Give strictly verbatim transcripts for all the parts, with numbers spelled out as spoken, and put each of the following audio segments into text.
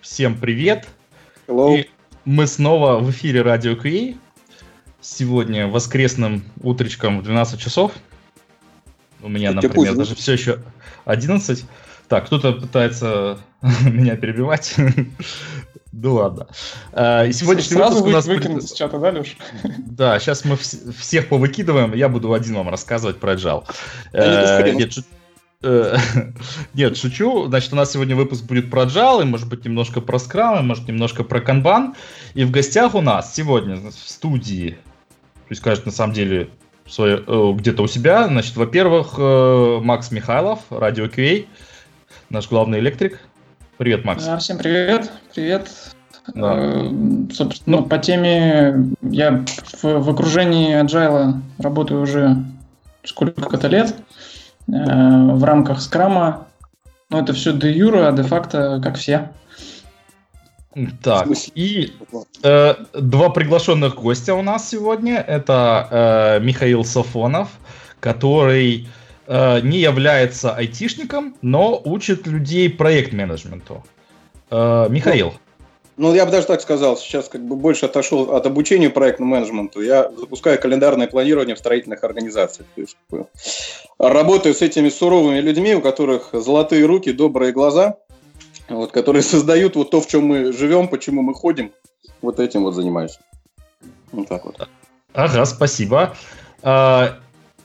Всем привет! Hello. И мы снова в эфире Радио Кей. Сегодня воскресным утречком в двенадцать часов. У меня, Это например, поздно. даже все еще одиннадцать. Так, кто-то пытается меня перебивать. Да ладно. А, И сегодняшний Сразу выпуск у вы, нас... выкинуть будет- из чата, да, Леш? Да, сейчас мы вс- всех повыкидываем, я буду один вам рассказывать про Agile. Да нет уж, Э, хрен. Нет, шу- э, нет, шучу. Значит, у нас сегодня выпуск будет про Agile, и, может быть, немножко про Scrum, и, может, немножко про Kanban. И в гостях у нас сегодня в студии, то есть, кажется, на самом деле, в своей- э, где-то у себя, значит, во-первых, э, Макс Михайлов, Радио Кей, наш главный электрик. Привет, Макс. Да, всем привет, привет. Да. Э, Собственно, по теме я в, в окружении Agile работаю уже сколько-то лет э, в рамках скрама. Но это все де юре, а де-факто как все. Так, В смысле? и э, два приглашенных гостя у нас сегодня. Это э, Михаил Сафонов, который э, не является айтишником, но учит людей проект-менеджменту. Э, Михаил. Ну, я бы даже так сказал, сейчас как бы больше отошел от обучения проектному менеджменту. Я запускаю календарное планирование в строительных организациях. То есть, как бы, работаю с этими суровыми людьми, у которых золотые руки, добрые глаза, вот, которые создают вот то, в чем мы живем, почему мы ходим. Вот этим вот занимаюсь. Вот так вот. Ага, спасибо. Э,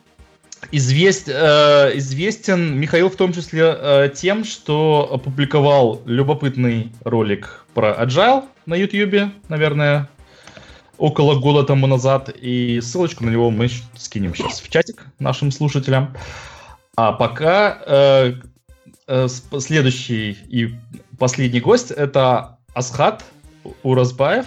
извест- э, известен Михаил в том числе э, тем, что опубликовал любопытный ролик про Agile на YouTube, наверное, около года тому назад. И ссылочку на него мы щ- скинем сейчас в чатик нашим слушателям. А пока э, э, с- следующий и последний гость — это Асхат Уразбаев.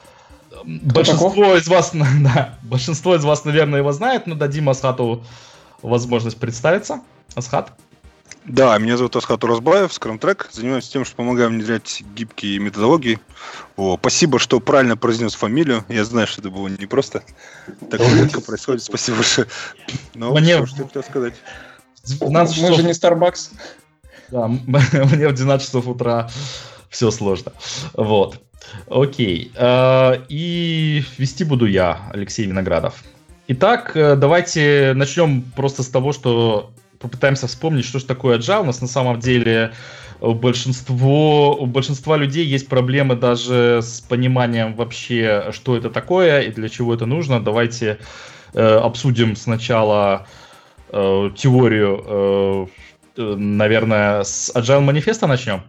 Большинство из вас, да, большинство из вас, наверное, его знает, но дадим Асхату возможность представиться. Асхат. Да, меня зовут Асхат Уразбаев, Scrum-Track. Занимаюсь тем, что помогаю внедрять гибкие методологии. О, спасибо, что правильно произнес фамилию. Я знаю, что это было непросто. Так редко происходит. Спасибо большое. Ну, Мне- что, что я хотел сказать. В двенадцать Мы часов, же не Starbucks. да, мне в двенадцать часов утра все сложно. Вот. Окей. Э, И вести буду я, Алексей Виноградов. Итак, э, давайте начнем просто с того, что попытаемся вспомнить, что же такое Agile. У нас на самом деле у большинство, у большинства людей есть проблемы даже с пониманием вообще, что это такое и для чего это нужно. Давайте э, обсудим сначала э, теорию, э, э, наверное, с Agile манифеста начнем.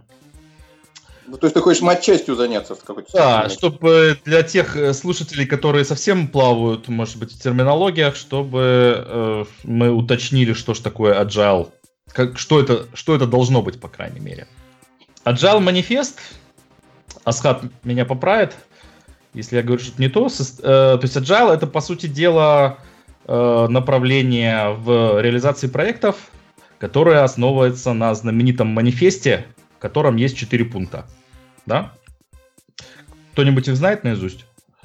Ну, то есть ты хочешь матчастью заняться? С какой-то Да, стороны? чтобы для тех э, слушателей, которые совсем плавают, может быть, в терминологиях, чтобы э, мы уточнили, что же такое Agile, как, что, это, что это должно быть, по крайней мере. Agile манифест, Асхат меня поправит, если я говорю что-то не то. Сос- э, то есть Agile — это, по сути дела, э, направление в реализации проектов, которое основывается на знаменитом манифесте, в котором есть четыре пункта. Да? Кто-нибудь их знает наизусть?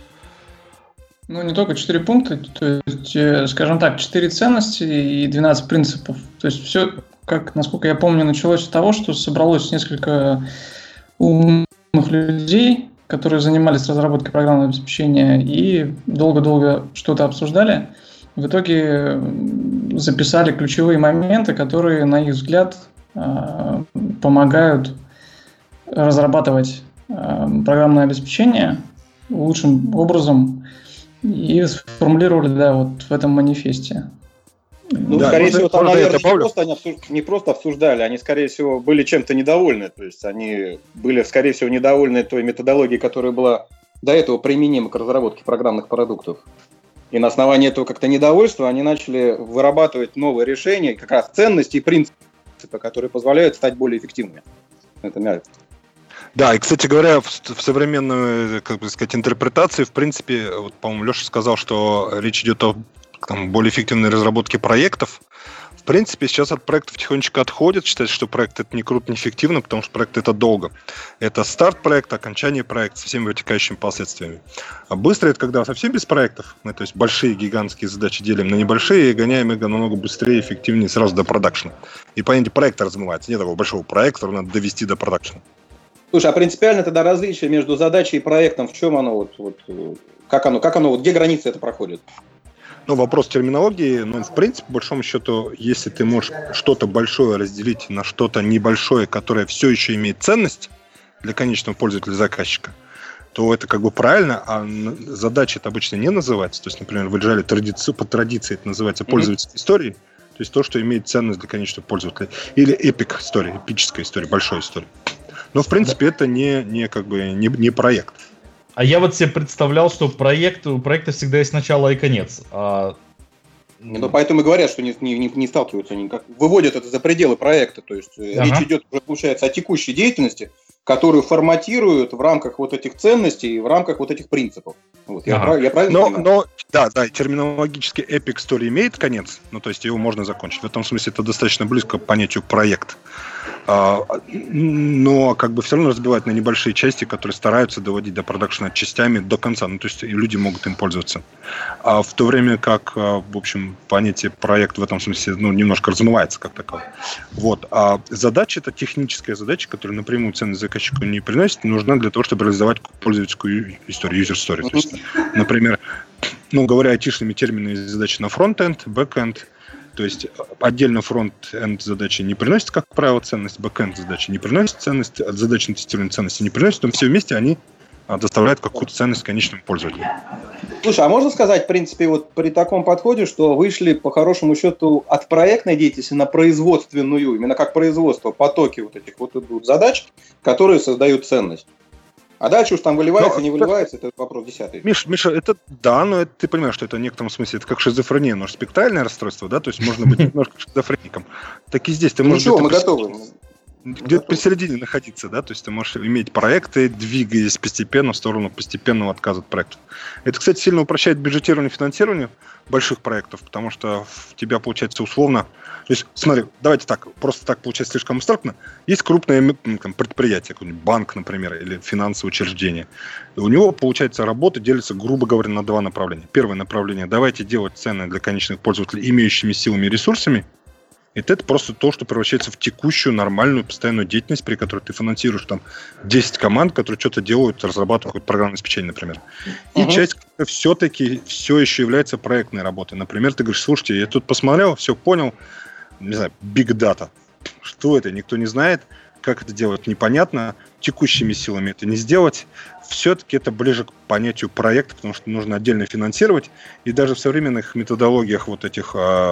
Ну, не только четыре пункта, то есть, э, скажем так, четыре ценности и двенадцать принципов. То есть все, как, насколько я помню, началось с того, что собралось несколько умных людей, которые занимались разработкой программного обеспечения и долго-долго что-то обсуждали. В итоге м, записали ключевые моменты, которые, на их взгляд, э, помогают разрабатывать э, программное обеспечение лучшим образом и сформулировали, да, вот в этом манифесте. Ну, Да, скорее можно- всего, там, можно я наверное, не добавлю? просто, они обсуж- не просто обсуждали, они, скорее всего, были чем-то недовольны. То есть они были, скорее всего, недовольны той методологией, которая была до этого применима к разработке программных продуктов. И на основании этого как-то недовольства они начали вырабатывать новые решения, как раз ценности и принципы, которые позволяют стать более эффективными. Это мягко. Да, и, кстати говоря, в, в современной, как бы сказать, интерпретации, в принципе, вот, по-моему, Леша сказал, что речь идет о там, более эффективной разработке проектов. В принципе, сейчас от проектов тихонечко отходят. Считается, что проект это не круто, не эффективно, потому что проект это долго. Это старт проекта, окончание проекта со всеми вытекающими последствиями. А быстро это когда совсем без проектов. Мы, то есть большие гигантские задачи делим на небольшие и гоняем их намного быстрее, эффективнее сразу до продакшена. И понятие проекта размывается. Нет такого большого проекта, который надо довести до продакшена. Слушай, а принципиально тогда различие между задачей и проектом, в чем оно, вот, вот, как оно, как оно, вот где границы это проходит? Ну, вопрос терминологии, ну, в принципе, по большому счету, если ты можешь что-то большое разделить на что-то небольшое, которое все еще имеет ценность для конечного пользователя-заказчика, то это как бы правильно, а задача это обычно не называется. То есть, например, в Agile традици... по традиции это называется пользовательской mm-hmm. историей, то есть то, что имеет ценность для конечного пользователя. Или эпик история, эпическая история, большая история. Но, в принципе, да. это не, не, как бы, не, не проект. А я вот себе представлял, что проект, у проекта всегда есть начало и конец. А... Ну, поэтому и говорят, что не, не, не сталкиваются никак. Выводят это за пределы проекта. То есть ага. речь идет, уже, получается, о текущей деятельности, которую форматируют в рамках вот этих ценностей и в рамках вот этих принципов. Вот, я, ага. прав, я правильно но, понимаю? Но, да, да, терминологически Epic Story имеет конец, ну, то есть его можно закончить. В этом смысле это достаточно близко к понятию проект. А, но как бы все равно разбивать на небольшие части, которые стараются доводить до продакшена частями до конца. Ну, то есть люди могут им пользоваться. А в то время как, в общем, понятие проект в этом смысле ну, немножко размывается как таково. Вот. А задача, это техническая задача, которая напрямую ценность заказчику не приносит, нужна для того, чтобы реализовать пользовательскую историю, user story. То есть, например, ну, говоря айтишными терминами, задачи на фронт-энд, бэк-энд. То есть отдельно фронт-энд задачи не приносит, как правило, ценность, бэк-энд задачи не приносит ценность, от задачи на тестирование ценности не приносит, но все вместе они доставляют какую-то ценность конечному пользователю. Слушай, а можно сказать, в принципе, вот при таком подходе, что вышли, по хорошему счету, от проектной деятельности на производственную, именно как производство, потоки вот этих вот идут задач, которые создают ценность. А дальше уж там выливается, но, не выливается, это вопрос десятый. Миш, Миша, это да, но это, ты понимаешь, что это в некотором смысле это как шизофрения, но спектральное расстройство, да, то есть можно быть немножко шизофреником. Так и здесь ты можешь... Ничего, мы готовы. Где-то посередине находиться, да, то есть ты можешь иметь проекты, двигаясь постепенно в сторону постепенного отказа от проектов. Это, кстати, сильно упрощает бюджетирование и финансирование больших проектов, потому что у тебя получается условно... То есть, смотри, давайте так, просто так получается слишком абстрактно. Есть крупное там, предприятие, какой-нибудь банк, например, или финансовое учреждение. И у него, получается, работа делится, грубо говоря, на два направления. Первое направление – давайте делать ценное для конечных пользователей имеющими силами и ресурсами. Это просто то, что превращается в текущую, нормальную, постоянную деятельность, при которой ты финансируешь там десять команд, которые что-то делают, разрабатывают какое-то программное обеспечение, например. И uh-huh. часть все-таки все еще является проектной работой. Например, ты говоришь, слушайте, я тут посмотрел, все понял, не знаю, big data. Что это? Никто не знает. Как это делать? Непонятно. Текущими силами это не сделать. Все-таки это ближе к понятию проекта, потому что нужно отдельно финансировать. И даже в современных методологиях вот этих,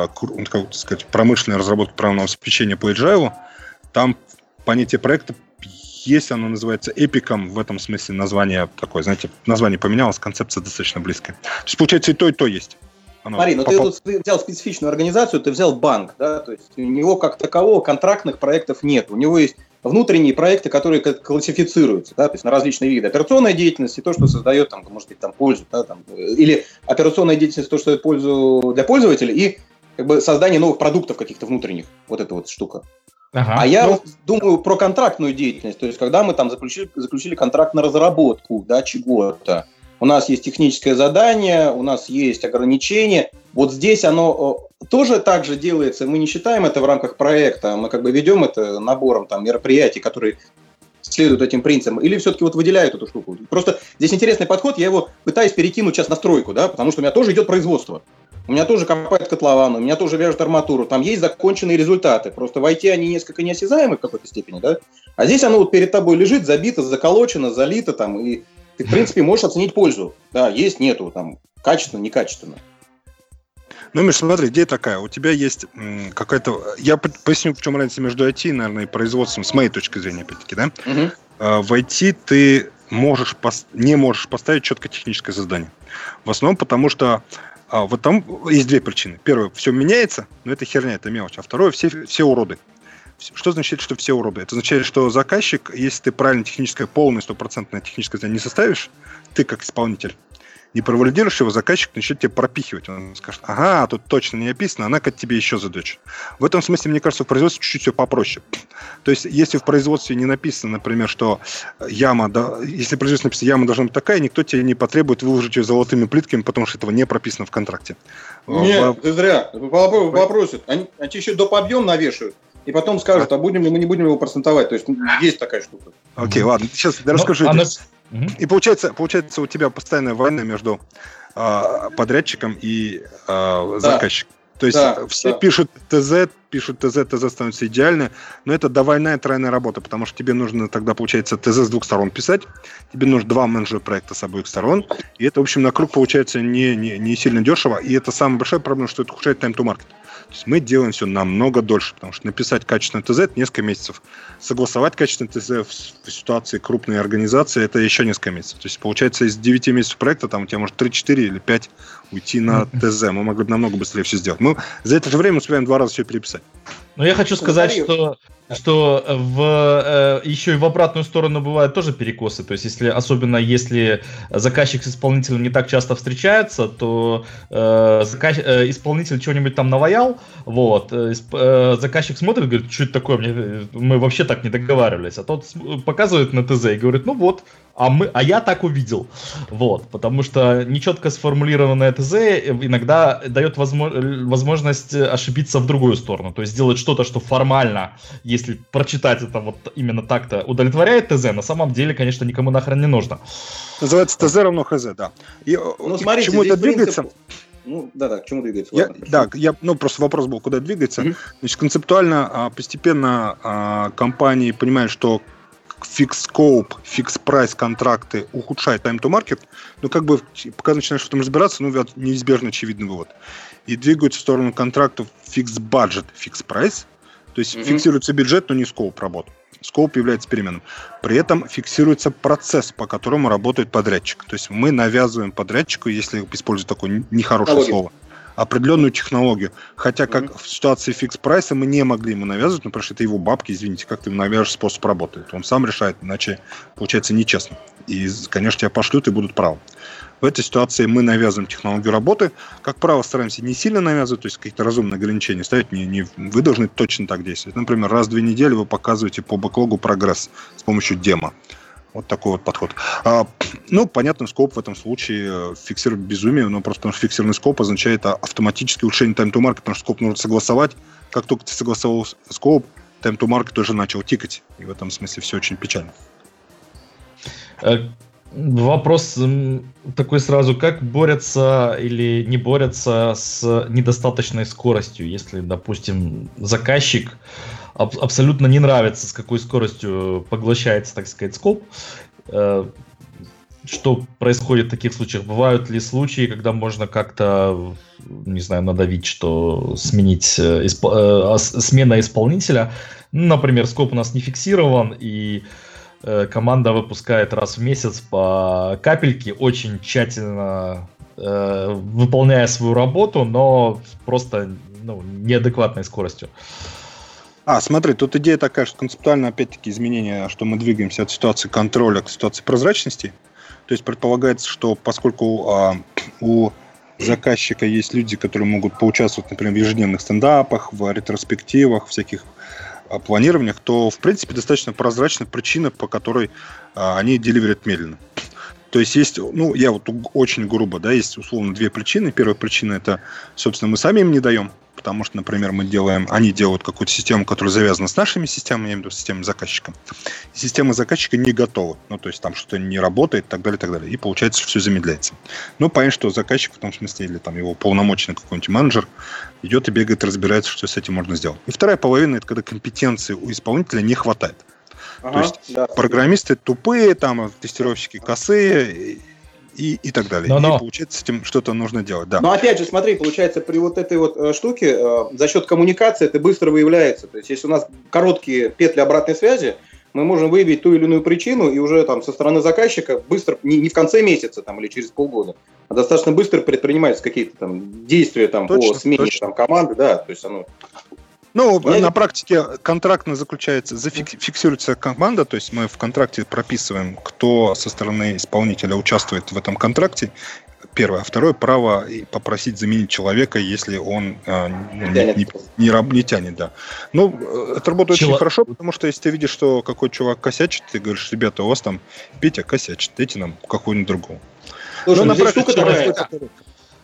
как сказать, промышленной разработки программного обеспечения по Agile, там понятие проекта есть, оно называется эпиком. В этом смысле название такое, знаете, название поменялось, концепция достаточно близкая. То есть, получается, и то, и то есть. Оно Смотри, ну попал... ты тут взял специфичную организацию, ты взял банк, да, то есть у него как такового контрактных проектов нет. У него есть внутренние проекты, которые классифицируются, да, то есть на различные виды. Операционная деятельность и то, что создает, там, может быть, там, пользу, да, там, или операционная деятельность, то, что дает пользу для пользователя, и как бы создание новых продуктов каких-то внутренних, вот эта вот штука. Ага. А я ну... думаю про контрактную деятельность, то есть когда мы там заключили, заключили контракт на разработку, да, чего-то. У нас есть техническое задание, у нас есть ограничения. Вот здесь оно тоже так же делается. Мы не считаем это в рамках проекта, мы как бы ведем это набором там, мероприятий, которые следуют этим принципам, или все-таки вот выделяют эту штуку. Просто здесь интересный подход, я его пытаюсь перекинуть сейчас на стройку, да, потому что у меня тоже идет производство. У меня тоже копают котлован, у меня тоже вяжут арматуру, там есть законченные результаты. Просто в ай ти они несколько неосязаемы в какой-то степени, да. А здесь оно вот перед тобой лежит, забито, заколочено, залито там, и ты, в принципе, можешь оценить пользу. Да, есть, нету, там, качественно, некачественно. Ну, Миш, смотри, идея такая. У тебя есть м, какая-то... Я поясню, в чем разница между ай ти, наверное, и производством, с моей точки зрения, опять-таки, да? Угу. А, в ай ти ты можешь пос... не можешь поставить четкое техническое задание. В основном потому, что а, вот там есть две причины. Первое, все меняется, но это херня, это мелочь. А второе, все, все уроды. Что означает, что все уроды? Это означает, что заказчик, если ты правильно техническое, полное, стопроцентное техническое задание не составишь, ты как исполнитель не провалидируешь его, заказчик начнет тебе пропихивать. Он скажет, ага, тут точно не описано, она как тебе еще задача. В этом смысле, мне кажется, в производстве чуть-чуть все попроще. То есть, если в производстве не написано, например, что яма, да, если в производстве написано, яма должна быть такая, никто тебе не потребует выложить ее золотыми плитками, потому что этого не прописано в контракте. Нет, в... ты зря. Попросят. Они, они еще доп. Объем навешивают. и потом скажут, а будем ли мы, не будем ли его процентовать. То есть есть такая штука. Окей, okay, ладно, сейчас я расскажу. Она... И получается, получается, у тебя постоянная война между э, подрядчиком и э, заказчиком. Да. То есть да, все да. пишут ТЗ, пишут ТЗ, ТЗ становится идеально, но это двойная, тройная работа, потому что тебе нужно тогда, получается, ТЗ с двух сторон писать, тебе нужно два менеджера проекта с обоих сторон, и это, в общем, на круг получается не, не, не сильно дешево, и это самая большая проблема, что это ухудшает time-to-market. То есть мы делаем все намного дольше, потому что написать качественный ТЗ – это несколько месяцев. Согласовать качественный ТЗ в, в ситуации крупной организации – это еще несколько месяцев. То есть, получается, из девяти месяцев проекта там у тебя может три-четыре или пять уйти на ТЗ. Мы могли бы намного быстрее все сделать. Мы за это же время успеваем два раза все переписать. Но я хочу сказать, что, что в, э, еще и в обратную сторону бывают тоже перекосы. То есть, если, особенно если заказчик с исполнителем не так часто встречается, то э, заказ, э, исполнитель чего-нибудь там наваял, вот, э, э, заказчик смотрит и говорит, что это такое, Мне, мы вообще так не договаривались. А тот показывает на ТЗ и говорит, ну вот, а, мы, а я так увидел. Вот, потому что нечетко сформулированное ТЗ иногда дает возможно, возможность ошибиться в другую сторону. То есть сделать что-то, что формально, если прочитать это вот именно так-то, удовлетворяет ТЗ, на самом деле, конечно, никому нахрен не нужно. Называется ТЗ равно ХЗ, да. И, ну, смотрите, к чему это двигается? Принцип... Ну, да-да, к чему двигается? Я, да, я, ну, просто вопрос был, куда двигается. Mm-hmm. Значит, концептуально, постепенно компании понимают, что фикс scope, фикс прайс контракты ухудшают time to market, но как бы, пока начинаешь в этом разбираться, ну, неизбежно очевидный вывод. И двигаются в сторону контрактов фикс budget, фикс прайс, то есть mm-hmm. фиксируется бюджет, но не scope работы. Scope является переменным. При этом фиксируется процесс, по которому работает подрядчик. То есть мы навязываем подрядчику, если использовать такое нехорошее Технология. слово, определенную технологию. Хотя как mm-hmm. в ситуации фикс-прайса мы не могли ему навязывать, но потому что это его бабки, извините, как ты ему навяжешь способ работы. Он сам решает, иначе получается нечестно. И, конечно, тебя пошлют и будут правы. В этой ситуации мы навязываем технологию работы. Как правило, стараемся не сильно навязывать, то есть какие-то разумные ограничения ставить. Не, не, вы должны точно так действовать. Например, раз в две недели вы показываете по бэклогу прогресс с помощью демо. Вот такой вот подход. А, ну, понятно, скоп в этом случае фиксирует безумие, но просто потому что фиксированный скоп означает автоматическое улучшение time to market, потому что скоп нужно согласовать. Как только ты согласовал скоп, time to market тоже начал тикать. И в этом смысле все очень печально. Вопрос такой сразу, как борются или не борются с недостаточной скоростью, если, допустим, заказчик аб- абсолютно не нравится, с какой скоростью поглощается, так сказать, скоп. Что происходит в таких случаях? Бывают ли случаи, когда можно как-то, не знаю, надавить, что сменить исп... смена исполнителя? Например, скоп у нас не фиксирован, и команда выпускает раз в месяц по капельке, очень тщательно э, выполняя свою работу, но просто ну, неадекватной скоростью. А, смотри, тут идея такая, что концептуально, опять-таки, изменение, что мы двигаемся от ситуации контроля к ситуации прозрачности. То есть предполагается, что поскольку а, у заказчика есть люди, которые могут поучаствовать, например, в ежедневных стендапах, в ретроспективах, всяких планированиях, то, в принципе, достаточно прозрачная причина, по которой а, они деливерят медленно. То есть есть, ну, я вот очень грубо, да, есть условно две причины. Первая причина – это, собственно, мы сами им не даем, потому что, например, мы делаем, они делают какую-то систему, которая завязана с нашими системами, я имею в виду системой заказчика. И система заказчика не готова, ну, то есть там что-то не работает и так далее, и так далее. И получается, что все замедляется. Ну, понятно, что заказчик в том смысле, или там его полномоченный какой-нибудь менеджер идет и бегает, разбирается, что с этим можно сделать. И вторая половина – это когда компетенции у исполнителя не хватает. Ага, то есть да, программисты тупые, там тестировщики косые и, и так далее. Но, но. И получается, с этим что-то нужно делать. Да. Но опять же, смотри, получается, при вот этой вот э, штуке э, за счет коммуникации это быстро выявляется. То есть, если у нас короткие петли обратной связи, мы можем выявить ту или иную причину и уже там со стороны заказчика быстро, не, не в конце месяца там, или через полгода, а достаточно быстро предпринимаются какие-то там действия там, точно, по смене там, команды. Да, то есть оно... Ну, Я... на практике контрактно заключается, зафиксируется команда, то есть мы в контракте прописываем, кто со стороны исполнителя участвует в этом контракте. Первое. А второе, право попросить заменить человека, если он э, не, не, не, не, не тянет. Да. Ну, это работает Чело... очень хорошо, потому что если ты видишь, что какой чувак косячит, ты говоришь, ребята, у вас там Петя косячит, дайте нам какого-нибудь другого. Слушай, ну, на практике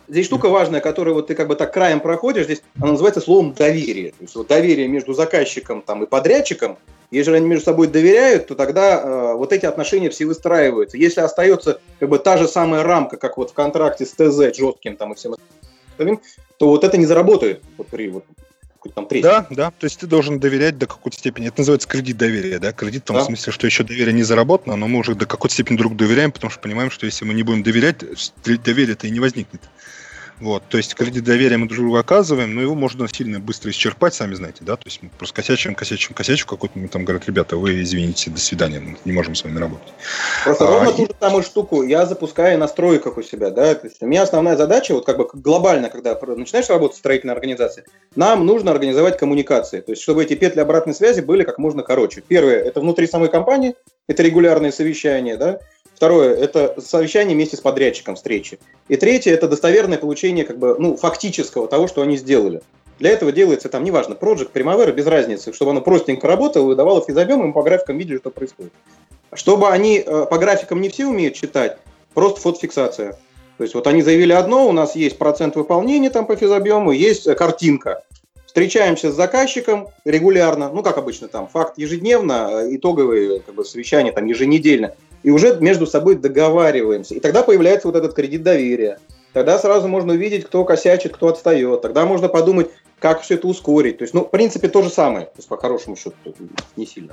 здесь штука важная, которую вот ты как бы так краем проходишь, здесь она называется словом доверие. То есть вот доверие между заказчиком там, и подрядчиком. Если они между собой доверяют, то тогда э, вот эти отношения все выстраиваются. Если остается как бы та же самая рамка, как вот в контракте с ТЗ жестким там и всем остальным, то вот это не заработает вот при вот там треске. Да, да, то есть ты должен доверять до какой-то степени. Это называется кредит доверия, да? Кредит в том да. смысле, что еще доверие не заработано, но мы уже до какой-то степени друг доверяем, потому что понимаем, что если мы не будем доверять, доверие-то и не возникнет. Вот, то есть кредит доверия мы друг другу оказываем, но его можно сильно быстро исчерпать, сами знаете, да, то есть мы просто косячим, косячим, косячим, какой-то, мы там говорят, ребята, вы извините, до свидания, мы не можем с вами работать. Просто а, ровно и... ту же самую штуку я запускаю настройках у себя, да, то есть у меня основная задача, вот как бы глобально, когда начинаешь работать в строительной организации, нам нужно организовать коммуникации, то есть чтобы эти петли обратной связи были как можно короче. Первое, это внутри самой компании, это регулярные совещания, да. Второе – это совещание вместе с подрядчиком, встречи. И третье – это достоверное получение как бы, ну, фактического того, что они сделали. Для этого делается, там, неважно, проект, Primavera, без разницы, чтобы оно простенько работало, выдавало физобъем, и мы по графикам видели, что происходит. Чтобы они по графикам не все умеют читать, просто фотофиксация. То есть вот они заявили одно, у нас есть процент выполнения там по физобъему, есть картинка. Встречаемся с заказчиком регулярно, ну, как обычно, там, факт ежедневно, итоговые как бы, совещания там, еженедельно. И уже между собой договариваемся. И тогда появляется вот этот кредит доверия. Тогда сразу можно увидеть, кто косячит, кто отстает. Тогда можно подумать, как все это ускорить. То есть, ну, в принципе, то же самое. То есть, по хорошему счету, не сильно.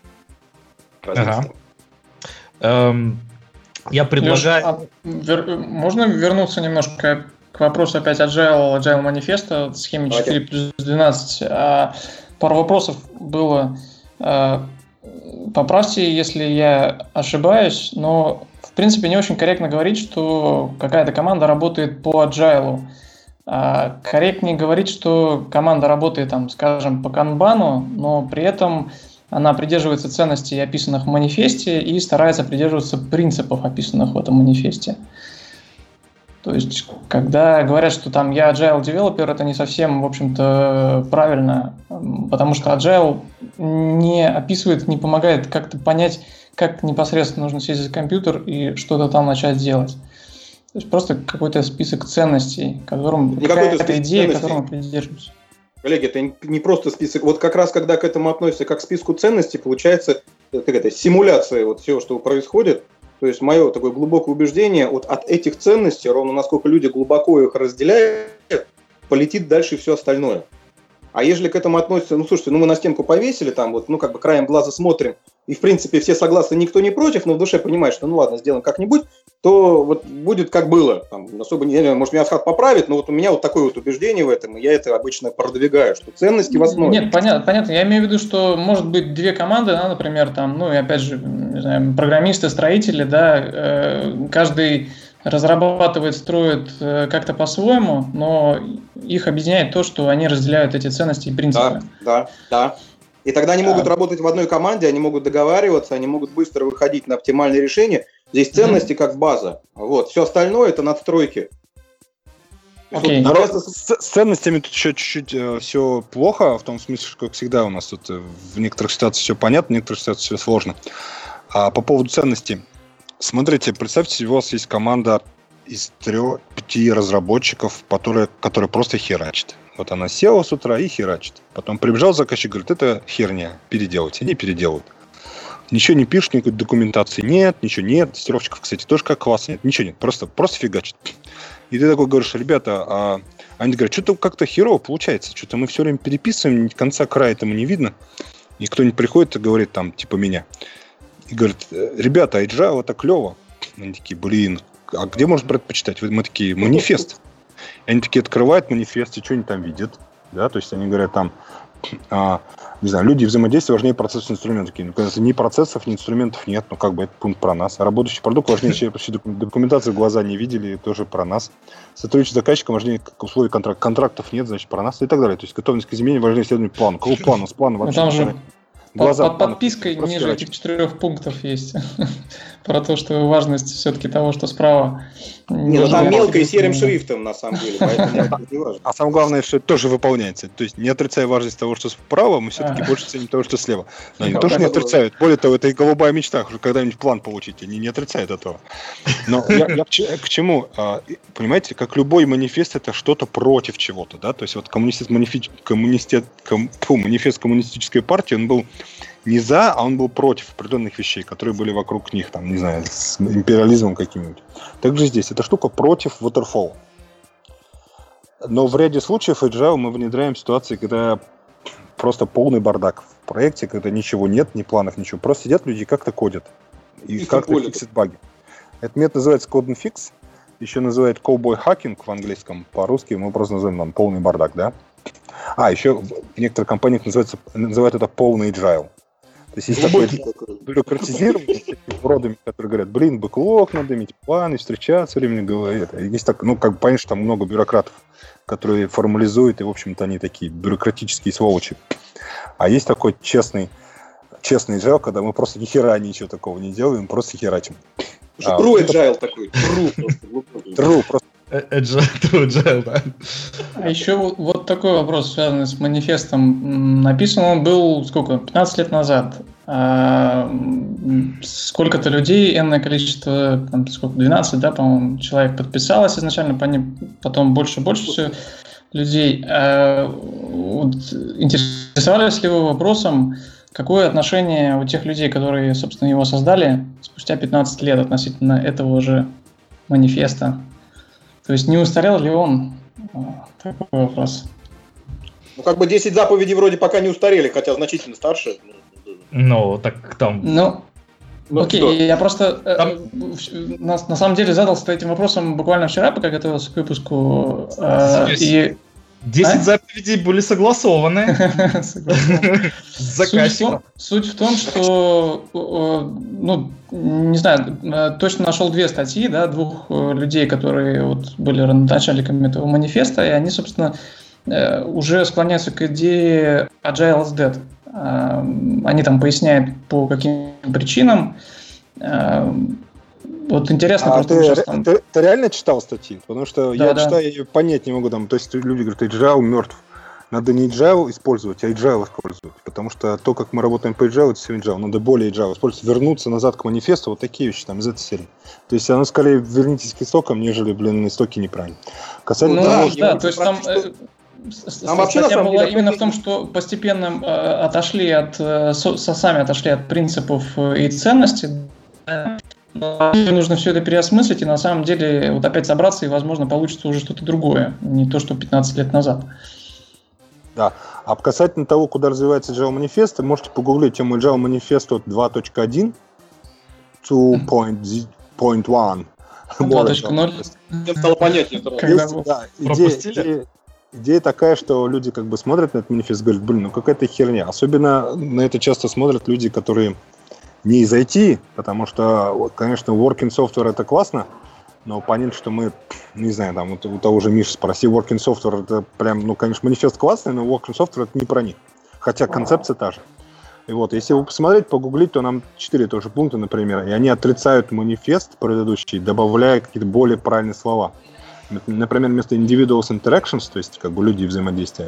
Ага. Эм, я предлагаю... Леш, а вер... Можно вернуться немножко к вопросу опять Agile, Agile манифеста, схеме четыре плюс двенадцать. А, пару вопросов было... Поправьте, если я ошибаюсь, но в принципе не очень корректно говорить, что какая-то команда работает по agile. А корректнее говорить, что команда работает, там, скажем, по канбану, но при этом она придерживается ценностей, описанных в манифесте, и старается придерживаться принципов, описанных в этом манифесте. То есть, когда говорят, что там я agile developer, это не совсем, в общем-то, правильно, потому что agile не описывает, не помогает как-то понять, как непосредственно нужно сесть за компьютер и что-то там начать делать. То есть просто какой-то список ценностей, которым какая-то идея, которой мы придерживаемся. Коллеги, это не просто список. Вот как раз, когда к этому относится как к списку ценностей, получается какая-то симуляция вот всего, что происходит. То есть мое такое глубокое убеждение, вот от этих ценностей, ровно насколько люди глубоко их разделяют, полетит дальше все остальное. А если к этому относится, ну слушайте, ну мы на стенку повесили, там вот, ну как бы краем глаза смотрим, и в принципе все согласны, никто не против, но в душе понимает, что ну ладно, сделаем как-нибудь, то вот будет как было. Там, особо не знаю, может меня Асхат поправит, но вот у меня вот такое вот убеждение в этом, и я это обычно продвигаю, что ценности в основе. Нет, понятно, понятно. Я имею в виду, что может быть две команды, да, например, там, ну и опять же, не знаю, программисты, строители, да, э, каждый разрабатывает, строит э, как-то по-своему, но их объединяет то, что они разделяют эти ценности и принципы. Да, да, да. И тогда они могут а... работать в одной команде, они могут договариваться, они могут быстро выходить на оптимальные решения. Здесь ценности mm-hmm. как база. Вот. Все остальное – это надстройки. Okay. Вот, просто... с, с ценностями тут еще чуть-чуть э, все плохо, в том смысле, что, как всегда, у нас тут э, в некоторых ситуациях все понятно, в некоторых ситуациях все сложно. А по поводу ценностей. Смотрите, представьте себе, у вас есть команда из трех-пяти разработчиков, которые, которые просто херачат. Вот она села с утра и херачит. Потом прибежал заказчик, говорит, это херня, переделайте. Они переделают. Ничего не пишут, никакой документации нет, ничего нет. Тестировщиков, кстати, тоже как класс нет, ничего нет. Просто, просто фигачит. И ты такой говоришь, ребята, а... они говорят, что-то как-то херово получается. Что-то мы все время переписываем, конца края этому не видно. И кто-нибудь приходит и говорит, там, типа меня. И говорит, ребята, agile это клево. Они такие, блин, а где можно брать почитать? Мы такие, манифест. И они такие открывают манифест, и что они там видят? Да, то есть они говорят там, а, не знаю, люди взаимодействия важнее процессов и инструментов. Ну, ни процессов, ни инструментов нет, ну как бы это пункт про нас. А работающий продукт важнее, чем документации в глаза не видели, тоже про нас. Сотрудничество с заказчиком важнее, как условий контракт, контрактов нет, значит про нас и так далее. То есть готовность к изменению важнее исследования плана. Какого плана? С планом вообще. Там же, Глаза под подпиской ниже этих четырех пунктов есть про то, что важность все-таки того, что справа. Не, ну там мелко и серым шрифтом, на самом деле, поэтому не важно. А самое главное, что это тоже выполняется. То есть, не отрицая важность того, что справа, мы все-таки больше ценим того, что слева. Но они тоже не отрицают. Более того, это и голубая мечта, уже когда-нибудь план получить. Они не отрицают этого. Но я к чему? Понимаете, как любой манифест, это что-то против чего-то, да? То есть, вот манифест коммунистической партии, он был не за, а он был против определенных вещей, которые были вокруг них, там, не знаю, с империализмом каким-нибудь. Также здесь эта штука против waterfall. Но в ряде случаев Agile мы внедряем ситуации, когда просто полный бардак в проекте, когда ничего нет, ни планов, ничего. Просто сидят люди и как-то кодят. И, и как-то фиксят баги. Этот метод называется code and fix. Еще называют cowboy hacking в английском. По-русски мы просто называем там, полный бардак, да? А, еще в некоторых компаниях называется, называют это полный agile. То есть есть такой бюрократизированный уродами, которые говорят, блин, бэклог надо иметь планы, встречаться времени говорят. Есть так, ну, как бы понятно, что там много бюрократов, которые формализуют, и, в общем-то, они такие бюрократические сволочи. А есть такой честный, честный agile, когда мы просто ни хера ничего такого не делаем, просто херачим. True agile такой. True, просто. True agile, да. А еще вот, вот такой вопрос, связанный с манифестом. Написан он был, сколько, пятнадцать лет назад. А, сколько-то людей, энное количество, там, сколько, двенадцать, да, по-моему, человек подписалось изначально, по ним, потом больше-больше все людей. А, вот, интересовались ли вы вопросом, какое отношение у тех людей, которые, собственно, его создали, спустя пятнадцать лет относительно этого же манифеста? То есть не устарел ли он? Такой вопрос. Ну, как бы десять заповедей вроде пока не устарели, хотя значительно старше. Ну, так там... Ну, ну окей, что? Я просто там... э, на, на самом деле задался этим вопросом буквально вчера, пока готовился к выпуску. Э, и... десять а? заповедей были согласованы с заказчиком. Суть в том, что, ну, не знаю, точно нашел две статьи, да, двух людей, которые вот были начальниками этого манифеста, и они, собственно, уже склоняются к идее Agile is dead. Они там поясняют, по каким причинам. Вот интересно, а просто ты, там... ты, ты реально читал статьи? Потому что да, я да. читаю и понять не могу. Там, то есть люди говорят, Agile мертв. Надо не Agile использовать, а Agile использовать. Потому что то, как мы работаем по Agile, это все Agile. Надо более Agile использовать. Вернуться назад к манифесту, вот такие вещи там из этой серии. То есть оно скорее вернитесь к истокам, нежели, блин, истоки неправильно. Касательно ну, того, да, то есть там... Там вообще статья была именно в том, что постепенно э, отошли от, э, со, сами отошли от принципов и ценностей. Нужно все это переосмыслить и на самом деле вот опять собраться, и, возможно, получится уже что-то другое, не то, что пятнадцать лет назад. Да. А касательно того, куда развивается Agile Manifest, вы можете погуглить тему Agile Manifest два точка один, два точка один. два точка ноль. Мне стало понятнее. Да, идея, идея такая, что люди как бы смотрят на этот манифест и говорят, блин, ну какая-то херня. Особенно на это часто смотрят люди, которые не из ай ти, потому что, конечно, working software это классно, но понятно, что мы, не знаю, там, у того же Миши спроси, working software это прям, ну, конечно, манифест классный, но working software это не про них. Хотя концепция та же. И вот, если вы посмотреть, погуглить, то нам четыре тоже пункта, например, и они отрицают манифест предыдущий, добавляя какие-то более правильные слова. Например, вместо individuals interactions, то есть как бы люди взаимодействия,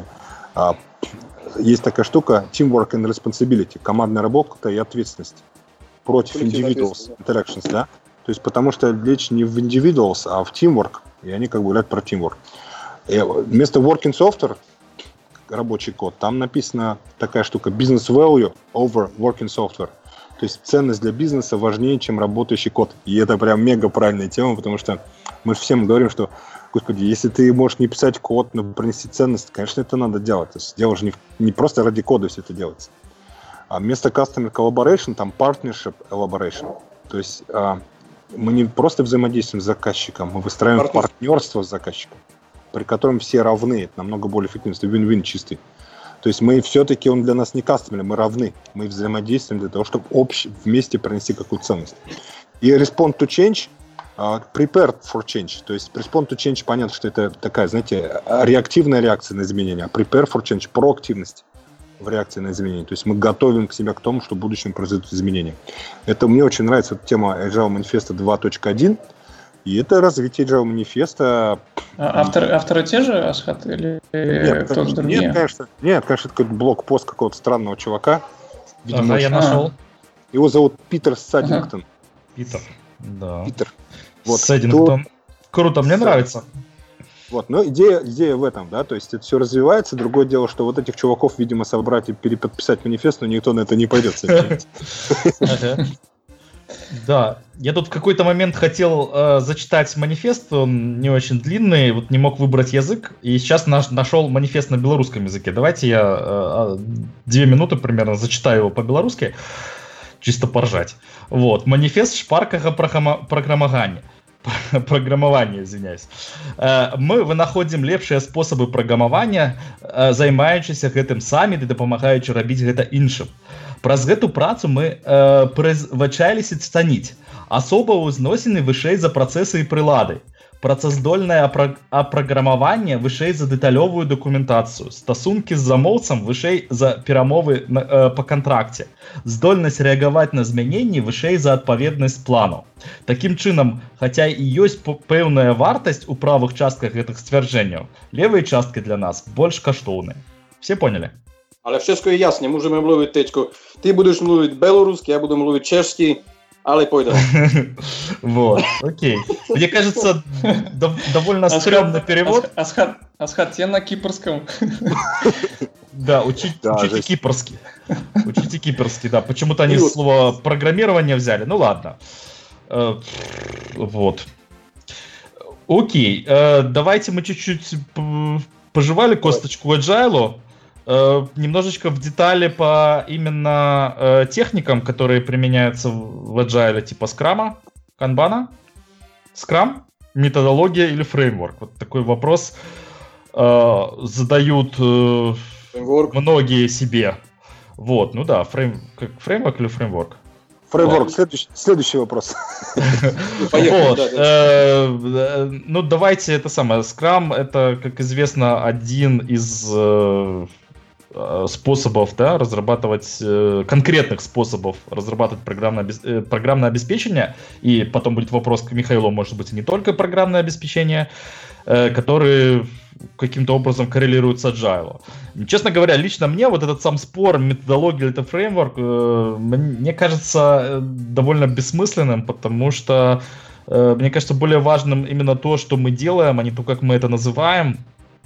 есть такая штука teamwork and responsibility, командная работа и ответственность против individuals interactions, да? То есть потому что речь не в individuals, а в teamwork, и они как бы говорят про teamwork. И вместо working software, рабочий код, там написана такая штука business value over working software. То есть ценность для бизнеса важнее, чем работающий код. И это прям мега правильная тема, потому что мы же всем говорим, что, господи, если ты можешь не писать код, но принести ценность, конечно, это надо делать. То есть дело же не, не просто ради кода все это делается. А вместо customer collaboration там partnership elaboration. То есть а, мы не просто взаимодействуем с заказчиком, мы выстраиваем Партнер. партнерство с заказчиком, при котором все равны. Это намного более эффективно. Это win-win чистый. То есть мы все-таки, он для нас не customer, мы равны. Мы взаимодействуем для того, чтобы общ, вместе принести какую-то ценность. И respond to change, uh, prepared for change. То есть respond to change, понятно, что это такая, знаете, реактивная реакция на изменения. А prepare for change, проактивность. в реакции на изменения. То есть мы готовим к себя к тому, что в будущем произойдут изменения. Это мне очень нравится вот тема Agile Manifesto два точка один. И это развитие Agile Manifesto. А авторы, авторы те же, Асхат, или нет, кто-то другие? Нет, конечно, нет, конечно, это какой-то блог-пост какого-то странного чувака. Видимо, ага, я нашел. Его зовут Питер Саддингтон. Ага. Питер, да. Питер. Вот, Саддингтон. Кто... Круто, мне Саддингтон. Нравится. Вот, но идея, идея в этом, да, то есть это все развивается. Другое дело, что вот этих чуваков, видимо, собрать и переподписать манифест, но никто на это не пойдет. Да, я тут в какой-то момент хотел э, зачитать манифест, он не очень длинный, вот не мог выбрать язык, и сейчас наш, нашел манифест на белорусском языке. Давайте я э, две минуты примерно зачитаю его по-белорусски, чисто поржать. Вот, манифест шпаркага праграмавання. Праграмавання, извиняюсь. Мы вынаходзім лепшыя спосабы праграмавання, займаючыся гэтым самі ды дапамагаючы рабіць гэта іншым. Праз гэту працу мы э, прызвычаіліся цаніць асоба ўзносіны вышэй за працэсы і прылады, працаздольнае апра- апраграмаванне вышэй за дэталёвую дакументацыю, стасункі з замоўцам вышэй за перамовы на, э, па кантракце, здольнасць рэагаваць на змяненні вышэй за адпаведнасць планаў. Такім чынам, хаця і ёсць пэўная вартасць у правых частках гэтых сцвярджэнняў, левыя часткі для нас больш каштоўныя. Все поняли? Ale wszystko jest jasne, możemy mówić teczko. Ty będziesz mówić белорусский, я буду mówić czeszki, ale pójdę. Вот, окей. Мне кажется, довольно стрёмный перевод. Асхат, Асхат, я на кипрском. Да, учите кипрский. Учите кипрский, да. Почему-то они слово программирование взяли. Ну ладно. Вот. Окей, давайте мы чуть-чуть пожевали косточку Agile. Uh, немножечко в детали по именно uh, техникам, которые применяются в Agile, типа скрама, канбана, скрам, методология или фреймворк. Вот такой вопрос uh, задают uh, многие себе. Вот, ну да, фрейм, как, фреймворк или фреймворк? Фреймворк, следующий, следующий вопрос. Вот, э, ну давайте это самое, скрам это, как известно, один из э, способов, да, разрабатывать, э, конкретных способов разрабатывать программное, э, программное обеспечение, и потом будет вопрос к Михаилу, может быть, и не только программное обеспечение, э, которые каким-то образом коррелируют с Agile. Честно говоря, лично мне вот этот сам спор, методология или это фреймворк, э, мне кажется довольно бессмысленным, потому что э, мне кажется более важным именно то, что мы делаем, а не то, как мы это называем.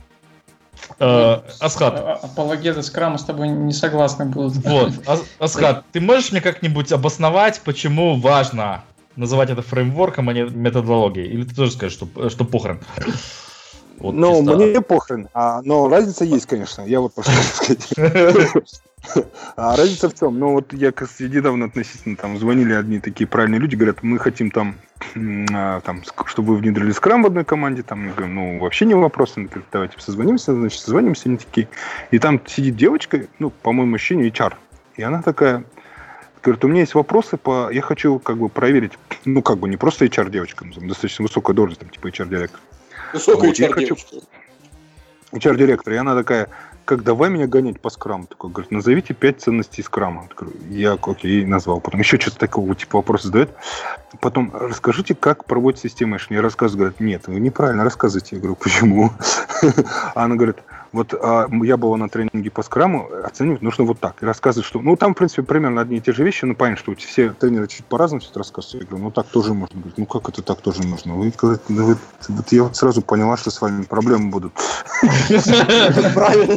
Uh, Асхат. Апологеты скрама с тобой не согласны будут. Вот, Асхат, ты можешь мне как-нибудь обосновать, почему важно называть это фреймворком, а не методологией? Или ты тоже скажешь, что, что похрен? Вот ну, чисто... мне похрен, а, но разница есть, конечно. Я вот прошу сказать. А разница в чем? Ну, вот я недавно относительно там звонили одни такие правильные люди, говорят, мы хотим там, там чтобы вы внедрили скрам в одной команде, там, я говорю, ну, вообще не вопрос, давайте созвонимся, значит, созвонимся, они такие. И там сидит девочка, ну, по моему ощущению, эйч ар, и она такая, говорит, у меня есть вопросы по, я хочу как бы проверить, ну, как бы не просто эйч ар девочка, достаточно высокая должность, там, типа эйч ар-директор. Высокая вот, эйч ар-девочка. эйч ар-директор, и она такая, как давай меня гонять по скраму. Такой, говорит, назовите пять ценностей скрама. Я, окей, назвал. Потом еще что-то такого типа вопроса задает. Потом, расскажите, как проводится система Эшни. Я рассказываю, говорит, нет, вы неправильно рассказываете. Я говорю, почему? Она говорит, вот а, я была на тренинге по скраму, оценивать нужно вот так. И рассказывать, что, ну, там, в принципе, примерно одни и те же вещи, но понятно, что все тренеры чуть по-разному все это рассказывают. Я говорю, ну, так тоже можно. Говорит, ну, как это так тоже можно? Вы, ну, вы, вот я вот сразу поняла, что с вами проблемы будут. Правильно.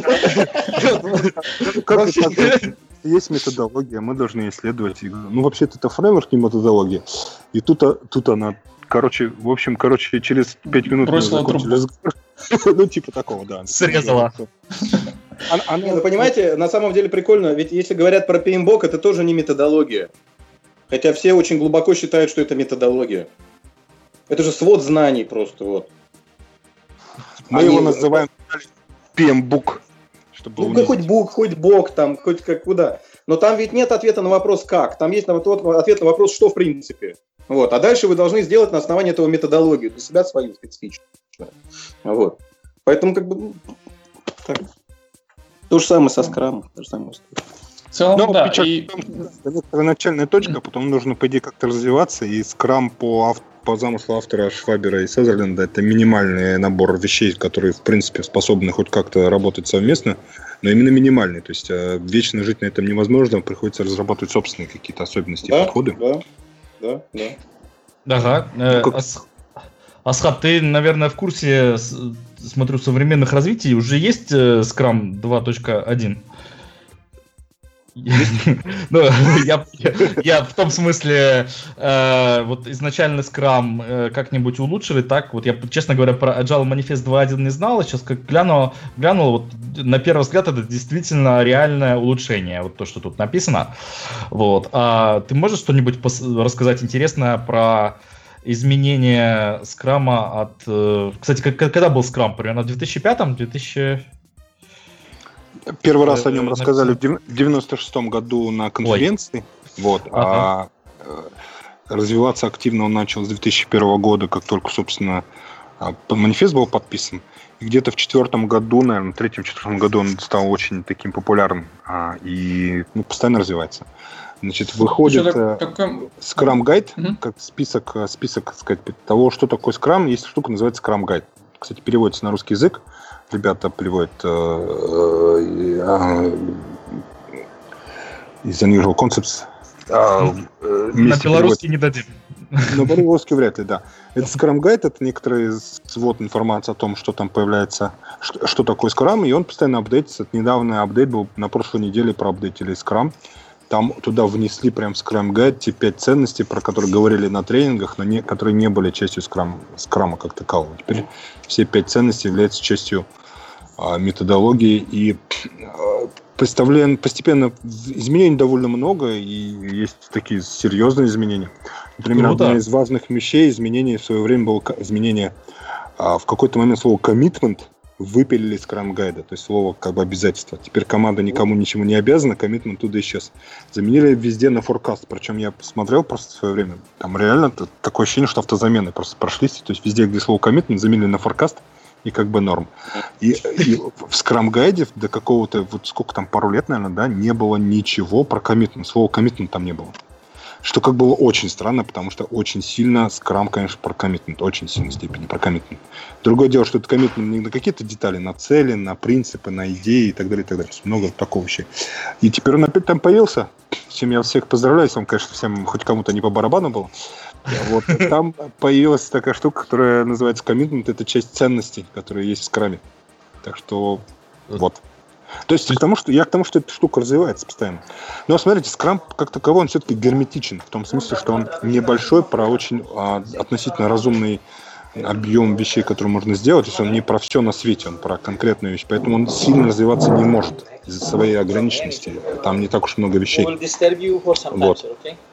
Как это? Есть методология, мы должны исследовать. Ну, вообще-то это фреймворк, не методология. И тут, тут она, короче, в общем, короче, через пять минут мы закончили разговор. Ну, типа такого, да. Срезала. Не, ну, понимаете, на самом деле прикольно, ведь если говорят про пи эм бок, это тоже не методология. Хотя все очень глубоко считают, что это методология. Это же свод знаний просто, вот. Мы Они... его называем пи эм бок. Ну, увидеть. Хоть бук, хоть бок, там, хоть как куда. Но там ведь нет ответа на вопрос «как». Там есть ответ на вопрос «что» в принципе. Вот. А дальше вы должны сделать на основании этого методологию для себя свою специфичную. Вот. Поэтому как бы... Так. То же самое со скрамом. То же самое. В целом, Ну, да. печаль И... в том, что это некоторая начальная точка, потом нужно, по идее, как-то развиваться, и скрам по, ав- по замыслу автора Швабера и Сазерленда это минимальный набор вещей, которые, в принципе, способны хоть как-то работать совместно, но именно минимальный. То есть э, вечно жить на этом невозможно, приходится разрабатывать собственные какие-то особенности и Да, подходы. да, да, да. Ага. Э, Ну, как- Ас- Асхат, ты, наверное, в курсе, с- смотрю, современных развитий. Уже есть э, Scrum два точка один? Ну, я, я, я в том смысле, э, вот изначально Scrum э, как-нибудь улучшили, так, вот я, честно говоря, про Agile Manifest два точка один не знал, а сейчас как глянул, глянул, вот на первый взгляд это действительно реальное улучшение, вот то, что тут написано. Вот. А ты можешь что-нибудь пос- рассказать интересное про изменение Scrum от... э, Кстати, как- когда был Scrum? Примерно в две тысячи пятом, две тысячи... Первый раз о Э, нем на- рассказали в дев- девяносто шестом году на конференции. Вот. А э, развиваться активно он начал с две тысячи первого года, как только, собственно, а, п- манифест был подписан. И где-то в четвертом году, наверное, в третьем-четвертом году он стал очень таким популярным а, и ну, постоянно развивается. Значит, выходит Ещё э, так- такой- Scrum Guide, Мгм. как список, э, список, так сказать, того, что такое Scrum. Есть штука, называется Scrum Guide. Кстати, переводится на русский язык. Ребята приводят э, э, из Unusual Concepts. э, э, На вместе белорусский не дадим. переводят. На белорусский вряд ли, да. Это Scrum Guide, это некоторый свод информации о том, что там появляется, что, что такое Scrum, и он постоянно апдейтится. Недавно апдейт был, на прошлой неделе проапдейтили Scrum. Там туда внесли прям в Scrum Guide те пять ценностей, про которые говорили на тренингах, но не, которые не были частью Scrum, Scrum как такового. Теперь все пять ценностей являются частью а, методологии, и а, представлен, постепенно изменений довольно много, и есть такие серьезные изменения. Например, Круто. одна из важных вещей изменений в свое время было ко- изменение а, в какой-то момент слова commitment выпилили из Scrum Guide, то есть слово как бы обязательство. Теперь команда никому ничему не обязана, commitment туда исчез. Заменили везде на forecast, причем я посмотрел просто в свое время, там реально т- такое ощущение, что автозамены просто прошлись, то есть везде, где слово commitment, заменили на forecast, и как бы норм. И, и в Scrum Guide до какого-то, вот сколько там, пару лет, наверное, да, не было ничего про commitment, слова commitment там не было. Что как было очень странно, потому что очень сильно Scrum, конечно, про коммитмент, очень сильной степени про коммитмент. Другое дело, что это коммитмент не на какие-то детали, на цели, на принципы, на идеи и так далее, и так далее. Много такого вещей. И теперь он опять там появился, с чем я всех поздравляю, если он, конечно, всем хоть кому-то не по барабану был. Вот. Там появилась такая штука, которая называется коммитмент, это часть ценностей, которые есть в Scrum. Так что вот. То есть к тому, что, я к тому, что эта штука развивается постоянно. Но смотрите, Scrum как таковой, он все-таки герметичен, в том смысле, что он небольшой, про очень а, относительно разумный объем вещей, которые можно сделать. То есть он не про все на свете, он про конкретную вещь. Поэтому он сильно развиваться не может из-за своей ограниченности. Там не так уж много вещей. Вот.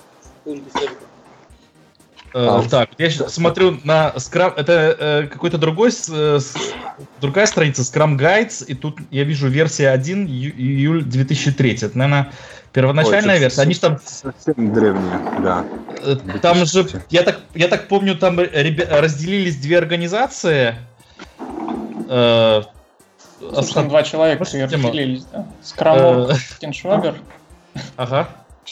Э, А. Так, я щас смотрю на Scrum, это э, какой-то другой, с- э, с- другая страница Scrum Guides, и тут я вижу версия один, ию- июль две тысячи третий. Это, наверное, первоначальная Ой, это версия. Они ж там, совсем древние, да. э, там же, я так, я так помню, там ребя- разделились две организации. Э, Собственно, Асхат, два человека можешь и тему? разделились, да. Скрамлок, Э. Кен Швабер. Ага.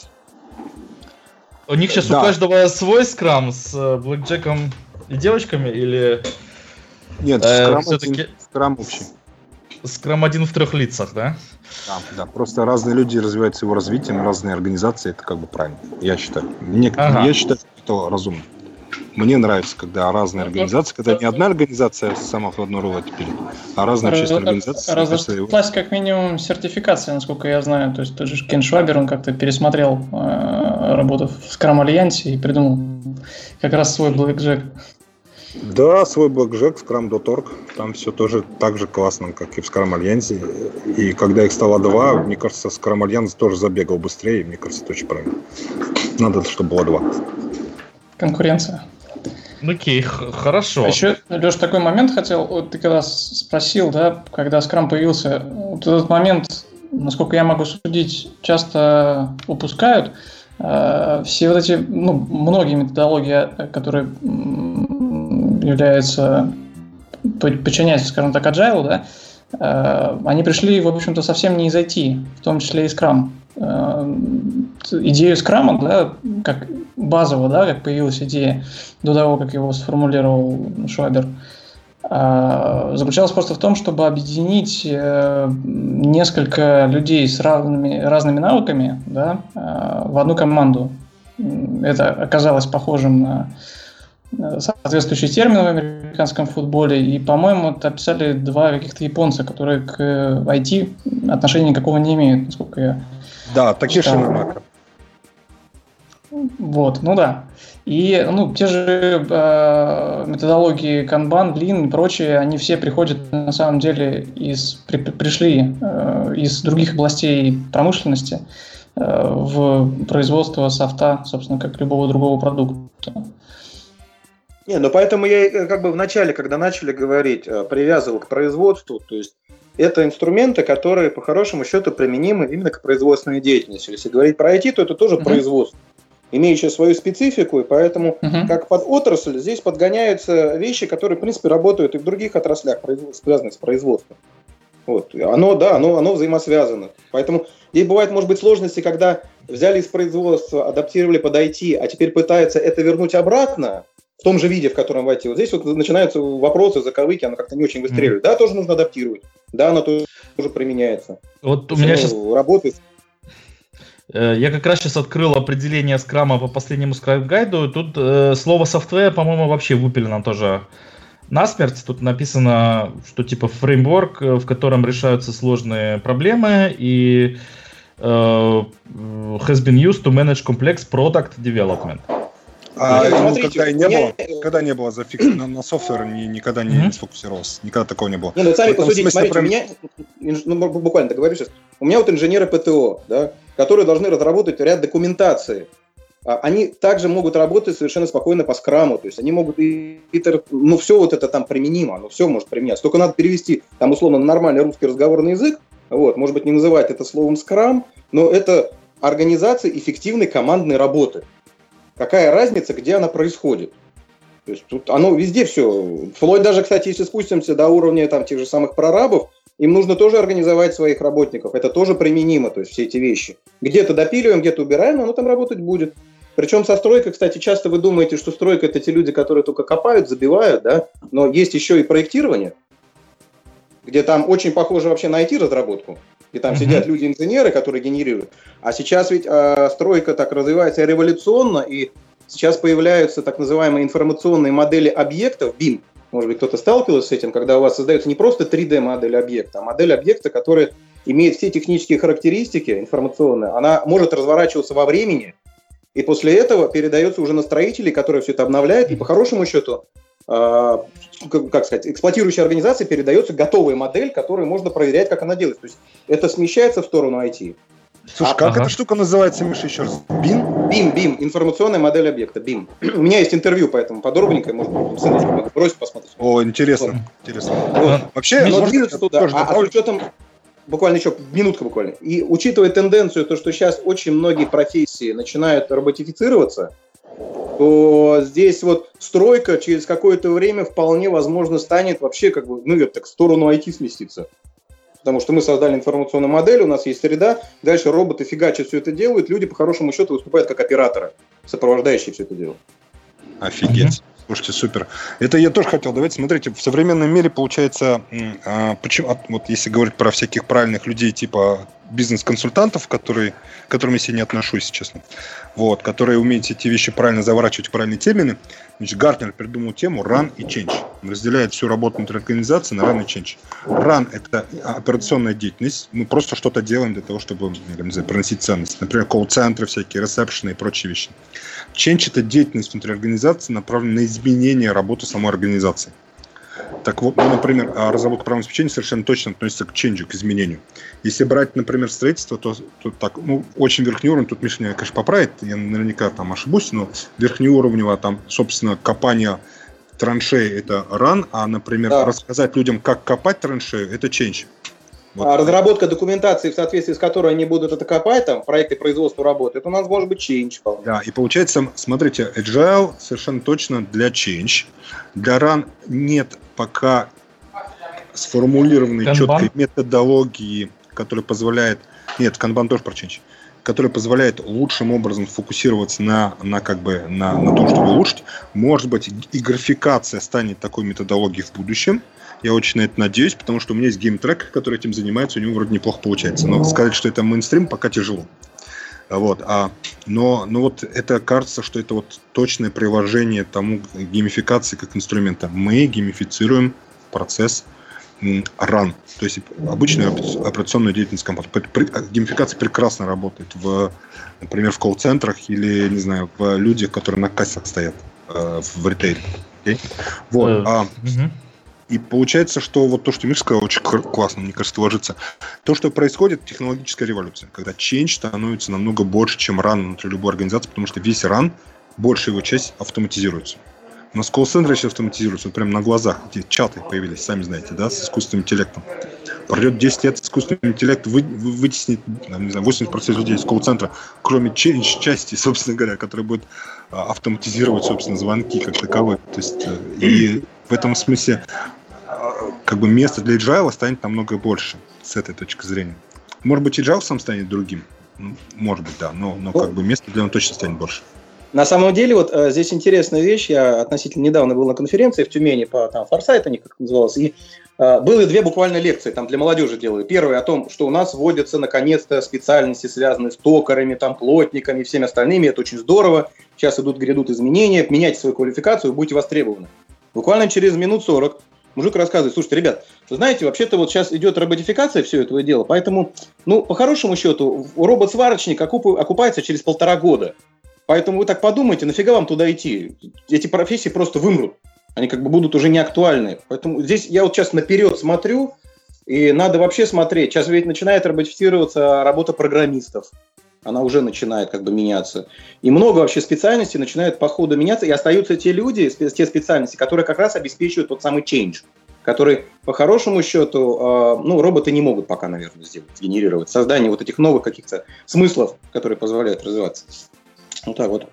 У них сейчас Да. у каждого свой скрам с э, блэкджеком и девочками, или Нет, Э, Scrum, всё-таки- один, Scrum общий. скрам один в трех лицах, да? Да, да, просто разные люди развиваются его развитием, разные организации, это как бы правильно, я считаю. Мне, Ага. Я считаю, что это разумно. Мне нравится, когда разные организации, когда не одна организация сама в одну роль пилит, а разные общественные организации. Разошлась как минимум сертификация, насколько я знаю. То есть тот же Кен Швабер, он как-то пересмотрел э, работу в Scrum Альянсе и придумал как раз свой блэкджек. Да, свой блэкджек, Scrum точка орг, там все тоже так же классно, как и в Scrum Альянсе. И когда их стало два, мне кажется, Scrum Альянс тоже забегал быстрее, и мне кажется, это очень правильно. Надо, чтобы было два. Конкуренция. Ну, окей, х- хорошо. А еще, Леш, такой момент хотел, вот ты когда с- спросил, да, когда Scrum появился, вот этот момент, насколько я могу судить, часто упускают. Э, все вот эти, ну, многие методологии, которые м, являются, по- подчиняются, скажем так, agile, да, они пришли, в общем-то, совсем не из ай ти, в том числе и Scrum. Идею Scrum, да, как базово, да, как появилась идея до того, как его сформулировал Швабер, заключалась просто в том, чтобы объединить несколько людей с разными, разными навыками, да, в одну команду. Это оказалось похожим на соответствующий термин в американском футболе, и, по-моему, это описали два каких-то японца, которые к ай ти отношения никакого не имеют, насколько я Да, Такеши Намака. Вот, ну да. И ну, те же э, методологии Kanban, Lean и прочие, они все приходят, на самом деле, из, при, пришли э, из других областей промышленности э, в производство софта, собственно, как любого другого продукта. Не, ну поэтому я как бы в начале, когда начали говорить, привязывал к производству, то есть это инструменты, которые по хорошему счету применимы именно к производственной деятельности. Если говорить про ай ти, то это тоже uh-huh. производство, имеющее свою специфику, и поэтому uh-huh. как под отрасль здесь подгоняются вещи, которые, в принципе, работают и в других отраслях, связанных с производством. Вот. Оно, да, оно, оно взаимосвязано. Поэтому здесь бывают, может быть, сложности, когда взяли из производства, адаптировали под ай ти, а теперь пытаются это вернуть обратно, в том же виде, в котором в ай ти. Вот здесь вот начинаются вопросы, заковыки, оно как-то не очень выстреливает. Mm. Да, тоже нужно адаптировать. Да, оно тоже применяется. Вот у меня сейчас... работает. Я как раз сейчас открыл определение скрама по последнему скрам-гайду. Тут э, слово software, по-моему, вообще выпилено тоже насмерть. Тут написано, что типа фреймворк, в котором решаются сложные проблемы, и э, has been used to manage complex product development. А ну, смотрите, когда, не меня... было, когда не было зафиксировано на, на софтвер, ни, никогда не mm-hmm. сфокусировался, никогда такого не было. Не, ну сами посудите, смотрите, прям... у меня, ну, буквально договорю сейчас, у меня вот инженеры ПТО, да, которые должны разработать ряд документации. Они также могут работать совершенно спокойно по скраму, то есть они могут и, и ну все вот это там применимо, оно все может применяться, только надо перевести там условно на нормальный русский разговорный язык, вот, может быть не называть это словом скрам, но это организация эффективной командной работы. Какая разница, где она происходит? То есть тут оно везде все. Вплоть даже, кстати, если спустимся до уровня там, тех же самых прорабов, им нужно тоже организовать своих работников. Это тоже применимо, то есть все эти вещи. Где-то допиливаем, где-то убираем, но оно там работать будет. Причем со стройкой, кстати, часто вы думаете, что стройка – это те люди, которые только копают, забивают, да? Но есть еще и проектирование, где там очень похоже вообще на ай ти-разработку. И там uh-huh. сидят люди-инженеры, которые генерируют. А сейчас ведь э, стройка так развивается революционно, и сейчас появляются так называемые информационные модели объектов, бим. Может быть, кто-то сталкивался с этим, когда у вас создается не просто три дэ-модель объекта, а модель объекта, которая имеет все технические характеристики информационные, она может разворачиваться во времени, и после этого передается уже на строителей, которые все это обновляют, и по хорошему счету, э, как сказать, эксплуатирующей организации передается готовая модель, которую можно проверять, как она делается. То есть это смещается в сторону ай ти. Слушай, а, как ага. эта штука называется, Миша, еще раз? бим? бим, бим, информационная модель объекта, бим. У меня есть интервью, поэтому подробненько, может, ссылочку могу бросить, посмотреть. О, интересно, вот. интересно. Вот. Вообще, но движется туда. А, а с учетом, буквально еще минутка буквально, и учитывая тенденцию, то, что сейчас очень многие профессии начинают роботифицироваться, то здесь вот стройка через какое-то время вполне возможно станет вообще как бы, ну, так в сторону ай ти сместиться. Потому что мы создали информационную модель, у нас есть среда, дальше роботы фигачат все это делают, люди по хорошему счету выступают как операторы, сопровождающие все это дело. Офигеть. Слушайте, супер. Это я тоже хотел. Давайте, смотрите, в современном мире получается, а, почему, вот если говорить про всяких правильных людей, типа бизнес-консультантов, которые, к которым я себе не отношусь, честно, вот, которые умеют эти вещи правильно заворачивать в правильные термины, значит, Гартнер придумал тему Run и Change. Он разделяет всю работу внутри организации на Run и Change. Run – это операционная деятельность. Мы просто что-то делаем для того, чтобы, не знаю, приносить ценность. Например, колл-центры всякие, ресепшены и прочие вещи. Change – это деятельность внутри организации, направленная на изменение работы самой организации. Так вот, ну, например, разработка программного обеспечения совершенно точно относится к change, к изменению. Если брать, например, строительство, то, то так, ну, очень верхний уровень, тут Миша меня, конечно, поправит, я наверняка там ошибусь, но верхнеуровнево там, собственно, копание траншеи – это run, а, например, да. рассказать людям, как копать траншею – это change. Вот. А разработка документации, в соответствии с которой они будут это копать, там, проекты производства работы, это у нас может быть change. Да, и получается, смотрите, agile совершенно точно для change. Для run нет пока сформулированной Kanban? четкой методологии, которая позволяет... Нет, Kanban тоже про change. Которая позволяет лучшим образом фокусироваться на, на, как бы, на, на том, чтобы улучшить. Может быть, и графикация станет такой методологией в будущем. Я очень на это надеюсь, потому что у меня есть геймтрек, который этим занимается, у него вроде неплохо получается. Но сказать, что это мейнстрим, пока тяжело. Вот, а, но, но вот это кажется, что это вот точное приложение тому геймификации как инструмента. Мы геймифицируем процесс run, то есть обычную операционную деятельность компании. Геймификация прекрасно работает, в, например, в колл-центрах или, не знаю, в людях, которые на кассах стоят э, в ритейле. Okay? Вот. Uh, а, uh-huh. И получается, что вот то, что Миша сказал, очень классно, мне кажется, ложится. То, что происходит, технологическая революция, когда change становится намного больше, чем run внутри любой организации, потому что весь run, большая его часть автоматизируется. У нас колл-центры сейчас автоматизируются, вот прямо на глазах, где чаты появились, сами знаете, да, с искусственным интеллектом. Пройдет десять лет, искусственный интеллект вы, вы, вытеснит, не знаю, восемьдесят процентов людей из колл-центра, кроме change части, собственно говоря, которая будет а, автоматизировать, собственно, звонки как таковые. То есть, и в этом смысле как бы место для agile станет намного больше с этой точки зрения. Может быть, agile сам станет другим, может быть, да, но, но как бы место для него точно станет больше. На самом деле, вот э, здесь интересная вещь. Я относительно недавно был на конференции в Тюмени по там, Foresight, они как называлось, и э, было две буквально лекции, там для молодежи делали. Первая о том, что у нас вводятся наконец-то специальности, связанные с токарями, там, плотниками и всеми остальными. Это очень здорово. Сейчас идут, грядут изменения. Меняйте свою квалификацию, будете востребованы. Буквально через минут сорок мужик рассказывает: слушайте, ребят, вы знаете, вообще-то вот сейчас идет роботификация всего этого дела, поэтому, ну, по хорошему счету, робот-сварочник окупается через полтора года. Поэтому вы так подумайте, нафига вам туда идти? Эти профессии просто вымрут. Они как бы будут уже не актуальны. Поэтому здесь я вот сейчас наперед смотрю, и надо вообще смотреть. Сейчас ведь начинает роботизироваться работа программистов. Она уже начинает как бы меняться. И много вообще специальностей начинают по ходу меняться, и остаются те люди, те специальности, которые как раз обеспечивают тот самый change, который, по хорошему счету, ну, роботы не могут пока, наверное, сделать, генерировать. Создание вот этих новых каких-то смыслов, которые позволяют развиваться. Вот так вот.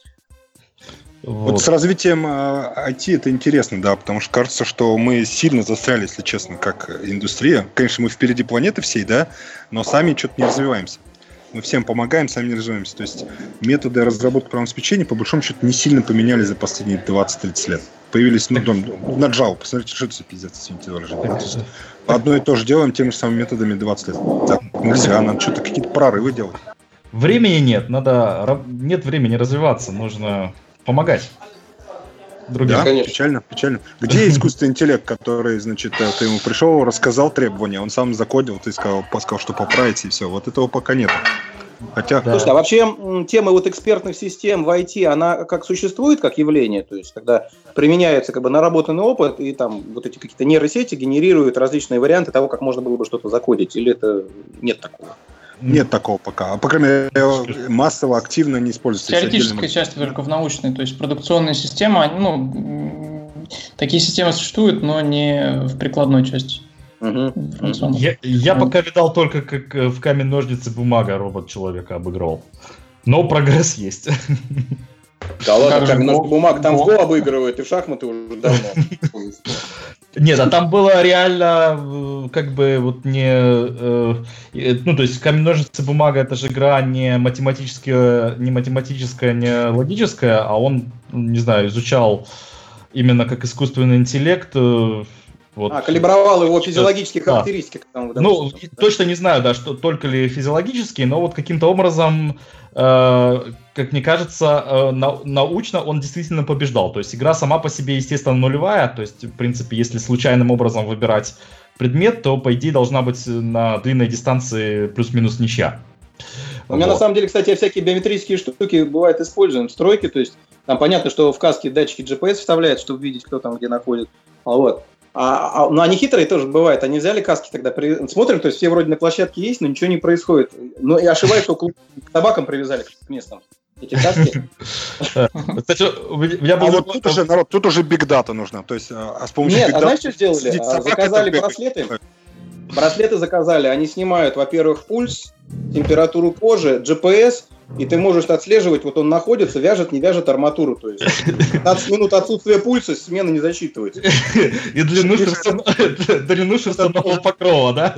Вот. Вот с развитием ай ти это интересно, да, потому что кажется, что мы сильно застряли, если честно, как индустрия. Конечно, мы впереди планеты всей, да, но сами что-то не развиваемся. Мы всем помогаем, сами не развиваемся. То есть методы разработки программного обеспечения, по большому счету, не сильно поменялись за последние двадцать-тридцать лет. Появились, ну, на Java, посмотрите, что это за пиздец, извините, выражение. Одно и то же делаем теми же самыми методами двадцать лет. Так нельзя, надо что-то, какие-то прорывы делать. Времени нет, надо, нет времени развиваться, нужно помогать другим. Да, конечно. печально, печально. Где искусственный интеллект, который, значит, ты ему пришел, рассказал требования, он сам закодил, ты сказал, сказал, что поправить, и все. Вот этого пока нет. Хотя... Да. Слушай, а вообще тема вот экспертных систем в ай ти, она как существует, как явление? То есть, когда применяется как бы наработанный опыт, и там вот эти какие-то нейросети генерируют различные варианты того, как можно было бы что-то закодить, или это нет такого? Нет такого пока. По крайней мере, массово, активно не используется. Теоретическая часть только в научной. То есть продукционная система, ну, такие системы существуют, но не в прикладной части. Uh-huh. Я, я пока видал только, как в камень, ножницы, бумага робот человека обыграл. Но прогресс есть. Да ладно, камень, ножницы, бумага, там в го обыгрывают, и в шахматы уже давно. Нет, а там было реально, как бы, вот не... Э, ну, то есть, камень, ножницы, бумага — это же игра не математическая, не математическая, не логическая, а он, не знаю, изучал именно как искусственный интеллект. Э, вот. А, калибровал его физиологические да. характеристики. Там, ну, что-то. Точно не знаю, да, что только ли физиологические, но вот каким-то образом, э, как мне кажется, э, на, научно он действительно побеждал. То есть игра сама по себе, естественно, нулевая. То есть, в принципе, если случайным образом выбирать предмет, то, по идее, должна быть на длинной дистанции плюс-минус ничья. У меня, вот. На самом деле, кстати, всякие биометрические штуки бывают используем в стройке. То есть там понятно, что в каске датчики джи пи эс вставляют, чтобы видеть, кто там где находит. Вот. А, а, ну, они хитрые тоже бывают. Они взяли каски тогда, при... смотрим, то есть все вроде на площадке есть, но ничего не происходит. Но и ошибаются, около к табакам привязали к местам. Эти каски. Кстати, у меня был... А вот тут уже, народ, тут уже биг-дата нужна. То есть, а с помощью Нет, а знаешь, что сделали? Заказали браслеты. Браслеты заказали. Они снимают, во-первых, пульс, температуру кожи, джи пи эс, и ты можешь отслеживать, вот он находится, вяжет, не вяжет арматуру. То есть пятнадцать минут отсутствия пульса смена не засчитывается. И длину шерстяного покрова, да?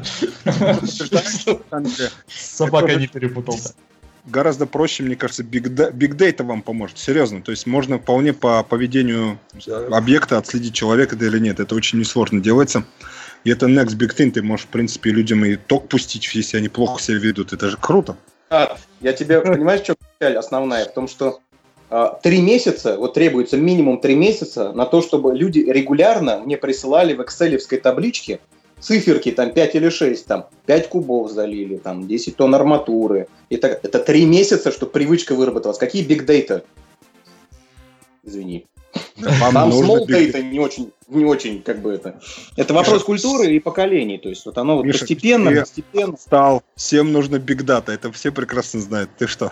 Собака не перепутался. Гораздо проще, мне кажется, Big Data вам поможет. Серьезно. То есть можно вполне по поведению объекта отследить, человек это или нет. Это очень несложно делается. И это next big thing. Ты можешь, в принципе, людям и ток пустить, если они плохо себя ведут. Это же круто. А, я тебе, понимаешь, что цель основная? В том, что а, три месяца, вот требуется минимум три месяца на то, чтобы люди регулярно мне присылали в экселевской табличке циферки, там, пять или шесть, там, пять кубов залили, там, десять тонн арматуры. И так, это три месяца, чтобы привычка выработалась. Какие big data? Извини. Вам там small data не очень, не очень, как бы это. Это вопрос Миша, культуры и поколений. То есть вот оно вот Миша, постепенно, постепенно. Стал, всем нужно big data, это все прекрасно знают. Ты что?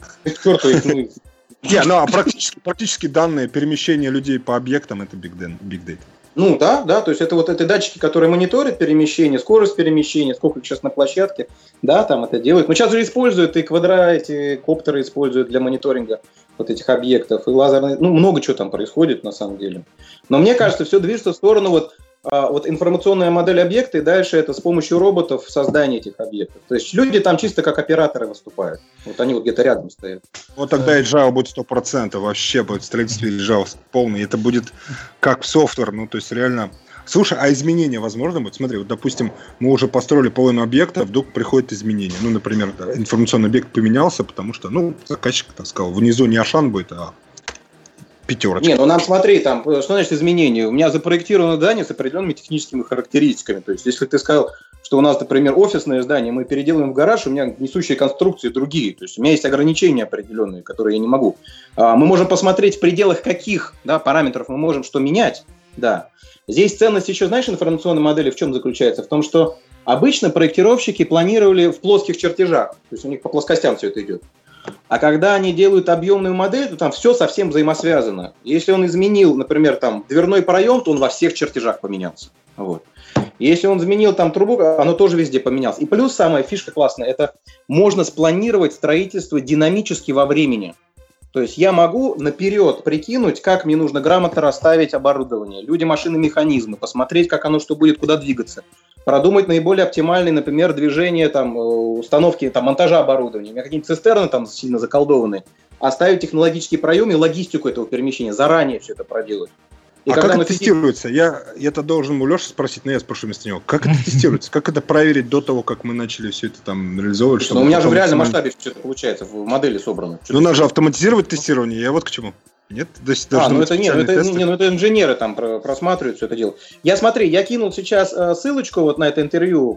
Не, ну а практически, практически данные перемещения людей по объектам это big data. Ну да, да, то есть это вот эти датчики, которые мониторят перемещение, скорость перемещения, сколько их сейчас на площадке, да, там это делают. Но сейчас же используют и квадра, эти коптеры используют для мониторинга вот этих объектов, и лазерные, ну много чего там происходит на самом деле. Но мне кажется, все движется в сторону вот, а, вот информационная модель объекта, и дальше это с помощью роботов создание этих объектов. То есть люди там чисто как операторы выступают. Вот они вот где-то рядом стоят. Вот тогда и Java будет сто процентов, вообще будет строительство Java полный. Это будет как софтвер, ну то есть реально... Слушай, а изменения возможно будет? Смотри, вот допустим, мы уже построили половину объекта, вдруг приходит изменение. Ну, например, да, информационный объект поменялся, потому что, ну, заказчик так сказал, внизу не Ашан будет, а пятерочка. Не, ну нам смотри, там, что значит изменение? У меня запроектировано здание с определенными техническими характеристиками. То есть, если ты сказал, что у нас, например, офисное здание, мы переделаем в гараж, у меня несущие конструкции другие. То есть, у меня есть ограничения определенные, которые я не могу. Мы можем посмотреть, в пределах каких, да, параметров мы можем что менять, да. Здесь ценность еще, знаешь, информационной модели в чем заключается? В том, что обычно проектировщики планировали в плоских чертежах, то есть у них по плоскостям все это идет. А когда они делают объемную модель, то там все совсем взаимосвязано. Если он изменил, например, там дверной проем, то он во всех чертежах поменялся. Вот. Если он изменил там трубу, оно тоже везде поменялось. И плюс самая фишка классная, это можно спланировать строительство динамически во времени. То есть я могу наперед прикинуть, как мне нужно грамотно расставить оборудование, люди, машины, механизмы, посмотреть, как оно что будет, куда двигаться, продумать наиболее оптимальные, например, движения, там, установки, там, монтажа оборудования. У меня какие-нибудь цистерны там сильно заколдованные, оставить технологический проем и логистику этого перемещения, заранее все это проделать. И а как это тестируется? Я это должен у Леши спросить, но я спрошу вместо него. Как это тестируется? Как это проверить до того, как мы начали все это там реализовывать? Ну, у меня же в реальном масштабе все это получается, в модели собрано. Ну, надо же автоматизировать тестирование, я вот к чему. Нет? А, ну это, нет, это, не, ну это инженеры там просматривают все это дело. Я смотри, я кинул сейчас э, ссылочку вот на это интервью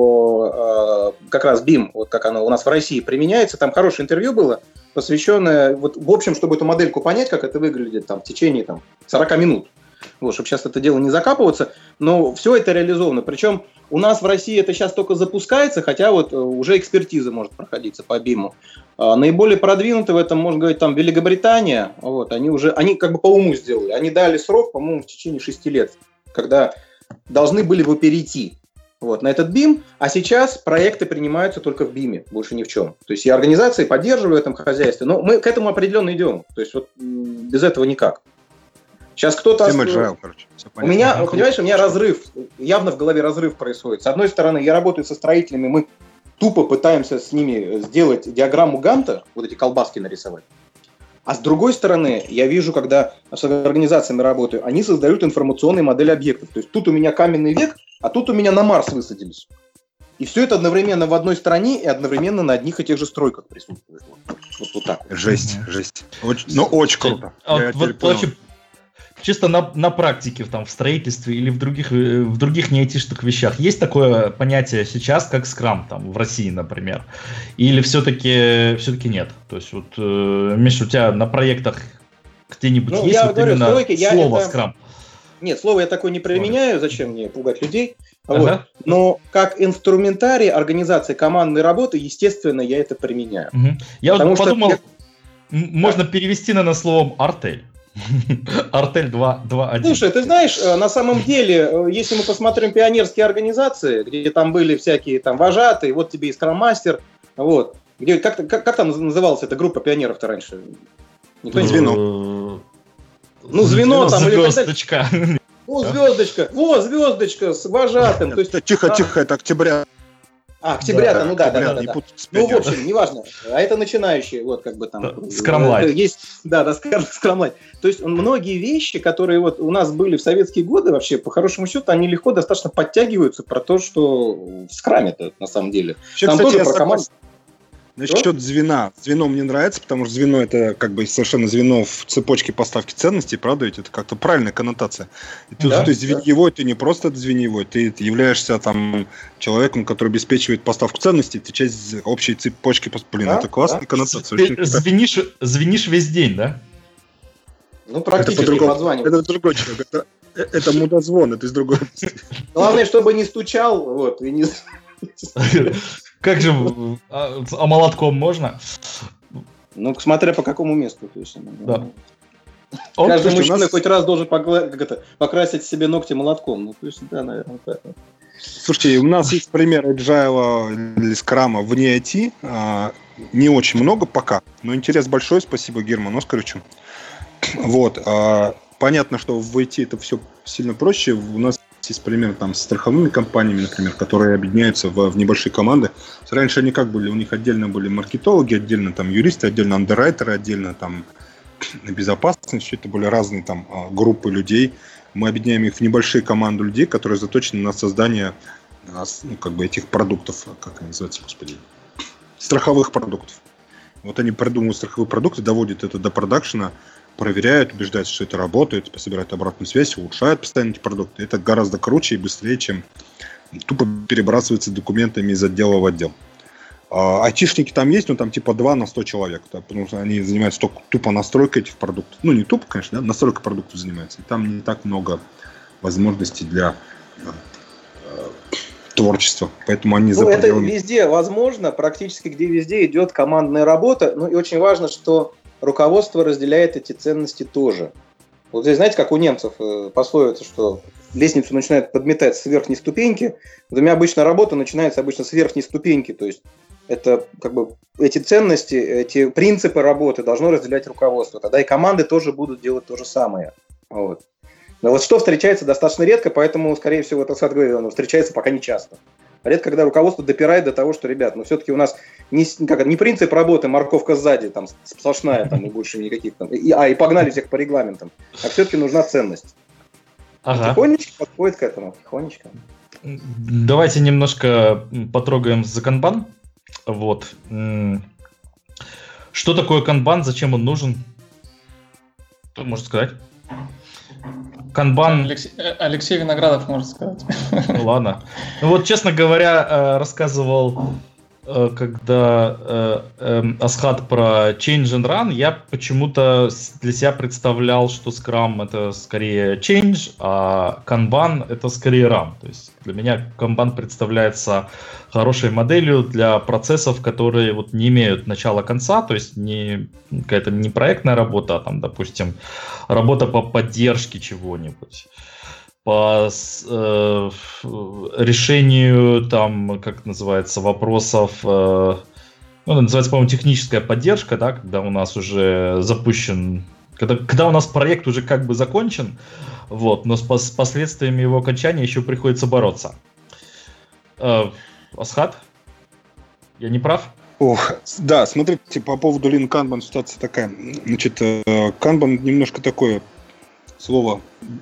по э, как раз бим, вот как оно у нас в России применяется. Там хорошее интервью было, посвященное, вот, в общем, чтобы эту модельку понять, как это выглядит там, в течение там, сорок минут. Вот, чтобы сейчас это дело не закапываться, но все это реализовано. Причем у нас в России это сейчас только запускается, хотя вот уже экспертиза может проходиться по биму. А наиболее продвинуты в этом, можно говорить, там Великобритания. Вот, они уже, они как бы по уму сделали. Они дали срок, по-моему, в течение шести лет, когда должны были бы перейти вот, на этот бим, а сейчас проекты принимаются только в биме, больше ни в чем. То есть и организации поддерживают в этом хозяйстве, но мы к этому определенно идем. То есть вот без этого никак. Сейчас кто-то... Agile, короче. У меня, ну, понимаешь, у меня разрыв, явно в голове разрыв происходит. С одной стороны, я работаю со строителями, мы тупо пытаемся с ними сделать диаграмму Ганта, вот эти колбаски нарисовать. А с другой стороны, я вижу, когда с организациями работаю, они создают информационные модели объектов. То есть тут у меня каменный век, а тут у меня на Марс высадились. И все это одновременно в одной стране и одновременно на одних и тех же стройках присутствует. Вот, вот, вот так. Жесть, жесть. Очень, ну, очень круто. А, вот, очень... Чисто на, на практике, там, в строительстве или в других, в других не айтишных вещах есть такое понятие сейчас, как скрам, там, в России, например? Или все-таки, все-таки нет? То есть, вот, э, Миша, у тебя на проектах где-нибудь ну, есть вот говорю, именно стройки, слово это... скрам? Нет, слово я такое не применяю, зачем мне пугать людей. Ага. Вот. Но как инструментарий организации командной работы, естественно, я это применяю. Угу. Я вот подумал, я... можно перевести, наверное, словом «артель». Артель два один. Слушай, ты знаешь, на самом деле, если мы посмотрим пионерские организации, где там были всякие там вожатые, вот тебе и скрам-мастер, вот. Где, как, как, как там называлась эта группа пионеров-то раньше? Никто не Звено. Ну, звено там или звездочка. Ну, звездочка. Во, звездочка с вожатым. То есть, тихо, тихо, это октября. А, октября-то, ну да, да, да. Ну, в общем, неважно. А это начинающие, вот как бы там. Скрамлайт. Есть, да, да, скрамлайт. То есть многие вещи, которые вот у нас были в советские годы, вообще, по хорошему счету, они легко достаточно подтягиваются про то, что в скраме-то на самом деле. Там тоже про команду. Насчет звена. Звено мне нравится, потому что звено это как бы совершенно звено в цепочке поставки ценностей, правда? Ведь это как-то правильная коннотация. И ты, да, ты звеньевой, да. Ты не просто звеньевой, ты являешься там человеком, который обеспечивает поставку ценностей, ты часть общей цепочки. Блин, да, это классная да. коннотация. Ты звенишь, звенишь весь день, да? Ну, практически подзванивать. Это другой человек. Это, это мудозвон, это из другой. Главное, чтобы не стучал, вот, и не... Как же, а, а молотком можно? Ну, смотря по какому месту. То есть, да. Каждый Слушайте, мужчина нас... хоть раз должен погла... как это, покрасить себе ногти молотком. Ну, то есть, да, наверное, так. Слушайте, у нас есть пример agile или скрама вне ай ти. А, не очень много пока, но интерес большой. Спасибо Герману Оскаровичу. Вот. А, понятно, что в ай ти это все сильно проще. У нас есть пример там, с страховыми компаниями, например, которые объединяются в, в небольшие команды. Раньше они как были? У них отдельно были маркетологи, отдельно там юристы, отдельно андеррайтеры, отдельно там безопасность. Все это были разные там группы людей. Мы объединяем их в небольшие команды людей, которые заточены на создание ну, как бы этих продуктов, как они называются, господи, страховых продуктов. Вот они придумывают страховые продукты, доводят это до продакшена, проверяют, убеждаются, что это работает, собирают обратную связь, улучшают постоянно эти продукты. Это гораздо круче и быстрее, чем тупо перебрасываться документами из отдела в отдел. А, айтишники там есть, но там типа два на сто человек, да, потому что они занимаются только тупо настройкой этих продуктов. Ну, не тупо, конечно, да, настройкой продуктов занимаются. И там не так много возможностей для э, э, творчества. Поэтому они ну, это везде возможно, практически где везде идет командная работа. Ну и очень важно, что руководство разделяет эти ценности тоже. Вот здесь, знаете, как у немцев пословица, что лестницу начинают подметать с верхней ступеньки. Вот у меня обычно работа начинается обычно с верхней ступеньки. То есть это как бы эти ценности, эти принципы работы должно разделять руководство. Тогда и команды тоже будут делать то же самое. Вот. Но вот что встречается достаточно редко, поэтому, скорее всего, это говорит, оно встречается пока не часто. Редко, когда руководство допирает до того, что, ребят, ну все-таки у нас не, как, не принцип работы, морковка сзади, там, сплошная, там, и больше никаких там, и, а, и погнали всех по регламентам, а все-таки нужна ценность. Ага. Тихонечко подходит к этому, тихонечко. Давайте немножко потрогаем за канбан. Вот. Что такое канбан, зачем он нужен? Кто может сказать? Канбан... Алексей, Алексей Виноградов может сказать. Ну ладно. Ну вот, честно говоря, рассказывал, когда Асхат про Change and Run, я почему-то для себя представлял, что Scrum это скорее Change, а Kanban это скорее Run. То есть для меня Kanban представляется хорошей моделью для процессов, которые вот не имеют начала-конца, то есть не какая-то не проектная работа, а там, допустим, работа по поддержке чего-нибудь, по э, решению, там, как называется, вопросов, э, ну, называется, по-моему, техническая поддержка, да, когда у нас уже запущен, когда, когда у нас проект уже как бы закончен, вот, но с, с последствиями его окончания еще приходится бороться. Э, Асхат, я не прав? Ох, да, смотрите, по поводу Lean Kanban ситуация такая. Значит, Kanban немножко такое слово,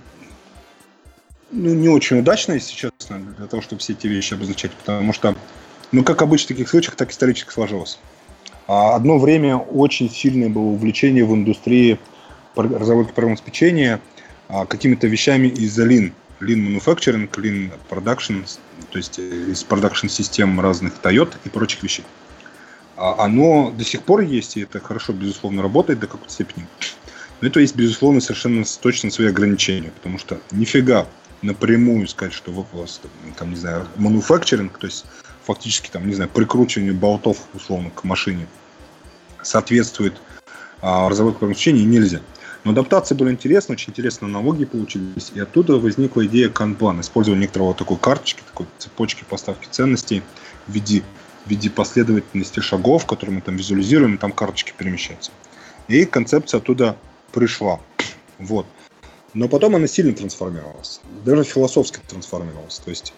ну, не очень удачное, если честно, для того, чтобы все эти вещи обозначать, потому что, ну, как обычно в таких случаях, так исторически сложилось. Одно время очень сильное было увлечение в индустрии разработки программного обеспечения какими-то вещами из Lean. Lean Manufacturing, Lean Production, то есть из продакшн-систем разных Toyota и прочих вещей. Оно до сих пор есть, и это хорошо, безусловно, работает до какой-то степени. Но это есть, безусловно, совершенно точно свои ограничения, потому что нифига напрямую сказать, что вопрос, там, не знаю, manufacturing, то есть фактически, там, не знаю, прикручивание болтов, условно, к машине, соответствует а, разработке программного обеспечения нельзя. Но адаптации были интересны, очень интересные аналогии получились, и оттуда возникла идея Kanban, использования некоторого такой карточки, такой цепочки поставки ценностей в виде в виде последовательности шагов, которые мы там визуализируем, и там карточки перемещаются. И концепция оттуда пришла. Вот. Но потом она сильно трансформировалась. Даже философски трансформировалась. То есть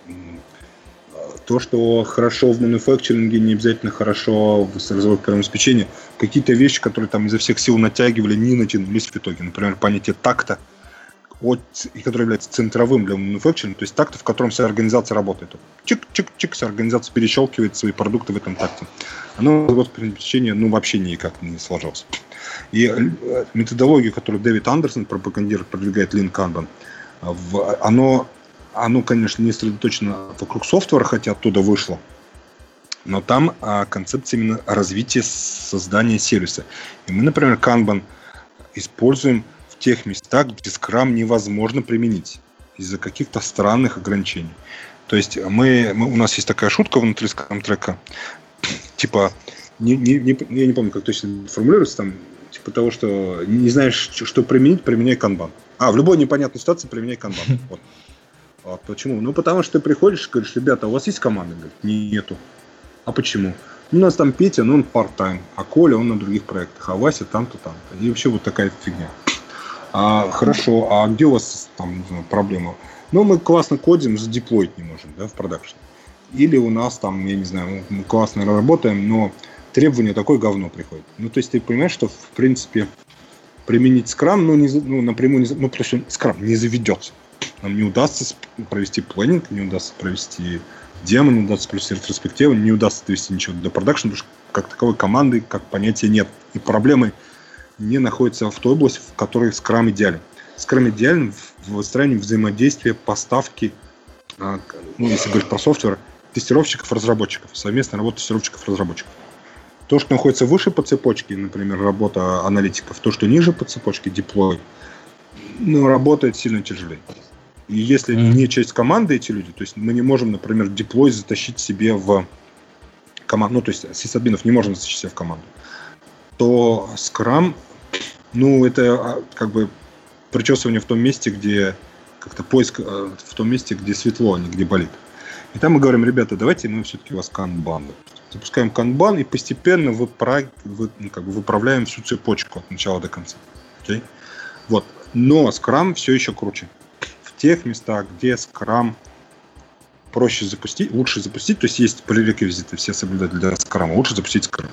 то, что хорошо в мануфакчеринге, не обязательно хорошо в разработке программного обеспечения. Какие-то вещи, которые там изо всех сил натягивали, не натянулись в итоге. Например, понятие такта, от, и который является центровым для мануфакчеринга, то есть такта, в котором вся организация работает. Чик-чик-чик, вся организация перещелкивает свои продукты в этом такте. Оно в разработке программного обеспечения ну, вообще никак не сложилось. И методологию, которую Дэвид Андерсон пропагандирует, продвигает Lean Kanban, оно, оно, конечно, не сосредоточено вокруг софтвера, хотя оттуда вышло, но там а, концепция именно развития создания сервиса. И мы, например, Kanban используем в тех местах, где Scrum невозможно применить из-за каких-то странных ограничений. То есть мы, мы, у нас есть такая шутка внутри Scrum-трека, типа, не, не, не, я не помню, как точно формулируется, там, типа того, что не знаешь, что применить, применяй Kanban. А, в любой непонятной ситуации применяй Kanban. Вот. А почему? Ну, потому что ты приходишь и говоришь, ребята, у вас есть команда? Говорит, нету. А почему? Ну, у нас там Петя, но он part-time, а Коля, он на других проектах, а Вася там-то, там-то. И вообще вот такая фигня. А, хорошо, а где у вас там, не знаю, проблема? Ну, мы классно кодим, задеплоить не можем, да, в продакшн. Или у нас там, я не знаю, мы классно работаем, но требование такое говно приходит. Ну, то есть ты понимаешь, что, в принципе, применить Scrum, ну, не, ну напрямую, не, ну, потому что Scrum не заведется. Нам не удастся провести планинг, не удастся провести демо, не удастся провести ретроспективу, не удастся довести ничего до продакшн, потому что как таковой команды, как понятия нет. И проблемы не находятся в той области, в которой Scrum идеален. Scrum идеален в выстраивании взаимодействия, поставки, ну, если говорить про софтвер, тестировщиков-разработчиков, совместная работа тестировщиков-разработчиков. То, что находится выше по цепочке, например, работа аналитиков, то, что ниже по цепочке, деплой, ну, работает сильно тяжелее. И если mm-hmm. не часть команды эти люди, то есть мы не можем, например, деплой затащить себе в команду, ну, то есть сисадминов не можем затащить себе в команду, то Scrum, ну, это как бы причесывание в том месте, где как-то поиск в том месте, где светло, а не где болит. И там мы говорим, ребята, давайте мы все-таки у вас канбан. Запускаем канбан и постепенно выпра... вы... ну, как бы выправляем всю цепочку от начала до конца. Okay? Вот. Но Scrum все еще круче. В тех местах, где Scrum проще запустить, лучше запустить, то есть есть пререквизиты все соблюдать для Scrum, лучше запустить Scrum.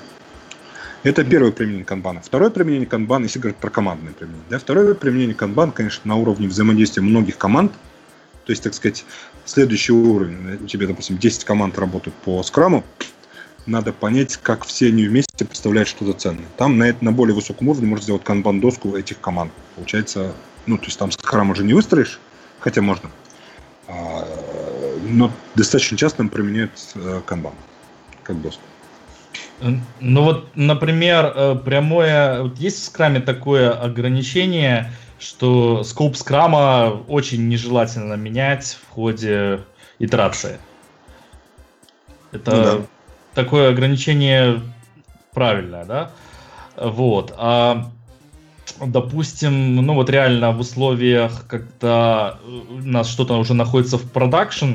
Это первое применение канбана. Второе применение канбана, если говорить про командное применение. Да? Второе применение канбана, конечно, на уровне взаимодействия многих команд. То есть, так сказать, следующий уровень, у тебя, допустим, десять команд работают по скраму, надо понять, как все они вместе представляют что-то ценное. Там на, на более высоком уровне можно сделать канбан-доску этих команд. Получается, ну, то есть там скрам уже не выстроишь, хотя можно, а, но достаточно часто применяют канбан как доску. Ну вот, например, прямое, вот есть в скраме такое ограничение, что скоп скрама очень нежелательно менять в ходе итерации. Это ну, да. Такое ограничение правильное, да? Вот. А, допустим, ну вот реально в условиях, когда у нас что-то уже находится в продакшн,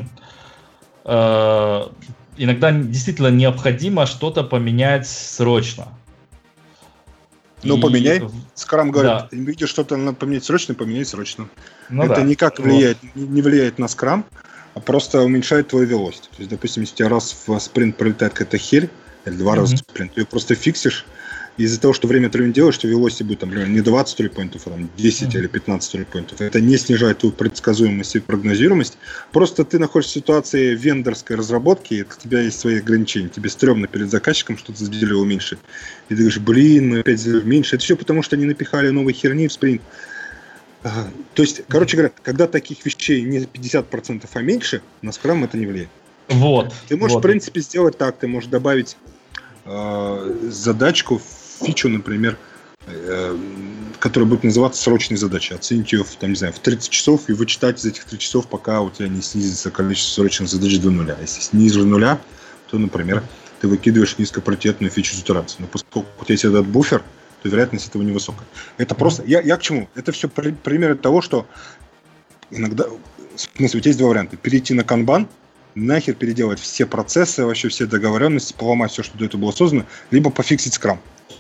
э, иногда действительно необходимо что-то поменять срочно. Ну, и... поменяй. Скрам говорит, да. Видишь, что-то надо поменять срочно, поменяй срочно. Ну, это да. никак влияет, вот. не влияет на скрам, а просто уменьшает твою velocity. То есть, допустим, если у тебя раз в спринт пролетает какая-то херь, или два mm-hmm. раза в спринт, ты ее просто фиксишь, и из-за того, что время от времени делаешь, что velocity будет, там, например, не двадцать сторипоинтов, а там, десять mm-hmm. или пятнадцать сторипоинтов. Это не снижает твою предсказуемость и прогнозируемость. Просто ты находишься в ситуации вендорской разработки, и у тебя есть свои ограничения. Тебе стрёмно перед заказчиком что-то сделали уменьшить. И ты говоришь, блин, мы опять сделали меньше. Это все потому, что они напихали новые херни в спринт. Ага. То есть, короче говоря, когда таких вещей не пятьдесят процентов, а меньше, на скрам это не влияет. Вот. Ты можешь, вот. в принципе, сделать так. Ты можешь добавить э, задачку, фичу, например, э, которая будет называться срочной задачей. Оценить ее в, там, не знаю, в тридцать часов и вычитать из этих тридцати часов, пока у тебя не снизится количество срочных задач до нуля. Если ниже нуля, то, например, ты выкидываешь низкоприоритетную фичу ситуации. Но поскольку у тебя есть этот буфер, то вероятность этого невысокая. Это просто... Я, я к чему? Это все при, примеры того, что иногда... В смысле, у тебя есть два варианта. Перейти на канбан нахер переделать все процессы, вообще все договоренности, поломать все, что до этого было создано, либо пофиксить скрам.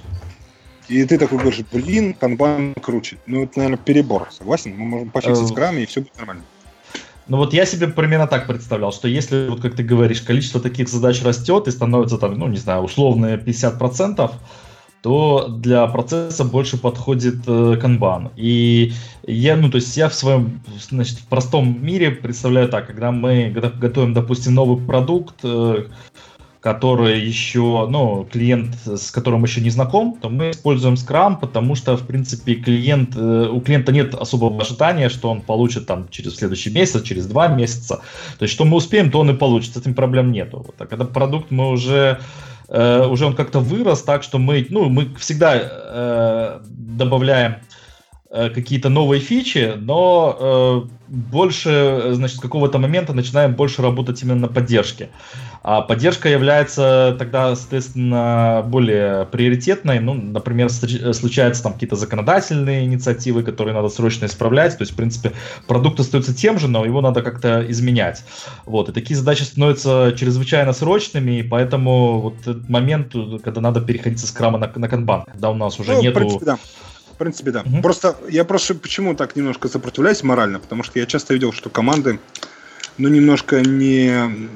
И ты такой говоришь, блин, канбан круче. Ну, это, наверное, перебор, согласен? Мы можем пофиксить скрам, и все будет нормально. Ну вот я себе примерно так представлял, что если, вот как ты говоришь, количество таких задач растет и становится там, ну не знаю, условные пятьдесят процентов, то для процесса больше подходит э, канбан. И я, ну то есть я в своем, значит, в простом мире представляю так, когда мы готовим, допустим, новый продукт, э, который еще, ну, клиент, с которым еще не знаком, то мы используем Scrum, потому что, в принципе, клиент, у клиента нет особого ожидания, что он получит там через следующий месяц, через два месяца. То есть, что мы успеем, то он и получит, с этим проблем нету. Вот. А когда продукт мы уже, э, уже он как-то вырос, так что мы, ну, мы всегда э, добавляем э, какие-то новые фичи, но э, больше, значит, с какого-то момента начинаем больше работать именно на поддержке. А поддержка является тогда, соответственно, более приоритетной. Ну, например, случаются там какие-то законодательные инициативы, которые надо срочно исправлять. То есть, в принципе, продукт остается тем же, но его надо как-то изменять. Вот. И такие задачи становятся чрезвычайно срочными, и поэтому вот этот момент, когда надо переходить со скрама на, на канбан, когда у нас уже ну, нету... В принципе, да. В принципе, да. Угу. Просто я просто почему так немножко сопротивляюсь морально, потому что я часто видел, что команды, ну, немножко не...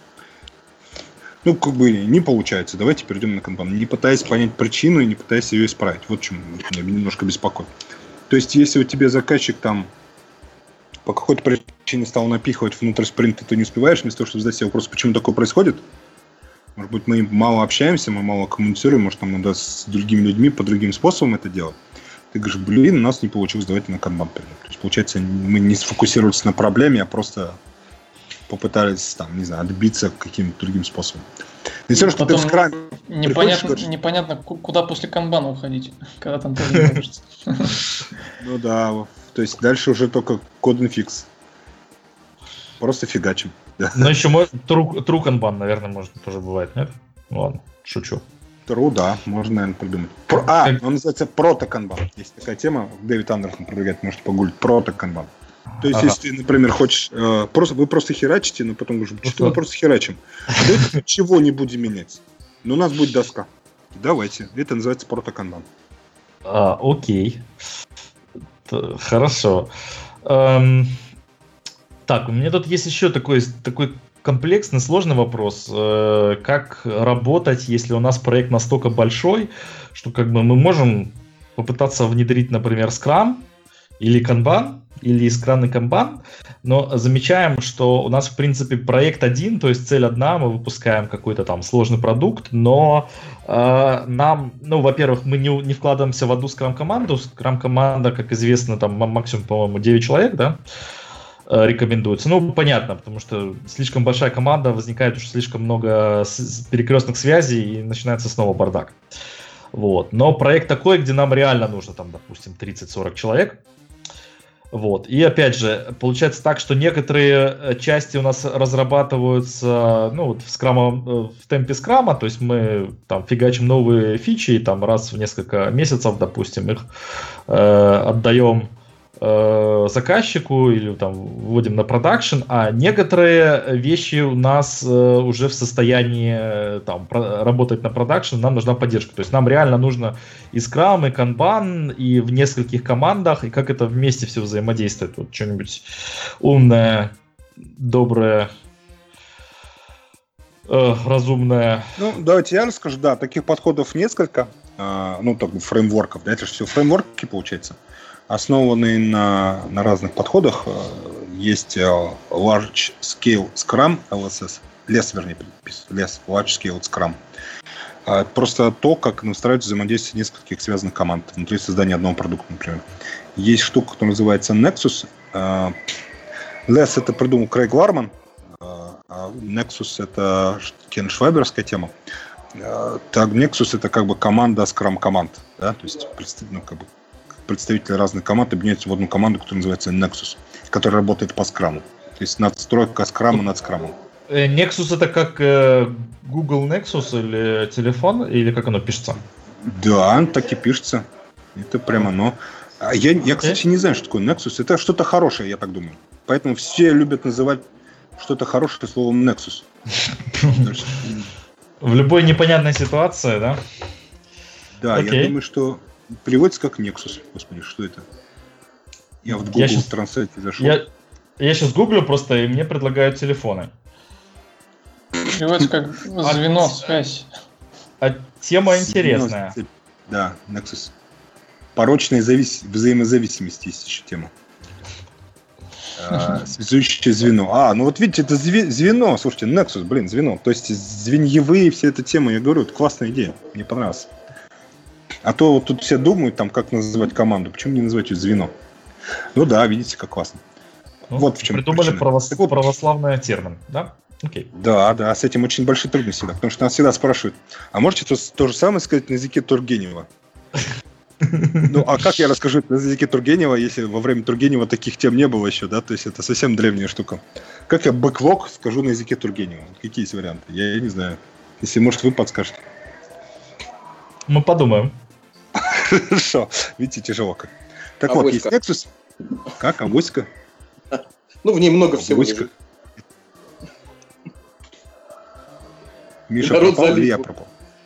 Ну, как бы не получается. Давайте перейдем на канбан. Не пытаясь понять причину и не пытаясь ее исправить. Вот чем меня немножко беспокоит. То есть, если у тебя заказчик там по какой-то причине стал напихивать внутрь спринта, ты не успеваешь, вместо того, чтобы задать себе вопрос, почему такое происходит. Может быть, мы мало общаемся, мы мало коммуницируем, может, нам надо с другими людьми по другим способам это делать. Ты говоришь, блин, у нас не получилось, давайте на канбан перейдем. То есть, получается, мы не сфокусировались на проблеме, а просто попытались, там, не знаю, отбиться каким-то другим способом. И все, что ты в скраме непонятно, приходишь, непонятно, куда после канбана уходить, когда там тоже не получится. Ну да, то есть дальше уже только кодный фикс. Просто фигачим. Ну еще true канбан, наверное, может тоже бывает, нет? Ладно, шучу. True, да, можно, наверное, придумать. А, он называется прото-канбан. Есть такая тема, Дэвид Андерсон продвигает, можете погуглить, прото-канбан. То есть, ага. если ты, например, хочешь, э, просто, вы просто херачите, но потом говоришь, что мы просто херачим. Давайте ничего не будем менять. Но у нас будет доска. Давайте. Это называется прото-канбан. А, окей. Т- хорошо. Эм, так, у меня тут есть еще такой, такой комплексный, сложный вопрос. Э, как работать, если у нас проект настолько большой, что как бы мы можем попытаться внедрить, например, Scrum или Kanban, или Scrum и Kanban, но замечаем, что у нас, в принципе, проект один, то есть цель одна, мы выпускаем какой-то там сложный продукт, но э, нам, ну, во-первых, мы не, не вкладываемся в одну Scrum-команду. Scrum-команда, как известно, там максимум, по-моему, девять человек, да, э, рекомендуется. Ну, понятно, потому что слишком большая команда, возникает уже слишком много с- перекрестных связей, и начинается снова бардак. Вот. Но проект такой, где нам реально нужно, там, допустим, тридцать-сорок человек. Вот. И опять же, получается так, что некоторые части у нас разрабатываются, ну, вот в, скрама, в темпе скрама, то есть мы там фигачим новые фичи, и там раз в несколько месяцев, допустим, их э, отдаем э, заказчику или там вводим на продакшн, а некоторые вещи у нас э, уже в состоянии э, там, про- работать на продакшн, нам нужна поддержка. То есть нам реально нужно и Scrum, и Kanban, и в нескольких командах, и как это вместе все взаимодействует. Вот что-нибудь умное, доброе, э, разумное. Ну, давайте я расскажу. Да, таких подходов несколько. Э, ну, так, фреймворков. Да, это же все фреймворки, получается, основанные на, на разных подходах. Есть Large Scale Scrum, эл эс эс. лес, вернее, лес, Large Scale Scrum. Просто то, как настраивать взаимодействие нескольких связанных команд внутри создания одного продукта, например. Есть штука, которая называется Nexus. лес это придумал Крейг Ларман, а Nexus это Кен Швайберская тема. Так, Nexus это как бы команда Scrum команд, да, то есть ну, как бы представители разных команд объединяются в одну команду, которая называется Nexus, которая работает по скраму. То есть надстройка скрама над скрамом. Nexus это как э, Google Nexus или телефон, или как оно пишется? Да, так и пишется. Это прямо оно. А я, я, кстати, не знаю, что такое Nexus. Это что-то хорошее, я так думаю. Поэтому все любят называть что-то хорошее словом Nexus. В любой непонятной ситуации, да? Да, я думаю, что переводится как Nexus. Господи, что это? Я в Google Translate зашел. Я, я сейчас гуглю просто, и мне предлагают телефоны. Переводится как звено, связь. А тема интересная. Да, Nexus. Порочная завис... взаимозависимость есть еще тема. А, связующее звено. А, ну вот видите, это звено, слушайте, Nexus, блин, звено. То есть звеньевые все эта тема, я говорю, это классная идея, мне понравилось. А то вот тут все думают, там, как называть команду, почему не называть ее звено? Ну да, видите, как классно. Ну, вот в чем придумали правос... вот... православный термин, да? Окей. Да, да, с этим очень большие трудности, да, потому что нас всегда спрашивают, а можете то, то же самое сказать на языке Тургенева? Ну, а как я расскажу на языке Тургенева, если во время Тургенева таких тем не было еще, да, то есть это совсем древняя штука. Как я бэклог скажу на языке Тургенева? Какие есть варианты? Я, я не знаю. Если, может, вы подскажете. Мы подумаем. Хорошо. Видите, тяжело как. Так вот, есть Nexus. Как? Авоська? Ну, в ней много всего. Миша пропал или я пропал?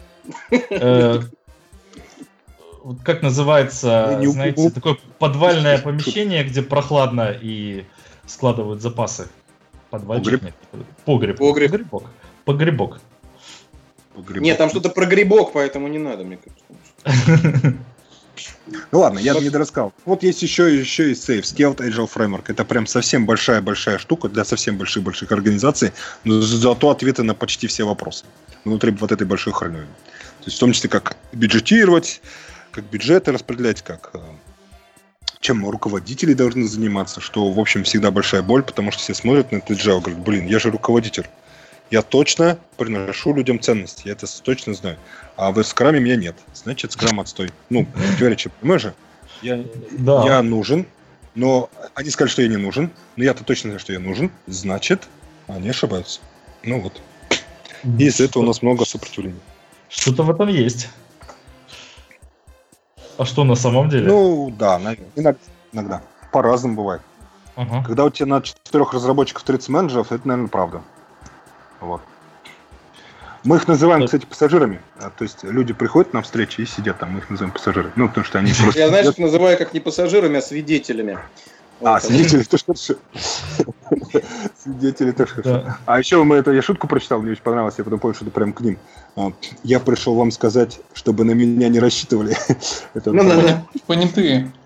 Как называется, знаете, такое подвальное помещение, где прохладно и складывают запасы. Подвальчик? Погреб. Погребок. Погребок. Нет, там что-то про грибок, поэтому не надо, мне кажется. Ну ладно, я не дорассказал. Вот есть еще, еще и Safe, Scaled Agile Framework. Это прям совсем большая-большая штука для совсем больших-больших организаций, но зато ответы на почти все вопросы внутри вот этой большой хрени. То есть в том числе как бюджетировать, как бюджеты распределять, как чем руководители должны заниматься, что, в общем, всегда большая боль, потому что все смотрят на этот Agile и говорят, блин, я же руководитель. Я точно приношу людям ценности, я это точно знаю. А в скраме меня нет. Значит, скрам отстой. Ну, говоря, понимаешь же? Я, да. я нужен, но они сказали, что я не нужен. Но я-то точно знаю, что я нужен. Значит, они ошибаются. Ну вот. И из-за этого у нас много сопротивления. Что-то в этом есть. А что на самом деле? Ну, да, иногда. иногда. По-разному бывает. Ага. Когда у тебя на четырех разработчиков тридцать менеджеров, это, наверное, правда. Вот. Мы их называем, да. кстати, пассажирами. А, то есть люди приходят на встречи и сидят там, мы их называем пассажиры. Ну, потому что они просто... Я, знаешь, называю как не пассажирами, а свидетелями. А, свидетели тоже хорошо. Свидетели тоже хорошо. А еще мы это, я шутку прочитал, мне очень понравилось, я потом понял, что это прям к ним. Я пришел вам сказать, чтобы на меня не рассчитывали. Понятые.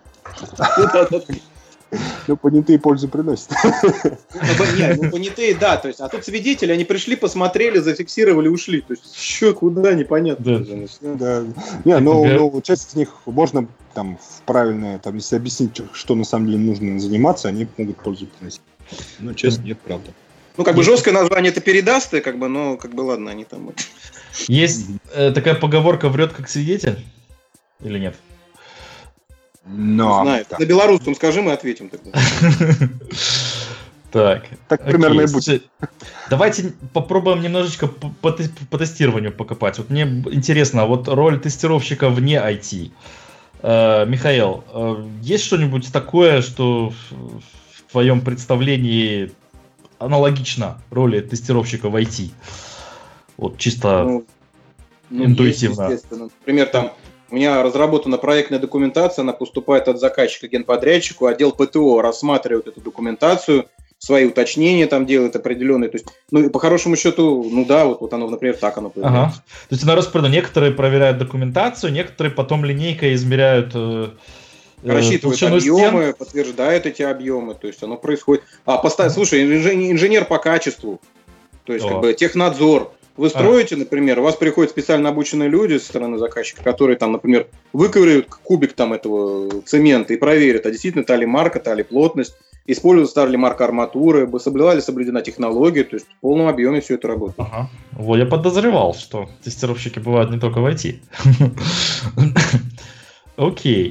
Ну, понятые пользу приносят. Нет, ну понятые, да, то есть, а тут свидетели, они пришли, посмотрели, зафиксировали, ушли. То есть, что, куда, непонятно. Да. Не, ну, часть из них можно там в правильное, там, если объяснить, что на самом деле нужно заниматься, они могут пользу приносить. Но часть нет, правда. Ну, как бы жесткое название это передаст, и как бы, ну, как бы ладно, они там. Есть такая поговорка «врет как свидетель» или нет? Но, знаю. Да. На белорусском скажи, мы ответим тогда. Так. Так примерно и будет. Давайте попробуем немножечко по, по тестированию покопать. Вот мне интересно, вот роль тестировщика вне ай ти. Э, Михаил, э, есть что-нибудь такое, что в твоем представлении аналогично роли тестировщика в ай ти? Вот чисто ну, ну, интуитивно. Есть, например, там у меня разработана проектная документация, она поступает от заказчика генподрядчику, отдел ПТО рассматривает эту документацию, свои уточнения там делает определенные. То есть, ну и по хорошему счету, ну да, вот, вот оно, например, так оно появляется. Ага. То есть она распределена. Некоторые проверяют документацию, некоторые потом линейкой измеряют э, рассчитывают объемы, стен. Подтверждают эти объемы. То есть оно происходит. А поставь, слушай, инженер по качеству, то есть О. как бы технадзор. Вы строите, а. например, у вас приходят специально обученные люди со стороны заказчика, которые там, например, выковыряют кубик там этого цемента и проверят, а действительно та ли марка, та ли плотность, используют та ли марка арматуры, соблюдала ли соблюдена технология, то есть в полном объеме все это работает. Ага. Вот я подозревал, что тестировщики бывают не только в ай ти. Окей.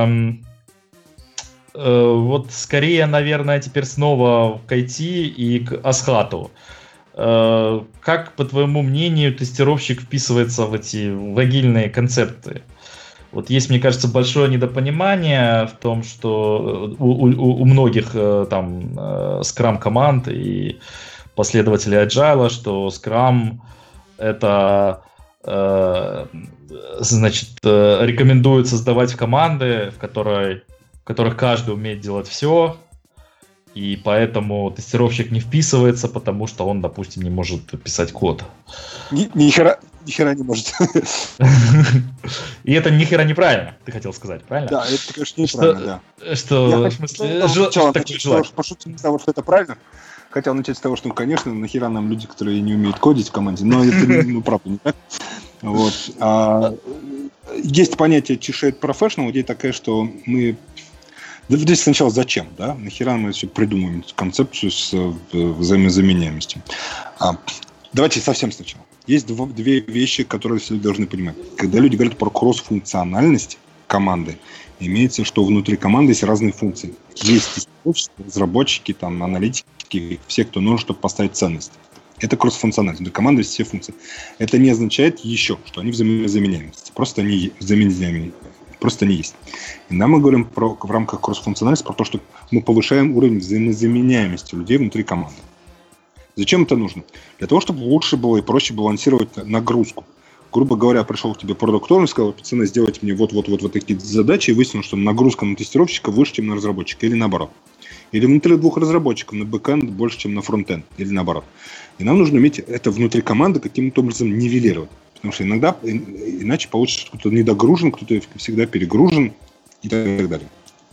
Вот скорее, наверное, теперь снова к ай ти и к Асхату. Как, по твоему мнению, тестировщик вписывается в эти в агильные концепты? Вот есть, мне кажется, большое недопонимание в том, что у, у, у многих там Scrum команд и последователей Agile, что Scrum это значит рекомендуют создавать команды, в которой, в которых каждый умеет делать все. И поэтому тестировщик не вписывается, потому что он, допустим, не может писать код. Ни, ни, хера, ни хера не может. И это ни хера неправильно, ты хотел сказать, правильно? Да, это, конечно, неправильно, да. Что, в смысле, пошутить с того, что это правильно. Хотел начать с того, что, конечно, нахера нам люди, которые не умеют кодить в команде, но это, ну, правда, не так. Вот. А, есть понятие T-shaped professional, идея такая, что мы... Здесь сначала зачем, да? Нахера мы все придумываем концепцию с взаимозаменяемостью. А, давайте совсем сначала. Есть дв- две вещи, которые все должны понимать. Когда люди говорят про кросс-функциональность команды, имеется, что внутри команды есть разные функции. Есть разработчики, там, аналитики, все, кто нужен, чтобы поставить ценность. Это кросс-функциональность. Внутри команды есть все функции. Это не означает еще, что они взаимозаменяемости. Просто они взаимозаменяемы. Просто не есть. И нам мы говорим про, в рамках кросс-функциональности про то, что мы повышаем уровень взаимозаменяемости людей внутри команды. Зачем это нужно? Для того, чтобы лучше было и проще балансировать нагрузку. Грубо говоря, пришел к тебе продукт-оунер и сказал: пацаны, сделайте мне вот-вот-вот вот такие задачи, и выяснилось, что нагрузка на тестировщика выше, чем на разработчика, или наоборот. Или внутри двух разработчиков на бэкэнд больше, чем на фронтенд, или наоборот. И нам нужно уметь это внутри команды каким-то образом нивелировать. Потому что иногда, иначе получится, что кто-то недогружен, кто-то всегда перегружен и так далее.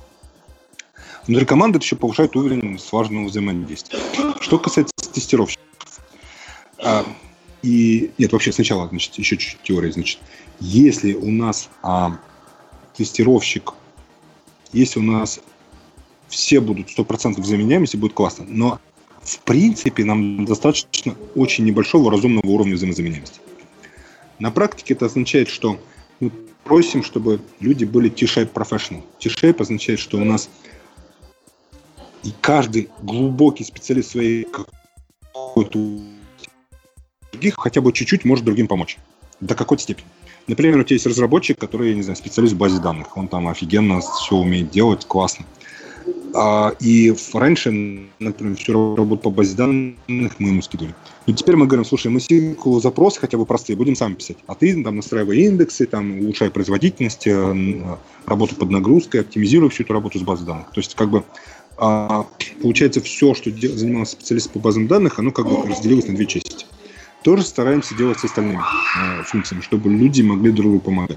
Внутри команды это еще повышает уровень слаженного взаимодействия. Что касается тестировщиков. А, и, нет, вообще сначала, значит, еще чуть-чуть теория. Значит, если у нас а, тестировщик, если у нас все будут сто процентов взаимозаменяемости, будет классно. Но в принципе нам достаточно очень небольшого разумного уровня взаимозаменяемости. На практике это означает, что мы просим, чтобы люди были T-shaped professional. T-shape означает, что у нас и каждый глубокий специалист своей какой-то других хотя бы чуть-чуть может другим помочь. До какой-то степени. Например, у тебя есть разработчик, который, я не знаю, специалист в базе данных. Он там офигенно все умеет делать, классно. А, и раньше, например, всю работу по базе данных мы ему скидывали. Но теперь мы говорим: слушай, мы сиквел запросы хотя бы простые будем сами писать. А ты там настраивай индексы, там, улучшай производительность, работу под нагрузкой, оптимизируй всю эту работу с базой данных. То есть, как бы, а, получается, все, что дел, занимался специалист по базам данных, оно как бы разделилось на две части. Тоже стараемся делать с остальными э, функциями, чтобы люди могли друг другу помогать.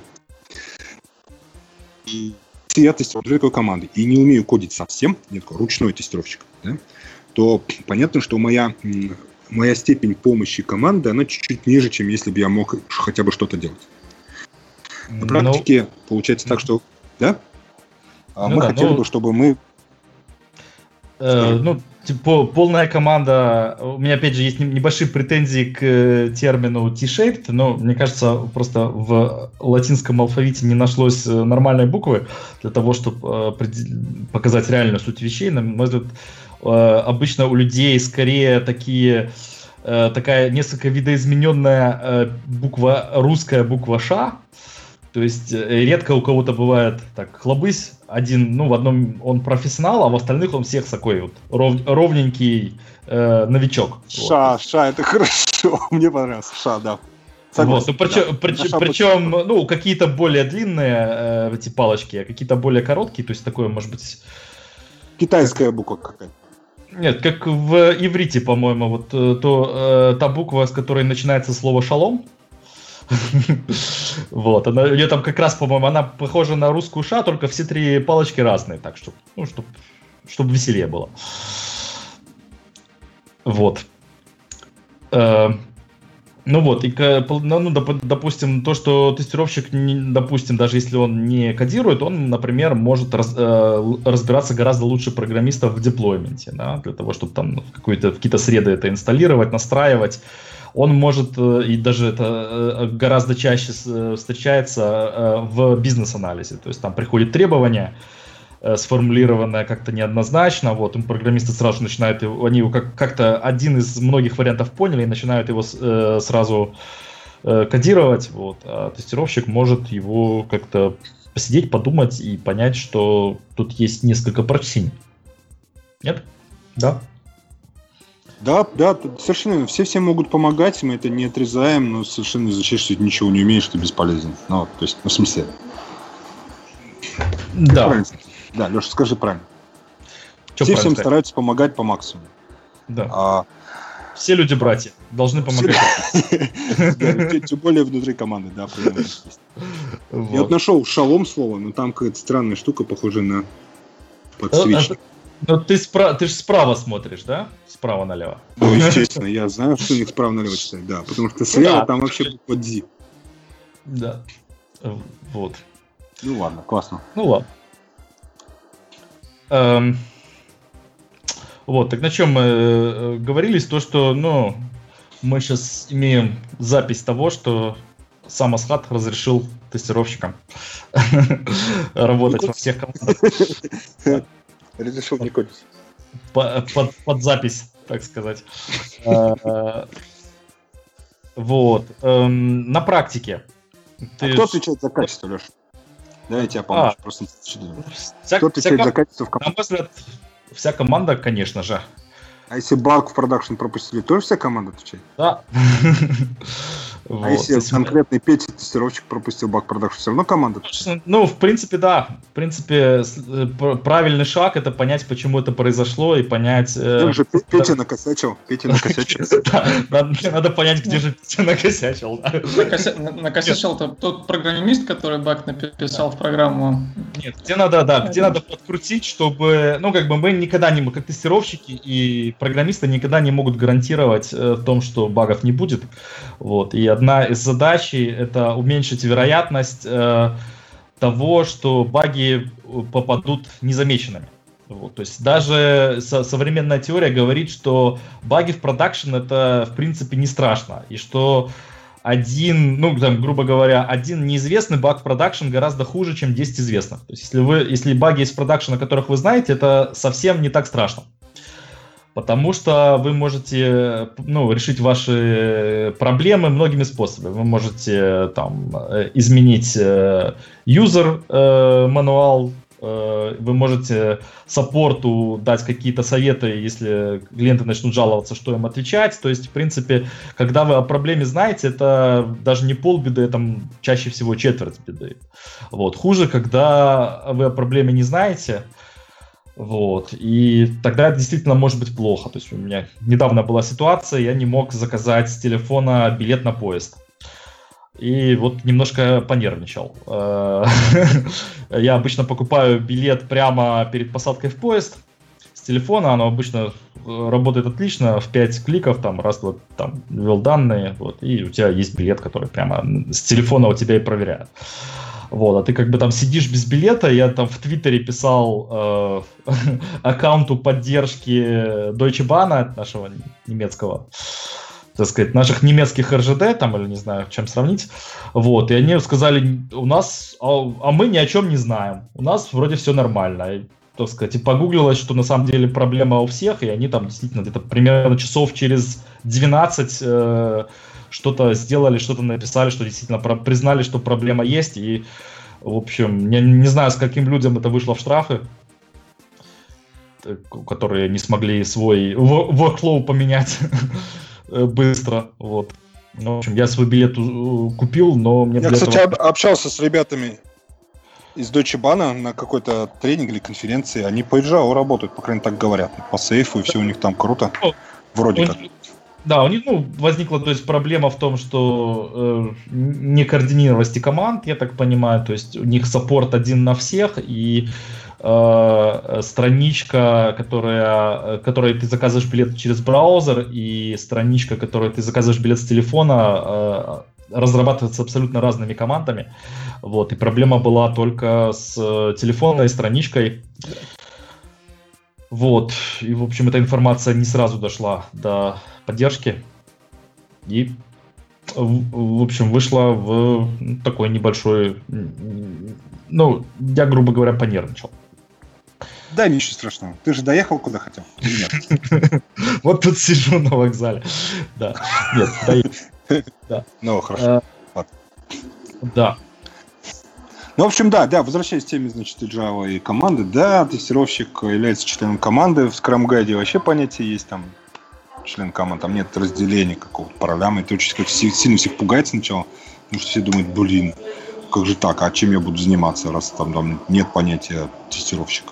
И если я тестирую такой команды и не умею кодить совсем, я такой ручной тестировщик, да, то понятно, что моя, моя степень помощи команды, она чуть-чуть ниже, чем если бы я мог хотя бы что-то делать. На практике ну, получается так, что да? А ну, мы да, хотели ну, бы, чтобы мы... Э, ну, типа, полная команда... У меня, опять же, есть небольшие претензии к термину T-shaped, но, мне кажется, просто в латинском алфавите не нашлось нормальной буквы для того, чтобы показать реальную суть вещей. На мой взгляд, обычно у людей скорее такие... такая несколько видоизмененная буква, русская буква «Ш». То есть редко у кого-то бывает так, хлобысь, один, ну, в одном он профессионал, а в остальных он всех такой вот ров, ровненький э, новичок. Ша, вот. ша, это хорошо, мне понравилось, ша, да. Вот, ну, причем, да. прич, причем ну, какие-то более длинные э, эти палочки, а какие-то более короткие, то есть такое, может быть... Китайская буква какая-то. Нет, как в иврите, по-моему, вот то, э, та буква, с которой начинается слово «шалом». Вот, она, у нее там как раз, по-моему, она похожа на русскую «ша», только все три палочки разные, так что, ну, чтобы чтоб веселее было. Вот. Э, ну вот, и, ну, допустим, то, что тестировщик, допустим, даже если он не кодирует, он, например, может раз, э, разбираться гораздо лучше программистов в деплойменте, да, для того, чтобы там в, какие-то, в какие-то среды это инсталлировать, настраивать. Он может, и даже это гораздо чаще встречается в бизнес-анализе. То есть там приходит требование, сформулированное как-то неоднозначно, вот, и программисты сразу начинают, они его как- как-то один из многих вариантов поняли и начинают его сразу э, кодировать, вот, а тестировщик может его как-то посидеть, подумать и понять, что тут есть несколько прочтений. Нет? Да. Да, да, совершенно. Все всем могут помогать, мы это не отрезаем, но совершенно не означает, что ты ничего не умеешь, ты бесполезен. Ну, то есть, ну, в смысле. Да. Правильно. Да, Леша, скажи правильно. Что все правильно всем сказать? стараются помогать по максимуму. Да. А, Все люди братья, должны помогать. да, тем более внутри команды, да, примерно есть. Я вот Вот. нашел шалом слово, но там какая-то странная штука, похожая на подсвечник. Ну, ты, спра- ты же справа смотришь, да? Справа налево. Ну, естественно, я знаю, что у них справа налево читать, да, потому что слева Да. там вообще буква D. Да. Вот. Ну ладно, классно. Ну ладно. Эм, Вот, так на чем мы э, говорились? То, что, ну, мы сейчас имеем запись того, что сам Асхат разрешил тестировщикам работать во всех командах. Разрешил не кодить. По- Под под запись, так сказать. Э, Вот. эм, На практике. А Ты кто ж- отвечает за качество, Леша? Да, я тебе помогу. А. Просто вся- кто вся отвечает за ком- качество в На команде? мой взгляд, вся команда, конечно же. А если баг в продакшн пропустили, тоже вся команда отвечает? Да. А Вот, если то есть мы- конкретный Петя, тестировщик, пропустил баг в продакшн, все равно команда отвечает? Ну, в принципе, да. В принципе, с- э, пр- правильный шаг — это понять, почему это произошло, и понять... э, Как же Пе- Петя накосячил? Петя накосячил. Да, надо, надо понять, где же Петя накосячил. Да. Накося- на- Накосячил тот, тот программист, который баг написал в программу. Нет, где надо, да, где надо подкрутить, чтобы, ну, как бы мы никогда не, как тестировщики и программисты никогда не могут гарантировать э, в том, что багов не будет. Вот. И одна из задач — это уменьшить вероятность э, того, что баги попадут незамеченными. Вот. То есть даже со- современная теория говорит, что баги в продакшн — это, в принципе, не страшно. И что один, ну, там, грубо говоря, один неизвестный баг в продакшн гораздо хуже, чем десять известных. То есть если, вы, если баги из продакшна, которых вы знаете, это совсем не так страшно. Потому что вы можете, ну, решить ваши проблемы многими способами. Вы можете там э, изменить э, user э, мануал, э, вы можете саппорту дать какие-то советы, если клиенты начнут жаловаться, что им отвечать. То есть, в принципе, когда вы о проблеме знаете, это даже не полбеды, это чаще всего четверть беды. Вот. Хуже, когда вы о проблеме не знаете. Вот, и тогда это действительно может быть плохо. То есть у меня недавно была ситуация, я не мог заказать с телефона билет на поезд. И вот немножко понервничал. Я обычно покупаю билет прямо перед посадкой в поезд с телефона, оно обычно работает отлично, в пять кликов, там, раз, два, там, ввел данные, вот, и у тебя есть билет, который прямо с телефона у тебя и проверяет. Вот, а ты как бы там сидишь без билета. Я там в Твиттере писал э, аккаунту поддержки Deutsche Bahn, нашего немецкого, так сказать, наших немецких эр жэ дэ, там, или не знаю, чем сравнить. Вот, и они сказали, у нас, а, а мы ни о чем не знаем, у нас вроде все нормально. И, так сказать, и погуглилось, что на самом деле проблема у всех, и они там действительно где-то примерно часов через двенадцать э, что-то сделали, что-то написали, что действительно про- признали, что проблема есть, и, в общем, я не знаю, с каким людям это вышло в штрафы, которые не смогли свой workflow поменять быстро, вот. Ну, в общем, я свой билет купил, но мне Я, для кстати, этого... об- общался с ребятами из Deutsche Bahn на какой-то тренинг или конференции. Они по Ижау работают, по крайней мере, так говорят. По сейфу, и все у них там круто. Вроде У как. них- Да, у них, ну, возникла, то есть, проблема в том, что э, некоординированности команд, я так понимаю, то есть у них саппорт один на всех, и э, страничка, которая, которой ты заказываешь билет через браузер, и страничка, которой ты заказываешь билет с телефона, э, разрабатывается абсолютно разными командами. Вот, и проблема была только с э, телефонной страничкой. Вот, и, в общем, эта информация не сразу дошла до поддержки. И, в, в общем, вышла в такой небольшой... Ну, я, грубо говоря, понервничал. Да, ничего страшного. Ты же доехал куда хотел? Или нет? Вот тут сижу на вокзале. Да, нет, Ну, хорошо. Да. Ну, в общем, да, да, возвращаясь к теме, значит, Java и команды, да, тестировщик является членом команды, в Scrum Guide вообще понятие есть, там, член команды, там нет разделения какого-то по ролям, это очень сильно всех пугает сначала, потому что все думают, блин, как же так, а чем я буду заниматься, раз там, там нет понятия тестировщика.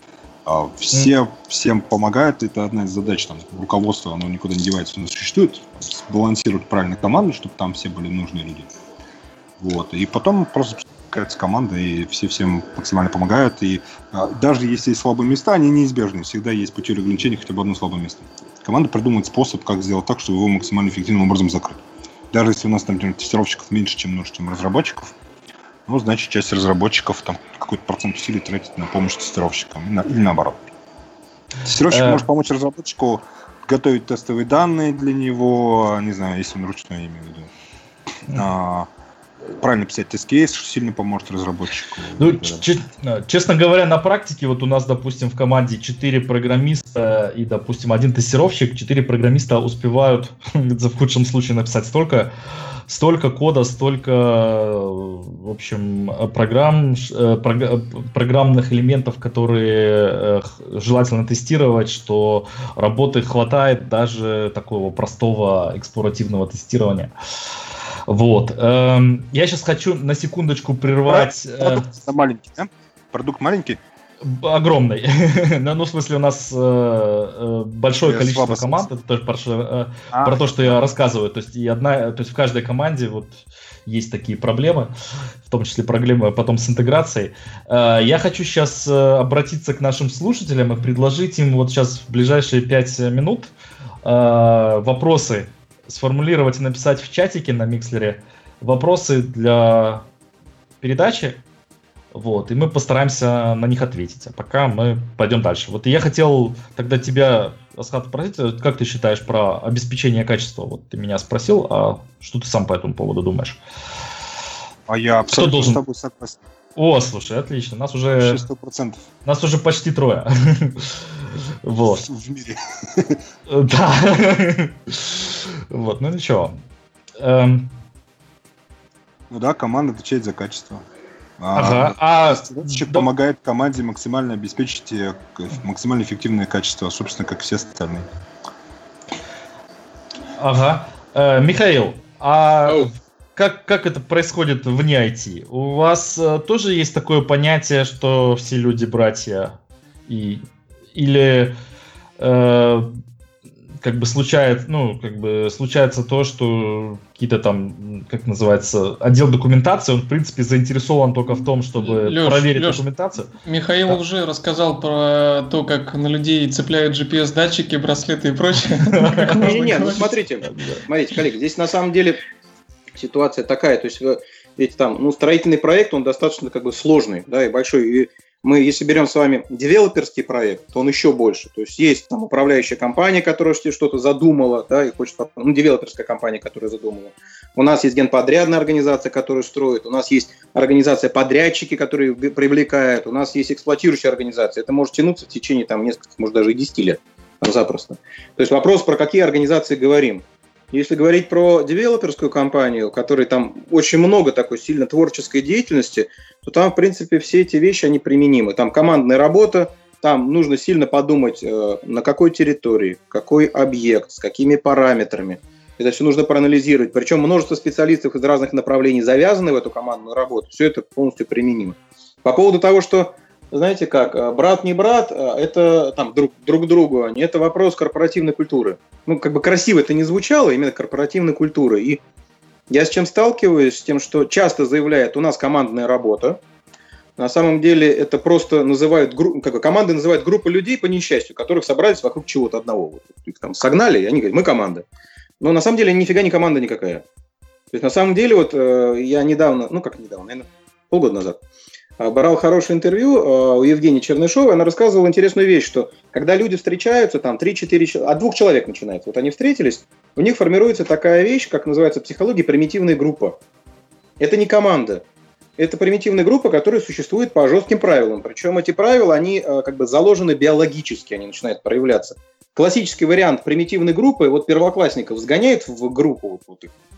А все, mm. всем помогают, это одна из задач, там, руководства, оно никуда не девается, оно существует, сбалансировать правильно команду, чтобы там все были нужные люди. Вот, и потом просто какая-то команда, и все всем максимально помогают, и а, даже если есть слабые места, они неизбежны, всегда есть по теории ограничений хотя бы одно слабое место. Команда придумывает способ, как сделать так, чтобы его максимально эффективным образом закрыть. Даже если у нас, там, например, тестировщиков меньше, чем нужно, чем разработчиков, ну, значит, часть разработчиков там какой-то процент усилий тратит на помощь тестировщикам, или наоборот. Тестировщик может помочь разработчику готовить тестовые данные для него, не знаю, если он ручной, я имею в виду. А, правильно писать тест-кейс, что сильно поможет разработчику. Ну, ч- честно говоря, на практике, вот у нас, допустим, в команде четыре программиста и, допустим, один тестировщик, четыре программиста успевают, в худшем случае, написать столько, столько кода, столько, в общем, программ, программных элементов, которые желательно тестировать, что работы хватает даже такого простого эксплуативного тестирования. Вот. Эм, я сейчас хочу на секундочку прервать... Продукт э, маленький, да? Продукт маленький? Огромный. Ну, в смысле, у нас э, э, большое я количество команд. Это тоже про, э, а, про то, что я рассказываю. То есть, и одна, то есть в каждой команде вот есть такие проблемы, в том числе проблемы потом с интеграцией. Э, я хочу сейчас э, обратиться к нашим слушателям и предложить им вот сейчас в ближайшие пять минут э, вопросы сформулировать и написать в чатике на Микслере вопросы для передачи, вот, и мы постараемся на них ответить, а пока мы пойдем дальше. Вот и я хотел тогда тебя, Асхат, спросить, как ты считаешь про обеспечение качества? Вот ты меня спросил, а что ты сам по этому поводу думаешь? А я абсолютно должен... с тобой согласен. О, слушай, отлично, нас уже... сто процентов. Нас уже почти трое. Вот. В мире. Да. Вот, ну ничего. Эм... Ну да, команда отвечает за качество. Ага. А тестировщик а... помогает команде максимально обеспечить максимально эффективное качество, собственно, как все остальные. Ага. Э, Михаил, а oh. как, как это происходит вне ай ти? У вас э, тоже есть такое понятие, что все люди братья? И... Или э, как бы случается, ну, как бы случается то, что какие-то там, как называется, отдел документации, он, в принципе, заинтересован только в том, чтобы Леш, проверить Леш, документацию. Михаил да. уже рассказал про то, как на людей цепляют джи пи эс-датчики, браслеты и прочее. Не-не-не, ну смотрите, смотрите, коллеги, здесь на самом деле ситуация такая, то есть ведь там, ну, строительный проект, он достаточно как бы сложный, да, и большой, и мы, если берем с вами девелоперский проект, то он еще больше. То есть есть там управляющая компания, которая что-то задумала, да, и хочет, ну, девелоперская компания, которая задумала. У нас есть генподрядная организация, которая строит. У нас есть организация подрядчики, которые привлекают. У нас есть эксплуатирующая организация. Это может тянуться в течение там нескольких, может даже и десяти лет. Там, запросто. То есть вопрос, про какие организации говорим. Если говорить про девелоперскую компанию, у которой там очень много такой сильно творческой деятельности, то там, в принципе, все эти вещи, они применимы. Там командная работа, там нужно сильно подумать, э, на какой территории, какой объект, с какими параметрами. Это все нужно проанализировать. Причем множество специалистов из разных направлений завязаны в эту командную работу. Все это полностью применимо. По поводу того, что, знаете как, брат не брат, это там друг, друг другу они. Это вопрос корпоративной культуры. Ну, как бы красиво это не звучало, именно корпоративной культуры. И я с чем сталкиваюсь? С тем, что часто заявляют, у нас командная работа. На самом деле это просто называют, как бы команды называют группы людей по несчастью, которых собрались вокруг чего-то одного. Вот их там согнали, и они говорят, мы команда. Но на самом деле нифига не команда никакая. То есть на самом деле вот я недавно, ну как недавно, наверное, полгода назад, брал хорошее интервью у Евгении Чернышовой, она рассказывала интересную вещь, что когда люди встречаются, там три-четыре, от двух человек начинается, вот они встретились, у них формируется такая вещь, как называется в психологии примитивная группа. Это не команда, это примитивная группа, которая существует по жестким правилам, причем эти правила, они как бы заложены биологически, они начинают проявляться. Классический вариант примитивной группы, вот первоклассников сгоняют в группу, вот, вот их,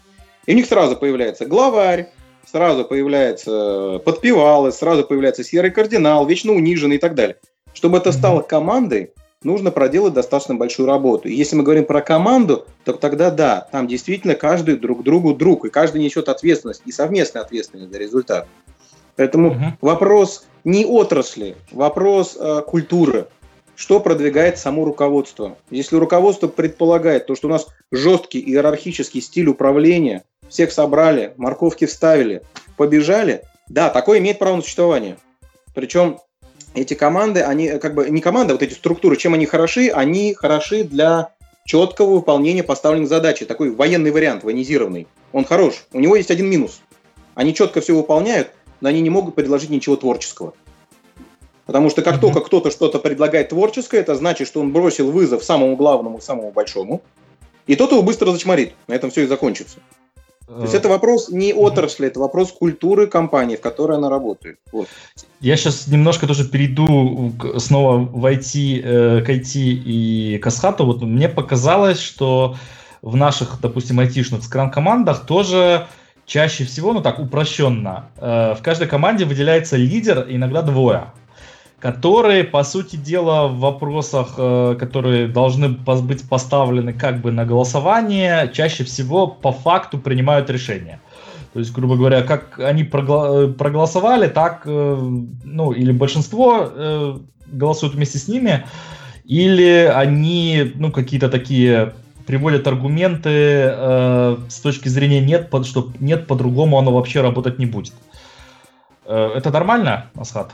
И у них сразу появляется главарь, сразу появляется подпевалы, сразу появляется серый кардинал, вечно униженный и так далее. Чтобы это стало командой, нужно проделать достаточно большую работу. И если мы говорим про команду, то тогда да, там действительно каждый друг другу друг, и каждый несет ответственность, и совместную ответственность за результат. Поэтому uh-huh. вопрос не отрасли, вопрос э, культуры. Что продвигает само руководство? Если руководство предполагает то, что у нас жесткий иерархический стиль управления, всех собрали, морковки вставили, побежали, да, такое имеет право на существование. Причем эти команды, они как бы не команда, вот эти структуры, чем они хороши? Они хороши для четкого выполнения поставленных задач. Такой военный вариант, военизированный. Он хорош. У него есть один минус. Они четко все выполняют, но они не могут предложить ничего творческого. Потому что как mm-hmm. только кто-то что-то предлагает творческое, это значит, что он бросил вызов самому главному, самому большому, и тот его быстро зачморит. На этом все и закончится. То есть это вопрос не отрасли, это вопрос культуры компании, в которой она работает. Вот. Я сейчас немножко тоже перейду снова в ай ти, э, к ай ти и к Асхату. Вот мне показалось, что в наших, допустим, айтишных скрам-командах тоже чаще всего, ну так, упрощенно, э, в каждой команде выделяется лидер, иногда двое, которые, по сути дела, в вопросах, э, которые должны быть поставлены как бы на голосование, чаще всего по факту принимают решения. То есть, грубо говоря, как они прогла- проголосовали, так, э, ну, или большинство э, голосуют вместе с ними, или они, ну, какие-то такие приводят аргументы э, с точки зрения нет, под, что нет, по-другому оно вообще работать не будет. Э, это нормально, Асхат?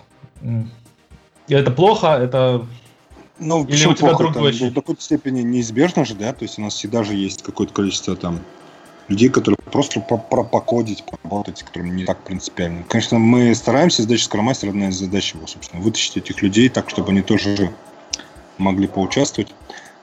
Это плохо, это... Ну, или у тебя другое? До какой-то степени неизбежно же, да, то есть у нас всегда же есть какое-то количество там людей, которые просто покодить, поработать, которым не так принципиально. Конечно, мы стараемся, задача Scrum-мастера, одна из задач его, собственно, вытащить этих людей так, чтобы они тоже могли поучаствовать.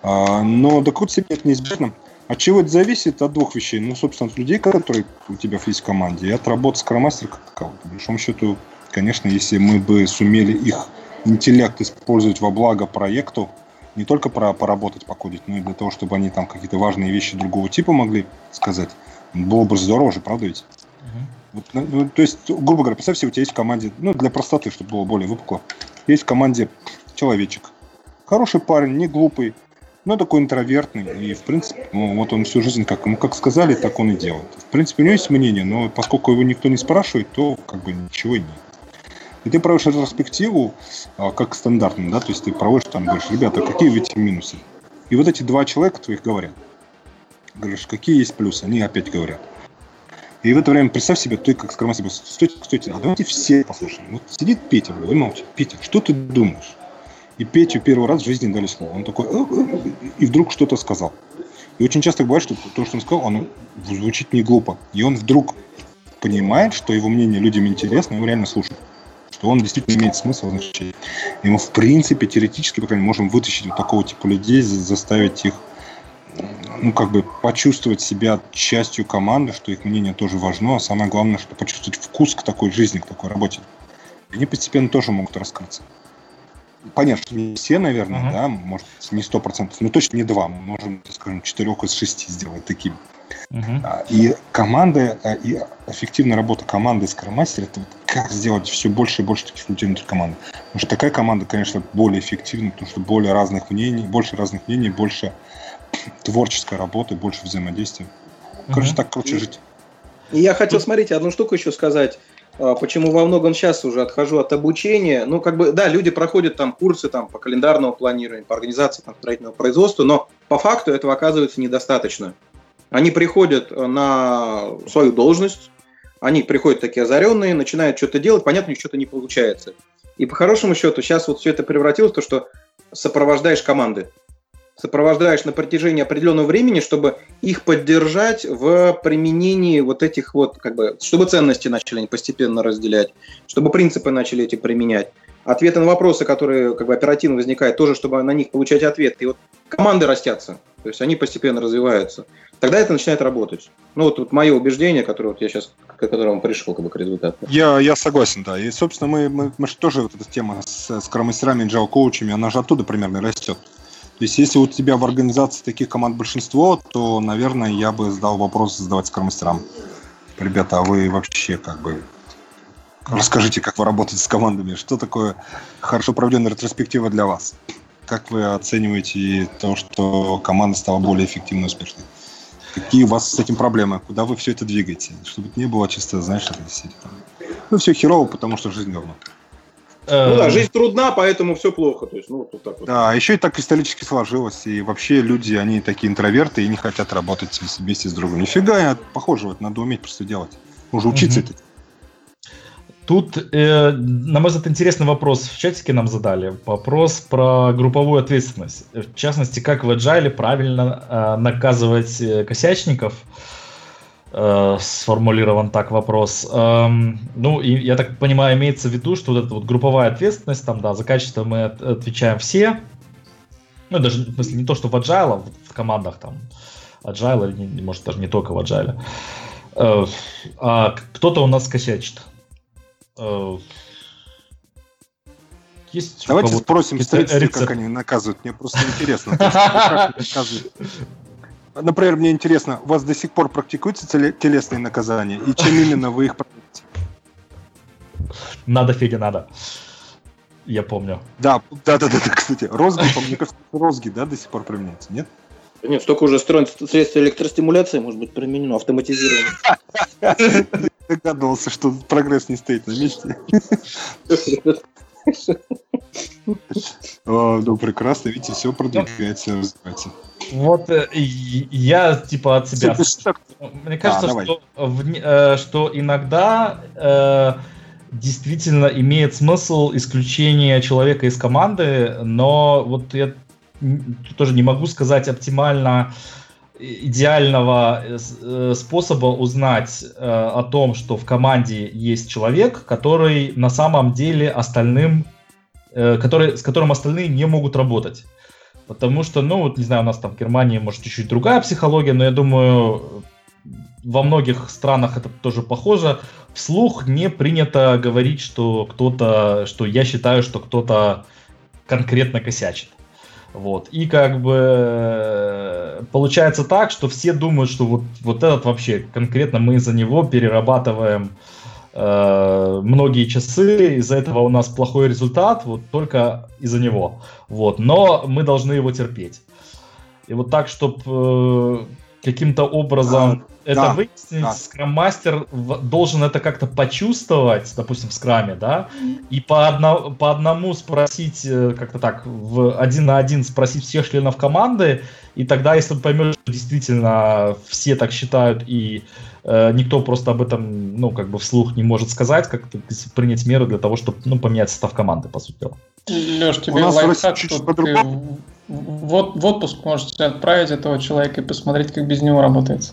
Но до какой-то степени это неизбежно. От чего это зависит? От двух вещей. Ну, собственно, от людей, которые у тебя есть в команде, и от работы Scrum-мастера как такового. По большому счету, конечно, если мы бы сумели их интеллект использовать во благо проекту, не только про поработать, покодить, но и для того, чтобы они там какие-то важные вещи другого типа могли сказать, было бы здорово же, правда ведь? Uh-huh. Вот, ну, то есть, грубо говоря, представь себе, у тебя есть в команде, ну, для простоты, чтобы было более выпукло, есть в команде человечек. Хороший парень, не глупый, но такой интровертный. И, в принципе, ну, вот он всю жизнь, как ему как сказали, так он и делает. В принципе, у него есть мнение, но поскольку его никто не спрашивает, то как бы ничего и нет. И ты проводишь ретроспективу а, как стандартно, да, то есть ты проводишь там, говоришь, ребята, какие видите минусы? И вот эти два человека твоих говорят. Говоришь, какие есть плюсы? Они опять говорят. И в это время представь себе, ты как скромастер, стойте, стойте, а давайте все послушаем. Вот сидит Петя, вы молчите. Петя, что ты думаешь? И Петю первый раз в жизни дали слово. Он такой, и вдруг что-то сказал. И очень часто бывает, что то, что он сказал, оно звучит не глупо. И он вдруг понимает, что его мнение людям интересно, его реально слушают. Что он действительно имеет смысл, значит, и мы, в принципе, теоретически, по крайней мере, можем вытащить вот такого типа людей, заставить их, ну, как бы, почувствовать себя частью команды, что их мнение тоже важно, а самое главное, что почувствовать вкус к такой жизни, к такой работе. И они постепенно тоже могут раскрыться. Понятно, что не все, наверное, uh-huh. да, может, не сто процентов, но точно не два, мы можем, скажем, четырех из шести сделать такими. Uh-huh. И команда, и эффективная работа команды с Scrum-Master, это вот как сделать все больше и больше таких людей внутри команды. Потому что такая команда, конечно, более эффективна, потому что более разных мнений, больше разных мнений, больше творческой работы, больше взаимодействия. Короче, uh-huh. так круче жить. И я хотел, смотрите, одну штуку еще сказать. Почему во многом сейчас уже отхожу от обучения. Ну, как бы, да, люди проходят там курсы там, по календарному планированию, по организации там, строительного производства, но по факту этого оказывается недостаточно. Они приходят на свою должность, они приходят такие озаренные, начинают что-то делать, понятно, у них что-то не получается. И по хорошему счету сейчас вот все это превратилось в то, что сопровождаешь команды. Сопровождаешь на протяжении определенного времени, чтобы их поддержать в применении вот этих вот, как бы, чтобы ценности начали постепенно разделять, чтобы принципы начали эти применять. Ответы на вопросы, которые как бы оперативно возникают, тоже, чтобы на них получать ответы. И вот команды растятся, то есть они постепенно развиваются. Тогда это начинает работать. Ну, вот, вот мое убеждение, которое вот я сейчас, к которому пришел как бы, к результату. Я, я согласен, да. И, собственно, мы, мы, мы же тоже, вот эта тема с скромастерами и джайл-коучами, она же оттуда примерно растет. То есть, если у тебя в организации таких команд большинство, то, наверное, я бы задал вопрос задавать скромастерам. Ребята, а вы вообще как бы... Расскажите, как вы работаете с командами. Что такое хорошо проведенная ретроспектива для вас? Как вы оцениваете то, что команда стала более эффективной и успешной? Какие у вас с этим проблемы? Куда вы все это двигаете? Чтобы это не было чисто, знаешь, там... ну, все херово, потому что жизнь говно. Ну да, жизнь трудна, поэтому все плохо. То есть, ну, вот так вот. Да, еще и так кристаллически сложилось. И вообще люди, они такие интроверты и не хотят работать вместе с другом. Нифига, я похоже, вот, надо уметь просто делать. Нужно учиться это. Тут, э, на мой взгляд, интересный вопрос в чатике нам задали. Вопрос про групповую ответственность. В частности, как в Agile правильно э, наказывать э, косячников. Э, сформулирован так вопрос. Эм, ну, и, я так понимаю, имеется в виду, что вот эта вот групповая ответственность, там, да, за качество мы от, отвечаем все. Ну, даже, в смысле, не то, что в Agile, а в командах, там, Agile, или, не, может, даже не только в Agile. Э, а кто-то у нас косячит. Есть Давайте спросим строителей, как они наказывают. Мне просто интересно. Например, мне интересно, у вас до сих пор практикуются телесные наказания? И чем именно вы их проводите? Надо, Федя, надо. Я помню. Да, да, да, да, кстати. Розги, мне кажется, розги, да, до сих пор применяются, нет? Нет, столько уже строен средств электростимуляции может быть применено, автоматизировано. Догадывался, что прогресс не стоит на месте. Ну, прекрасно, видите, все продвигается, развивается. Вот я типа от себя. Мне кажется, что иногда действительно имеет смысл исключение человека из команды, но вот я тоже не могу сказать оптимально идеального способа узнать э, о том, что в команде есть человек, который на самом деле остальным, э, который, с которым остальные не могут работать. Потому что, ну, вот, не знаю, у нас там в Германии, может, чуть-чуть другая психология, но я думаю, во многих странах это тоже похоже. Вслух не принято говорить, что кто-то, что я считаю, что кто-то конкретно косячит. Вот. И как бы получается так, что все думают, что вот, вот этот вообще конкретно мы за него перерабатываем э, многие часы, из-за этого у нас плохой результат, вот только из-за него. Вот. Но мы должны его терпеть. И вот так, чтобы э, каким-то образом а, это да, выяснить, да. Скрам-мастер должен это как-то почувствовать, допустим, в скраме, да, и по, одно, по одному спросить, как-то так, в один на один спросить всех членов команды, и тогда, если он поймет, что действительно все так считают, и э, никто просто об этом, ну, как бы вслух не может сказать, как-то принять меры для того, чтобы, ну, поменять состав команды, по сути дела. Леш, тебе лайфхак, что ты в, в отпуск можете отправить этого человека и посмотреть, как без него работает.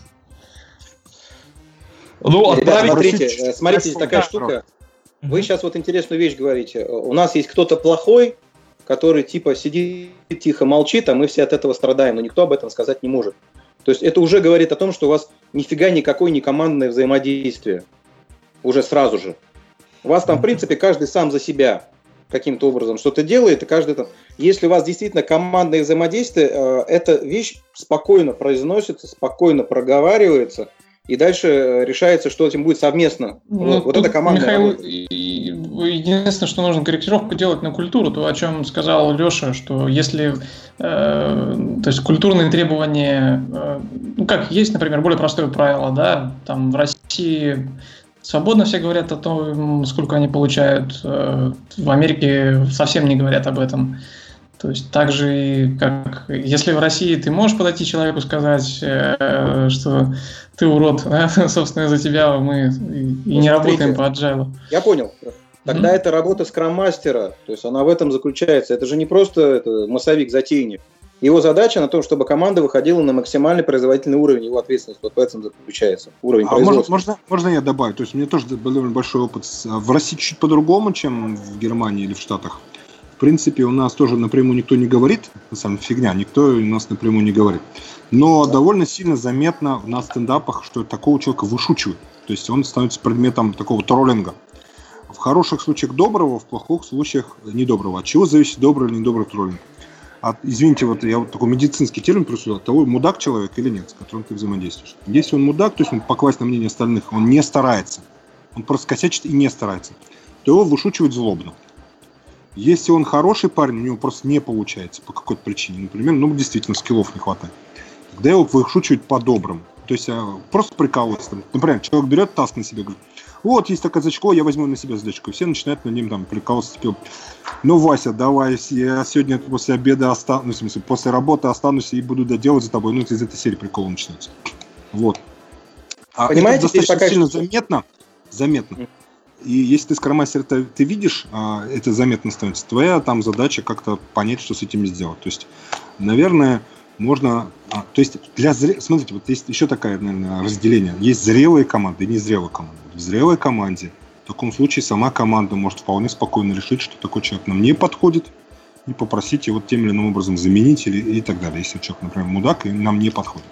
Ну, отправить... Смотрите, смотрите, здесь такая штука. Вы сейчас вот интересную вещь говорите. У нас есть кто-то плохой, который типа сидит тихо, молчит, а мы все от этого страдаем, но никто об этом сказать не может. То есть это уже говорит о том, что у вас нифига никакое не командное взаимодействие. Уже сразу же. У вас там, в принципе, каждый сам за себя каким-то образом что-то делает, и каждый там... Если у вас действительно командное взаимодействие, э, эта вещь спокойно произносится, спокойно проговаривается, и дальше решается, что этим будет совместно. Ну, вот, вот это командная Михаил, единственное, что нужно корректировку делать на культуру, то, о чем сказал Леша, что если э, то есть культурные требования, э, ну как, есть, например, более простое правило, да, там в России свободно все говорят о том, сколько они получают, э, в Америке совсем не говорят об этом. То есть так же, как если в России ты можешь подойти человеку сказать, э, что ты урод, да? Собственно, из-за тебя мы и, и не работаем по agile. Я понял. Тогда mm-hmm. это работа скрам-мастера, то есть она в этом заключается. Это же не просто это, массовик-затейник. Его задача на том, чтобы команда выходила на максимальный производительный уровень, его ответственность вот в этом заключается. Уровень а производства. Можно, можно, можно я добавлю? То есть у меня тоже довольно большой опыт. В России чуть по-другому, чем в Германии или в Штатах. В принципе, у нас тоже напрямую никто не говорит, на самом деле фигня, никто у нас напрямую не говорит. Но да. довольно сильно заметно на стендапах, что такого человека вышучивают. То есть он становится предметом такого троллинга. В хороших случаях доброго, в плохих случаях недоброго. От чего зависит добрый или недобрый троллинг? от, извините, вот я вот такой медицинский термин присутствую, от того, мудак человек или нет, с которым ты взаимодействуешь. Если он мудак, то есть он поквасть на мнение остальных, он не старается, он просто косячит и не старается, то его вышучивают злобно. Если он хороший парень, у него просто не получается по какой-то причине, например, ну, действительно, скиллов не хватает, тогда его вышучивают по-доброму. То есть просто прикалываться. Например, человек берет таск на себя, говорит, вот, есть такая задачка, я возьму на себя задачку. И все начинают над ним там прикалываться. Типа, ну, Вася, давай, я сегодня после обеда останусь, ну, в смысле, после работы останусь и буду доделать за тобой. Ну, это из этой серии прикола начинается. Вот. А понимаете, это достаточно пока сильно что... заметно. Заметно. И если ты скромастер, это ты видишь, а, это заметно становится. Твоя там задача как-то понять, что с этим сделать. То есть, наверное, можно... А, то есть, для зре... смотрите, вот есть еще такое, наверное, разделение. Есть зрелые команды и незрелые команды. В зрелой команде, в таком случае, сама команда может вполне спокойно решить, что такой человек нам не подходит, и попросить его тем или иным образом заменить или, и так далее. Если человек, например, мудак, и нам не подходит.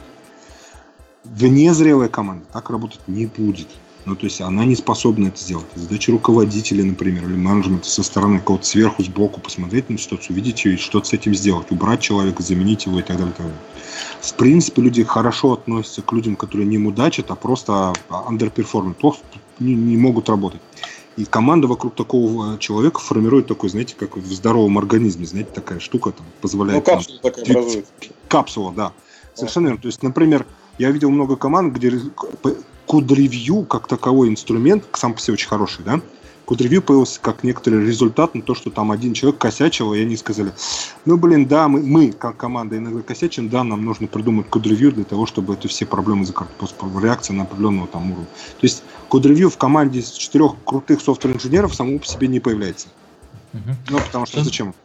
В незрелой команде так работать не будет. Ну, то есть, она не способна это сделать. Задача руководителя, например, или менеджмента со стороны кого-то сверху, сбоку посмотреть на ситуацию, увидеть ее и что-то с этим сделать. Убрать человека, заменить его и так далее. И так далее. В принципе, люди хорошо относятся к людям, которые не мудачат, а просто underperform, плохо не, не могут работать. И команда вокруг такого человека формирует такой, знаете, как в здоровом организме, знаете, такая штука там позволяет... Ну, капсула такая образуется. Капсула, да. Совершенно верно. То есть, например, я видел много команд, где код-ревью как таковой инструмент, сам по себе очень хороший, да, код-ревью появился как некоторый результат на то, что там один человек косячил, и они сказали, ну, блин, да, мы, мы как команда иногда косячим, да, нам нужно придумать код-ревью для того, чтобы это все проблемы закрыть, просто реакция на определенного там уровня. То есть код-ревью в команде из четырех крутых софтвер-инженеров само по себе не появляется. Угу. Ну, потому что зачем?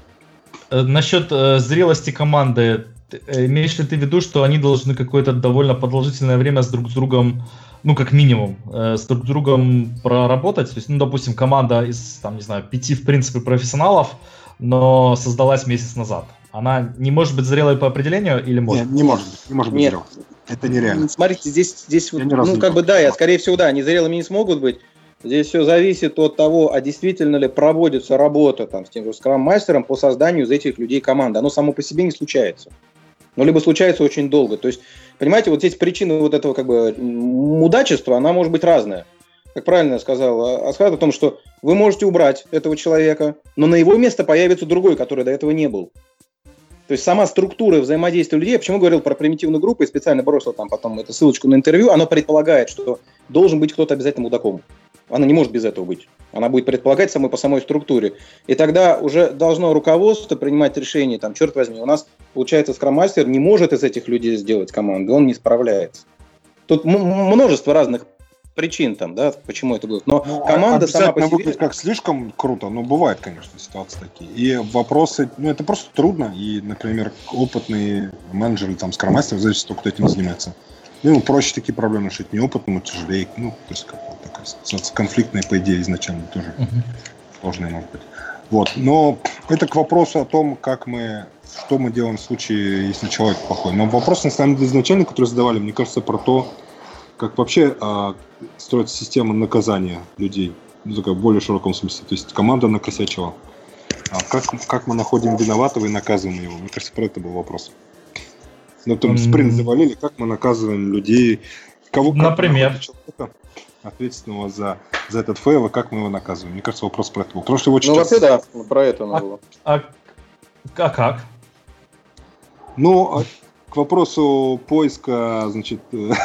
Насчет э, зрелости команды, имеешь ли ты в виду, что они должны какое-то довольно продолжительное время с друг с другом, ну, как минимум, э, с друг с другом проработать? То есть, ну, допустим, команда из, там, не знаю, пяти, в принципе, профессионалов, но создалась месяц назад. Она не может быть зрелой по определению или может? Нет, не может быть. Не может быть Нет. зрелой. Это нереально. Смотрите, здесь, здесь вот, ну, не как бы, да, я, скорее всего, да, они зрелыми не смогут быть. Здесь все зависит от того, а действительно ли проводится работа там, с тем же скрам-мастером по созданию из этих людей команды. Оно само по себе не случается. Ну, либо случается очень долго. То есть, понимаете, вот здесь причина вот этого как бы мудачества, она может быть разная. Как правильно сказал Асхат о том, что вы можете убрать этого человека, но на его место появится другой, который до этого не был. То есть сама структура взаимодействия людей, я почему говорил про примитивную группу и специально бросил там потом эту ссылочку на интервью, она предполагает, что должен быть кто-то обязательно мудаком. Она не может без этого быть. Она будет предполагать самой по самой структуре. И тогда уже должно руководство принимать решение, там, черт возьми, у нас, получается, скрам-мастер не может из этих людей сделать команду, он не справляется. Тут м- множество разных причин, там, да, почему это будет. Но ну, команда сама по себе... выглядит как слишком круто, но бывают, конечно, ситуации такие. И вопросы, ну, это просто трудно. И, например, опытные менеджеры, там, скрам-мастер, зависит, кто кто этим занимается. Ну, проще такие проблемы решить неопытному, тяжелее. Ну, то есть, как вот такая ситуация конфликтная, по идее, изначально тоже uh-huh. сложная может быть. Вот. Но это к вопросу о том, как мы, что мы делаем в случае, если человек плохой. Но вопрос, на самом деле, изначально, который задавали, мне кажется, про то, как вообще а, строится система наказания людей. Ну, такая в более широком смысле. То есть, команда накосячила. А как, как мы находим виноватого и наказываем его? Мне кажется, про это был вопрос. Ну, там спринт завалили, как мы наказываем людей, кого, например, человека, ответственного за, за этот фейл, и как мы его наказываем. Мне кажется, вопрос про это был. Потому что его ну, вообще, да, про это надо было. А, а как? Ну, к вопросу поиска, значит,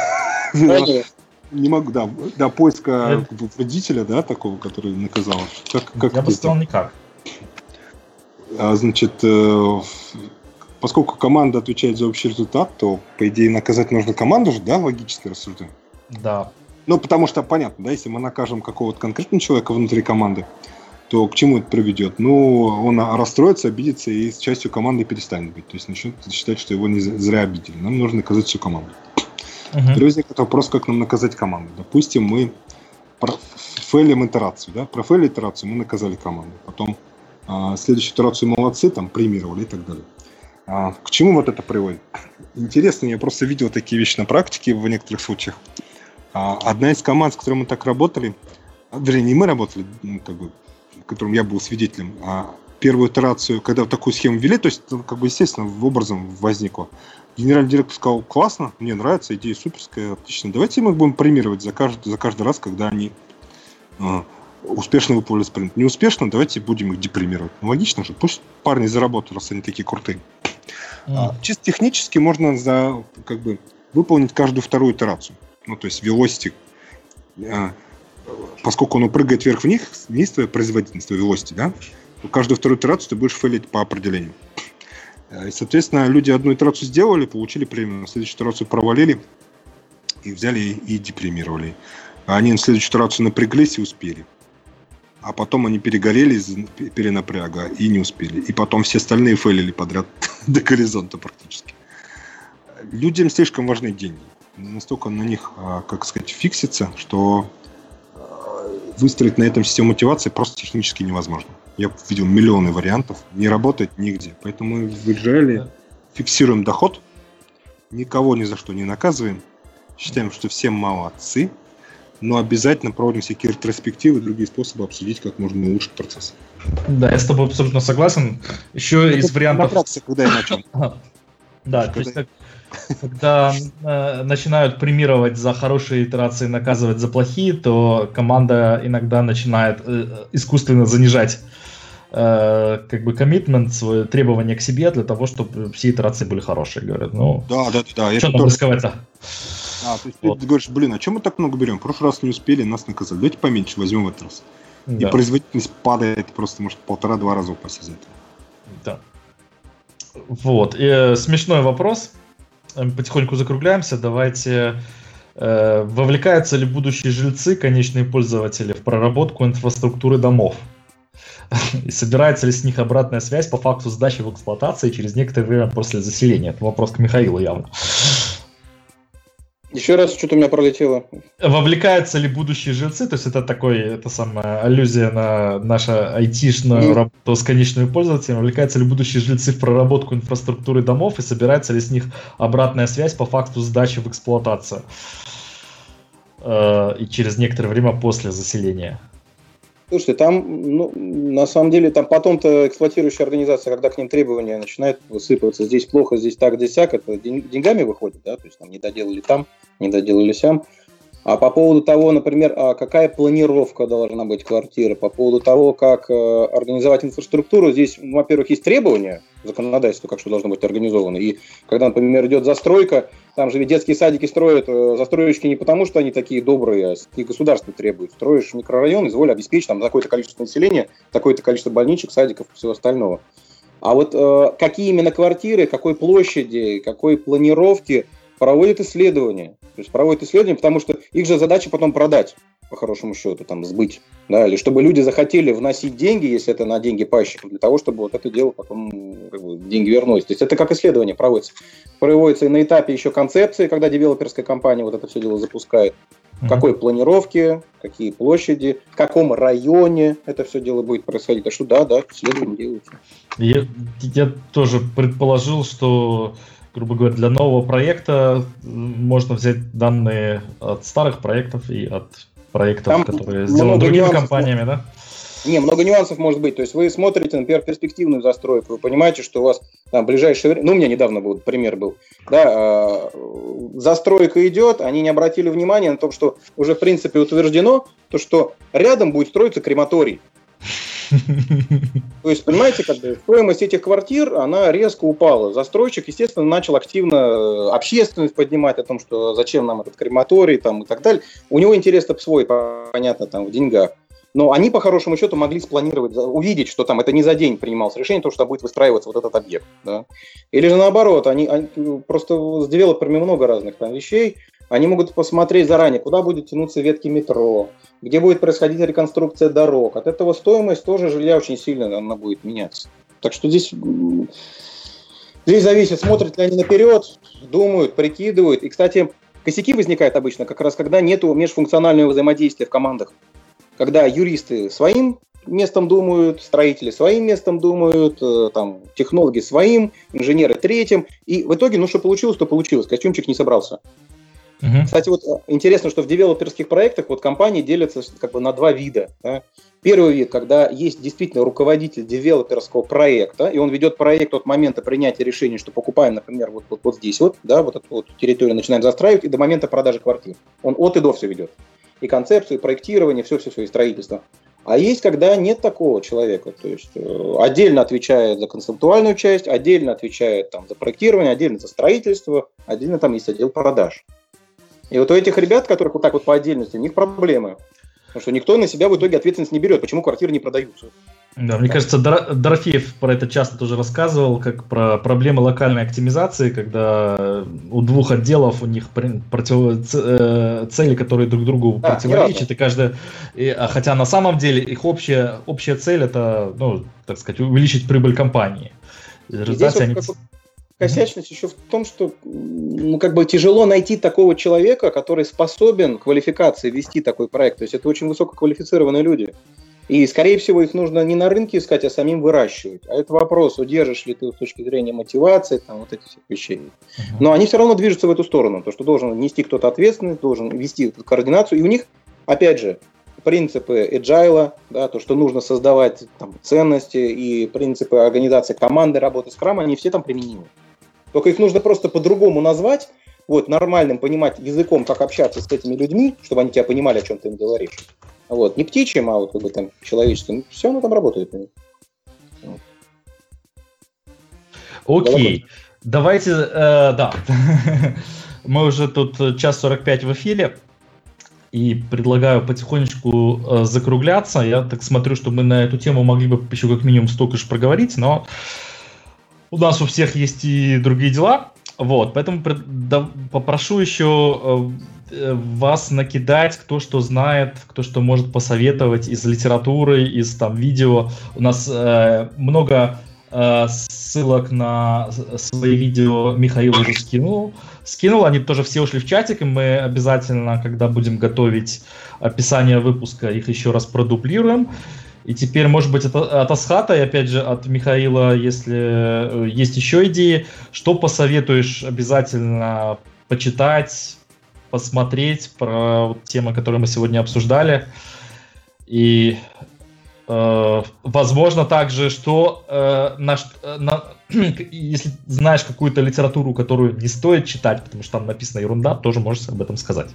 не могу, да, да, поиска вредителя, да, такого, который наказал. Как, как Я бы сказал, никак. А, значит, поскольку команда отвечает за общий результат, то, по идее, наказать нужно команду же, да, логически рассуждаем? Да. Ну, потому что, понятно, да, если мы накажем какого-то конкретного человека внутри команды, то к чему это приведет? Ну, он расстроится, обидится и с частью команды перестанет быть. То есть начнет считать, что его не зря обидели. Нам нужно наказать всю команду. Uh-huh. Теперь возникает вопрос, как нам наказать команду. Допустим, мы профейлим итерацию, да, профейлили итерацию, мы наказали команду. Потом а, следующую итерацию молодцы, там, премировали и так далее. А, к чему вот это приводит? Интересно, я просто видел такие вещи на практике в некоторых случаях. А, одна из команд, с которой мы так работали, вернее, не мы работали, ну, как бы, в котором я был свидетелем, а первую итерацию, когда в такую схему ввели, то есть, как бы, естественно, образом возникло. Генеральный директор сказал: классно, мне нравится, идея суперская, отлично. Давайте мы их будем премировать за каждый, за каждый раз, когда они э, успешно выполнили спринт. Неуспешно, давайте будем их депримировать. Ну, логично же, пусть парни заработают, раз они такие крутые. Mm. А, чисто технически можно за, как бы, выполнить каждую вторую итерацию. Ну, то есть velocity, э, поскольку оно прыгает вверх-вниз, вниз твоя производительность, твоя velocity, да? То каждую вторую итерацию ты будешь фейлить по определению. И, соответственно, люди одну итерацию сделали, получили премию, следующую итерацию провалили и взяли и депримировали. А они на следующую итерацию напряглись и успели. А потом они перегорели из перенапряга и не успели. И потом все остальные фейлили подряд до горизонта практически. Людям слишком важны деньги. Настолько на них, как сказать, фиксится, что выстроить на этом систему мотивации просто технически невозможно. Я видел миллионы вариантов, не работает нигде. Поэтому мы в Израиле фиксируем доход, никого ни за что не наказываем, считаем, что все молодцы, но обязательно проводим всякие ретроспективы и другие способы обсудить, как можно улучшить процесс. Да, я с тобой абсолютно согласен. Еще это из вариантов... Практика, когда я начал. Да, то есть когда э, начинают премировать за хорошие итерации, наказывать за плохие, то команда иногда начинает э, искусственно занижать э, как бы коммитмент, свое требование к себе для того, чтобы все итерации были хорошие. Говорят, ну, да, да, да. Что нам рисковать-то? А, то есть вот. Ты говоришь: блин, а чем мы так много берем? В прошлый раз не успели, нас наказали. Давайте поменьше возьмем в этот раз. Да. И производительность падает просто, может, полтора-два раза упасть из этого. Да. Вот. И, э, смешной вопрос. Потихоньку закругляемся. Давайте. Э, вовлекаются ли будущие жильцы, конечные пользователи, в проработку инфраструктуры домов? И собирается ли с них обратная связь по факту сдачи в эксплуатации через некоторое время после заселения? Это вопрос к Михаилу явно. Еще раз, что-то у меня пролетело. Вовлекаются ли будущие жильцы, то есть это такой, это самая аллюзия на нашу айтишную mm. работу с конечными пользователями, вовлекаются ли будущие жильцы в проработку инфраструктуры домов и собирается ли с них обратная связь по факту сдачи в эксплуатацию э, и через некоторое время после заселения? Слушайте, там, ну, на самом деле, там потом-то эксплуатирующая организация, когда к ним требования начинают высыпаться, здесь плохо, здесь так, здесь сяк, это деньгами выходит, да, то есть там не доделали там, не доделали сям. А по поводу того, например, а какая планировка должна быть квартиры, по поводу того, как э, организовать инфраструктуру, здесь, ну, во-первых, есть требования законодательства, как что должно быть организовано. И когда, например, идет застройка, там же ведь детские садики строят э, застройщики не потому, что они такие добрые, а и государство требует. Строишь микрорайон, изволь обеспечить там такое-то количество населения, такое-то количество больничек, садиков и всего остального. А вот э, какие именно квартиры, какой площади, какой планировки проводят исследования. То есть проводят исследования, потому что их же задача потом продать, по хорошему счету, там, сбыть. Да, или чтобы люди захотели вносить деньги, если это на деньги пайщиков, для того, чтобы вот это дело потом, как бы, деньги вернулись. То есть это как исследование проводится. Проводится и на этапе еще концепции, когда девелоперская компания вот это все дело запускает. В какой планировке, какие площади, в каком районе это все дело будет происходить. Так что да, да, исследования делаются. Я, я тоже предположил, что, грубо говоря, для нового проекта можно взять данные от старых проектов и от проектов, там которые сделаны другими компаниями, да? Не, много нюансов может быть. То есть вы смотрите, например, перспективную застройку, вы понимаете, что у вас там ближайшее время, ну, у меня недавно был пример был, да, э, застройка идет, они не обратили внимания на то, что уже в принципе утверждено, то, что рядом будет строиться крематорий. То есть, понимаете, как бы стоимость этих квартир, она резко упала. Застройщик, естественно, начал активно общественность поднимать о том, что зачем нам этот крематорий там, и так далее. У него интерес-то свой, понятно, там, в деньгах. Но они, по хорошему счету, могли спланировать, увидеть, что там это не за день принималось решение, то, что будет выстраиваться вот этот объект. Да? Или же наоборот, они, они просто с девелоперами много разных там вещей, они могут посмотреть заранее, куда будет тянуться ветки метро, где будет происходить реконструкция дорог. От этого стоимость тоже жилья очень сильно она будет меняться. Так что здесь, здесь зависит, смотрят ли они наперед, думают, прикидывают. И, кстати, косяки возникают обычно как раз, когда нет межфункционального взаимодействия в командах. Когда юристы своим местом думают, строители своим местом думают, там, технологи своим, инженеры третьим. И в итоге, ну что получилось, то получилось. Костюмчик не собрался. Uh-huh. Кстати, вот интересно, что в девелоперских проектах вот компании делятся как бы на два вида. Да? Первый вид, когда есть действительно руководитель девелоперского проекта, и он ведет проект от момента принятия решения, что покупаем, например, вот, вот, вот здесь вот, да, вот эту вот территорию начинаем застраивать, и до момента продажи квартир. Он от и до все ведет. И концепцию, и проектирование, все-все-все, и строительство. А есть, когда нет такого человека, то есть э, отдельно отвечает за концептуальную часть, отдельно отвечает там, за проектирование, отдельно за строительство, отдельно там есть отдел продаж. И вот у этих ребят, которых вот так вот по отдельности, у них проблемы. Потому что никто на себя в итоге ответственность не берет, почему квартиры не продаются. Да, мне кажется, Дор- Дорофеев про это часто тоже рассказывал, как про проблемы локальной оптимизации, когда у двух отделов у них против... цели, которые друг другу да, противоречат, и каждая... и, а хотя на самом деле их общая, общая цель это, ну, так сказать, увеличить прибыль компании. В результате они... Косячность еще в том, что ну, как бы тяжело найти такого человека, который способен квалификации вести такой проект. То есть это очень высококвалифицированные люди. И, скорее всего, их нужно не на рынке искать, а самим выращивать. А это вопрос, удержишь ли ты с точки зрения мотивации, там, вот этих всех вещей. Uh-huh. Но они все равно движутся в эту сторону. То, что должен нести кто-то ответственность, должен вести эту координацию. И у них, опять же, принципы agile, да, то, что нужно создавать там, ценности, и принципы организации команды, работы скрама, они все там применимы. Только их нужно просто по-другому назвать, вот, нормальным понимать языком, как общаться с этими людьми, чтобы они тебя понимали, о чем ты им говоришь. Вот. Не птичьим, а вот как бы там человеческим. Все оно там работает. Вот. Окей. Давайте, э, да. Мы уже тут час сорок пять в эфире. И предлагаю потихонечку э, закругляться. Я так смотрю, что мы на эту тему могли бы еще как минимум столько же проговорить, но у нас у всех есть и другие дела. Вот, поэтому пред, да, попрошу еще э, вас накидать, кто что знает, кто что может посоветовать из литературы, из там видео. У нас э, много э, ссылок на свои видео Михаил уже скинул. Скинул, они тоже все ушли в чатик, и мы обязательно, когда будем готовить описание выпуска, их еще раз продублируем. И теперь, может быть, от, от Асхата и, опять же, от Михаила, если есть еще идеи, что посоветуешь обязательно почитать, посмотреть про вот, темы, которые мы сегодня обсуждали. И, э, возможно, также, что э, наш, на, если знаешь какую-то литературу, которую не стоит читать, потому что там написана ерунда, тоже можешь об этом сказать.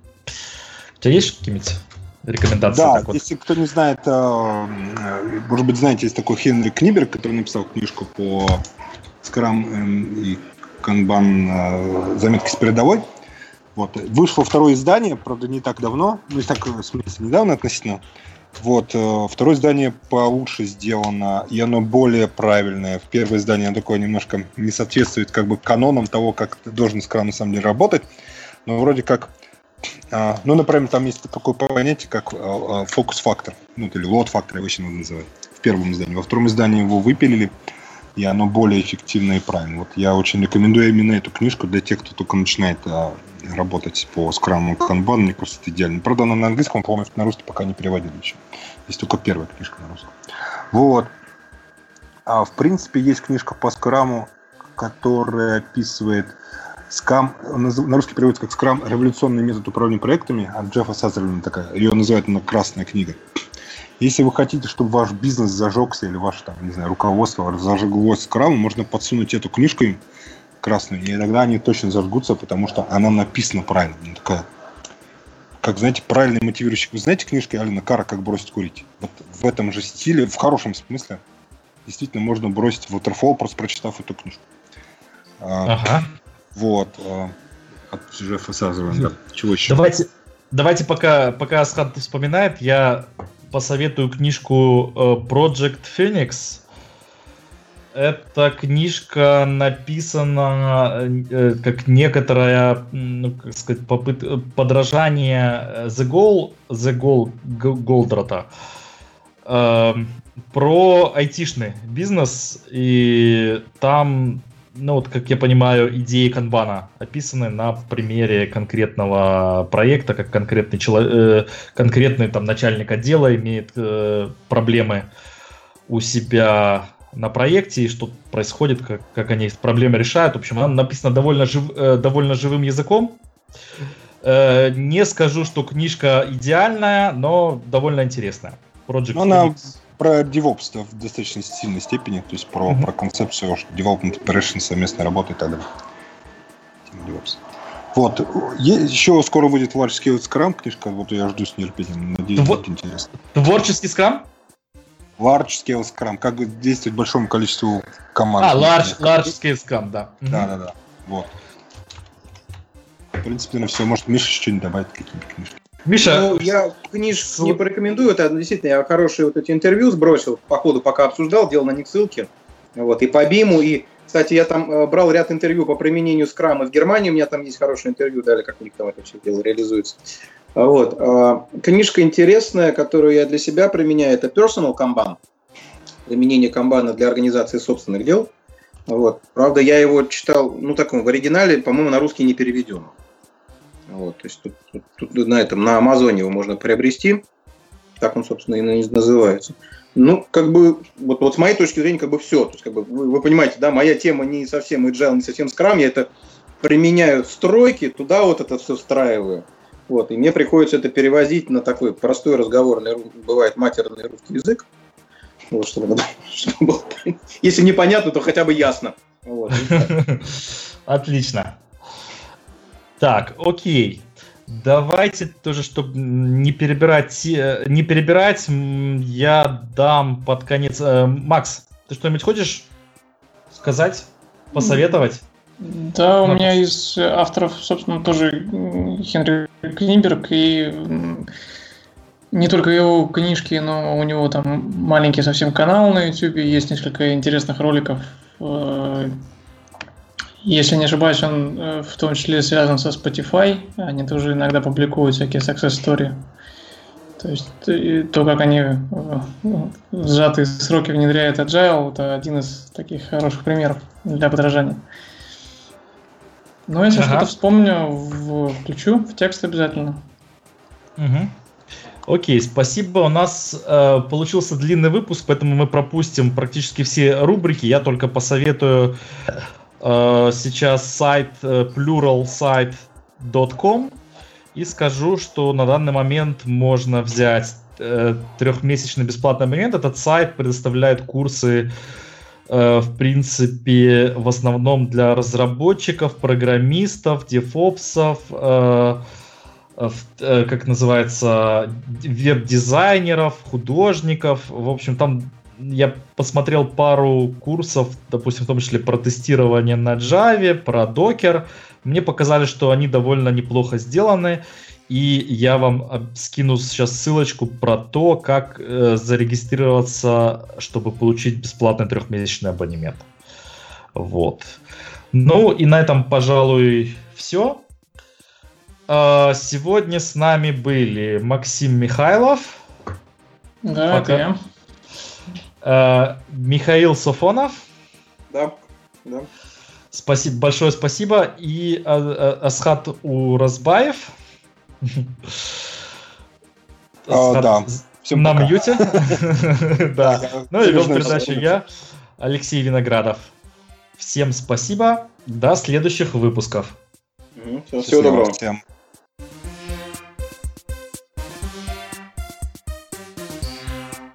У тебя есть какие-нибудь рекомендации? Да, если вот? Кто не знает, может быть, знаете, есть такой Хенрик Книберг, который написал книжку по Scrum и Kanban «Заметки с передовой». Вот. Вышло второе издание, правда, не так давно, ну, не так, в смысле, недавно относительно. Вот. Второе издание получше сделано, и оно более правильное. В первое издание оно такое немножко не соответствует как бы канонам того, как должен Scrum на самом деле работать, но вроде как ну, например, там есть такое понятие, как фокус-фактор, ну, или лот-фактор, его еще надо называть, в первом издании. Во втором издании его выпилили, и оно более эффективно и правильно. Вот я очень рекомендую именно эту книжку для тех, кто только начинает а, работать по Scrum и Kanban. Мне кажется, это идеально. Правда, она на английском, по-моему, на русский пока не переводили еще. Есть только первая книжка на русском. Вот. А в принципе, есть книжка по Scrum, которая описывает Scrum, на русский переводится как Scrum «Революционный метод управления проектами» от Джеффа Сазерленда такая. Ее называют она «Красная книга». Если вы хотите, чтобы ваш бизнес зажегся или ваше, там, не знаю, руководство зажиглось Scrum, можно подсунуть эту книжку им красную, и тогда они точно зажгутся, потому что она написана правильно. Она такая, как, знаете, правильный мотивирующий. Вы знаете книжки Алина Карра «Как бросить курить»? Вот в этом же стиле, в хорошем смысле, действительно можно бросить в waterfall, просто прочитав эту книжку. Ага. Вот, от Джеффа Сазерленда. Чего еще? Давайте, давайте пока, пока Асхат вспоминает, я посоветую книжку Project Phoenix. Эта книжка написана как некоторая, ну, как сказать, попытка подражание The Goal, The Goal Голдрата, э, про айтишный бизнес, и там, ну вот, как я понимаю, идеи канбана описаны на примере конкретного проекта, как конкретный человек, э, конкретный там начальник отдела имеет э, проблемы у себя на проекте, и что происходит, как, как они эти проблемы решают. В общем, она написана довольно, жив, э, довольно живым языком, Э, не скажу, что книжка идеальная, но довольно интересная. Project Она Phoenix. про DevOps в достаточно сильной степени, то есть про, mm-hmm. про концепцию Development Operation, совместной работы и так далее. DevOps. Вот. Еще скоро выйдет Large Scale Scrum книжка, вот я жду с нетерпением. Надеюсь, Тво... будет интересно. Творческий скрам? Large Scale Scrum. Как действовать большому количеству команд. А, Large, large Scale Scrum, да. Да-да-да. Вот. В принципе, на все. Может, Миша что-нибудь добавит, какие-нибудь книжки. Миша, ну, я книжку не порекомендую, это действительно я хорошие вот эти интервью сбросил по ходу, пока обсуждал, делал на них ссылки, вот, и по биму, и, кстати, я там э, брал ряд интервью по применению скрама в Германии, у меня там есть хорошее интервью, дали, как у них там это все дело реализуется. Вот. А, книжка интересная, которую я для себя применяю, это Personal Kanban, применение канбана для организации собственных дел. Вот. Правда, я его читал, ну, таком, в оригинале, по-моему, на русский не переведен. Вот, то есть тут, тут, тут на этом, на Амазоне его можно приобрести, так он, собственно, и называется. Ну, как бы, вот, вот с моей точки зрения, как бы все. То есть, как бы, вы, вы понимаете, да, моя тема не совсем agile, не совсем Scrum, я это применяю в стройке, туда вот это все встраиваю. Вот, и мне приходится это перевозить на такой простой разговорный, бывает матерный русский язык. Вот, чтобы, чтобы было, если непонятно, то хотя бы ясно. Вот, отлично. Так, окей. Давайте тоже, чтобы не перебирать, не перебирать, я дам под конец. Макс, ты что-нибудь хочешь сказать, посоветовать? Да, у Макс. Меня из авторов, собственно, тоже Хенри Книберг, и не только его книжки, но у него там маленький совсем канал на YouTube, есть несколько интересных роликов. Если не ошибаюсь, он в том числе связан со Spotify. Они тоже иногда публикуют всякие success story. То есть то, как они в сжатые сроки внедряют Agile, это один из таких хороших примеров для подражания. Но если ага. что-то вспомню, включу в текст обязательно. Угу. Окей, спасибо. У нас э, получился длинный выпуск, поэтому мы пропустим практически все рубрики. Я только посоветую сейчас сайт pluralsite точка ком и скажу, что на данный момент можно взять э, трехмесячный бесплатный абонемент. Этот сайт предоставляет курсы, э, в принципе, в основном для разработчиков, программистов, девопсов, э, э, как называется, веб-дизайнеров, художников. В общем, там я посмотрел пару курсов, допустим, в том числе про тестирование на Java, про Docker. Мне показали, что они довольно неплохо сделаны. И я вам скину сейчас ссылочку про то, как э, зарегистрироваться, чтобы получить бесплатный трехмесячный абонемент. Вот. Ну и на этом, пожалуй, все. Э, сегодня с нами были Максим Михайлов. Да, Пока... это я. Uh, Михаил Софонов. Да, да. Спасибо, большое спасибо. И а, а, Асхат Уразбаев. А, да. Всем на мьюте. Да. Ну и вел передачу я, Алексей Виноградов. Всем спасибо. До следующих выпусков. Всего доброго.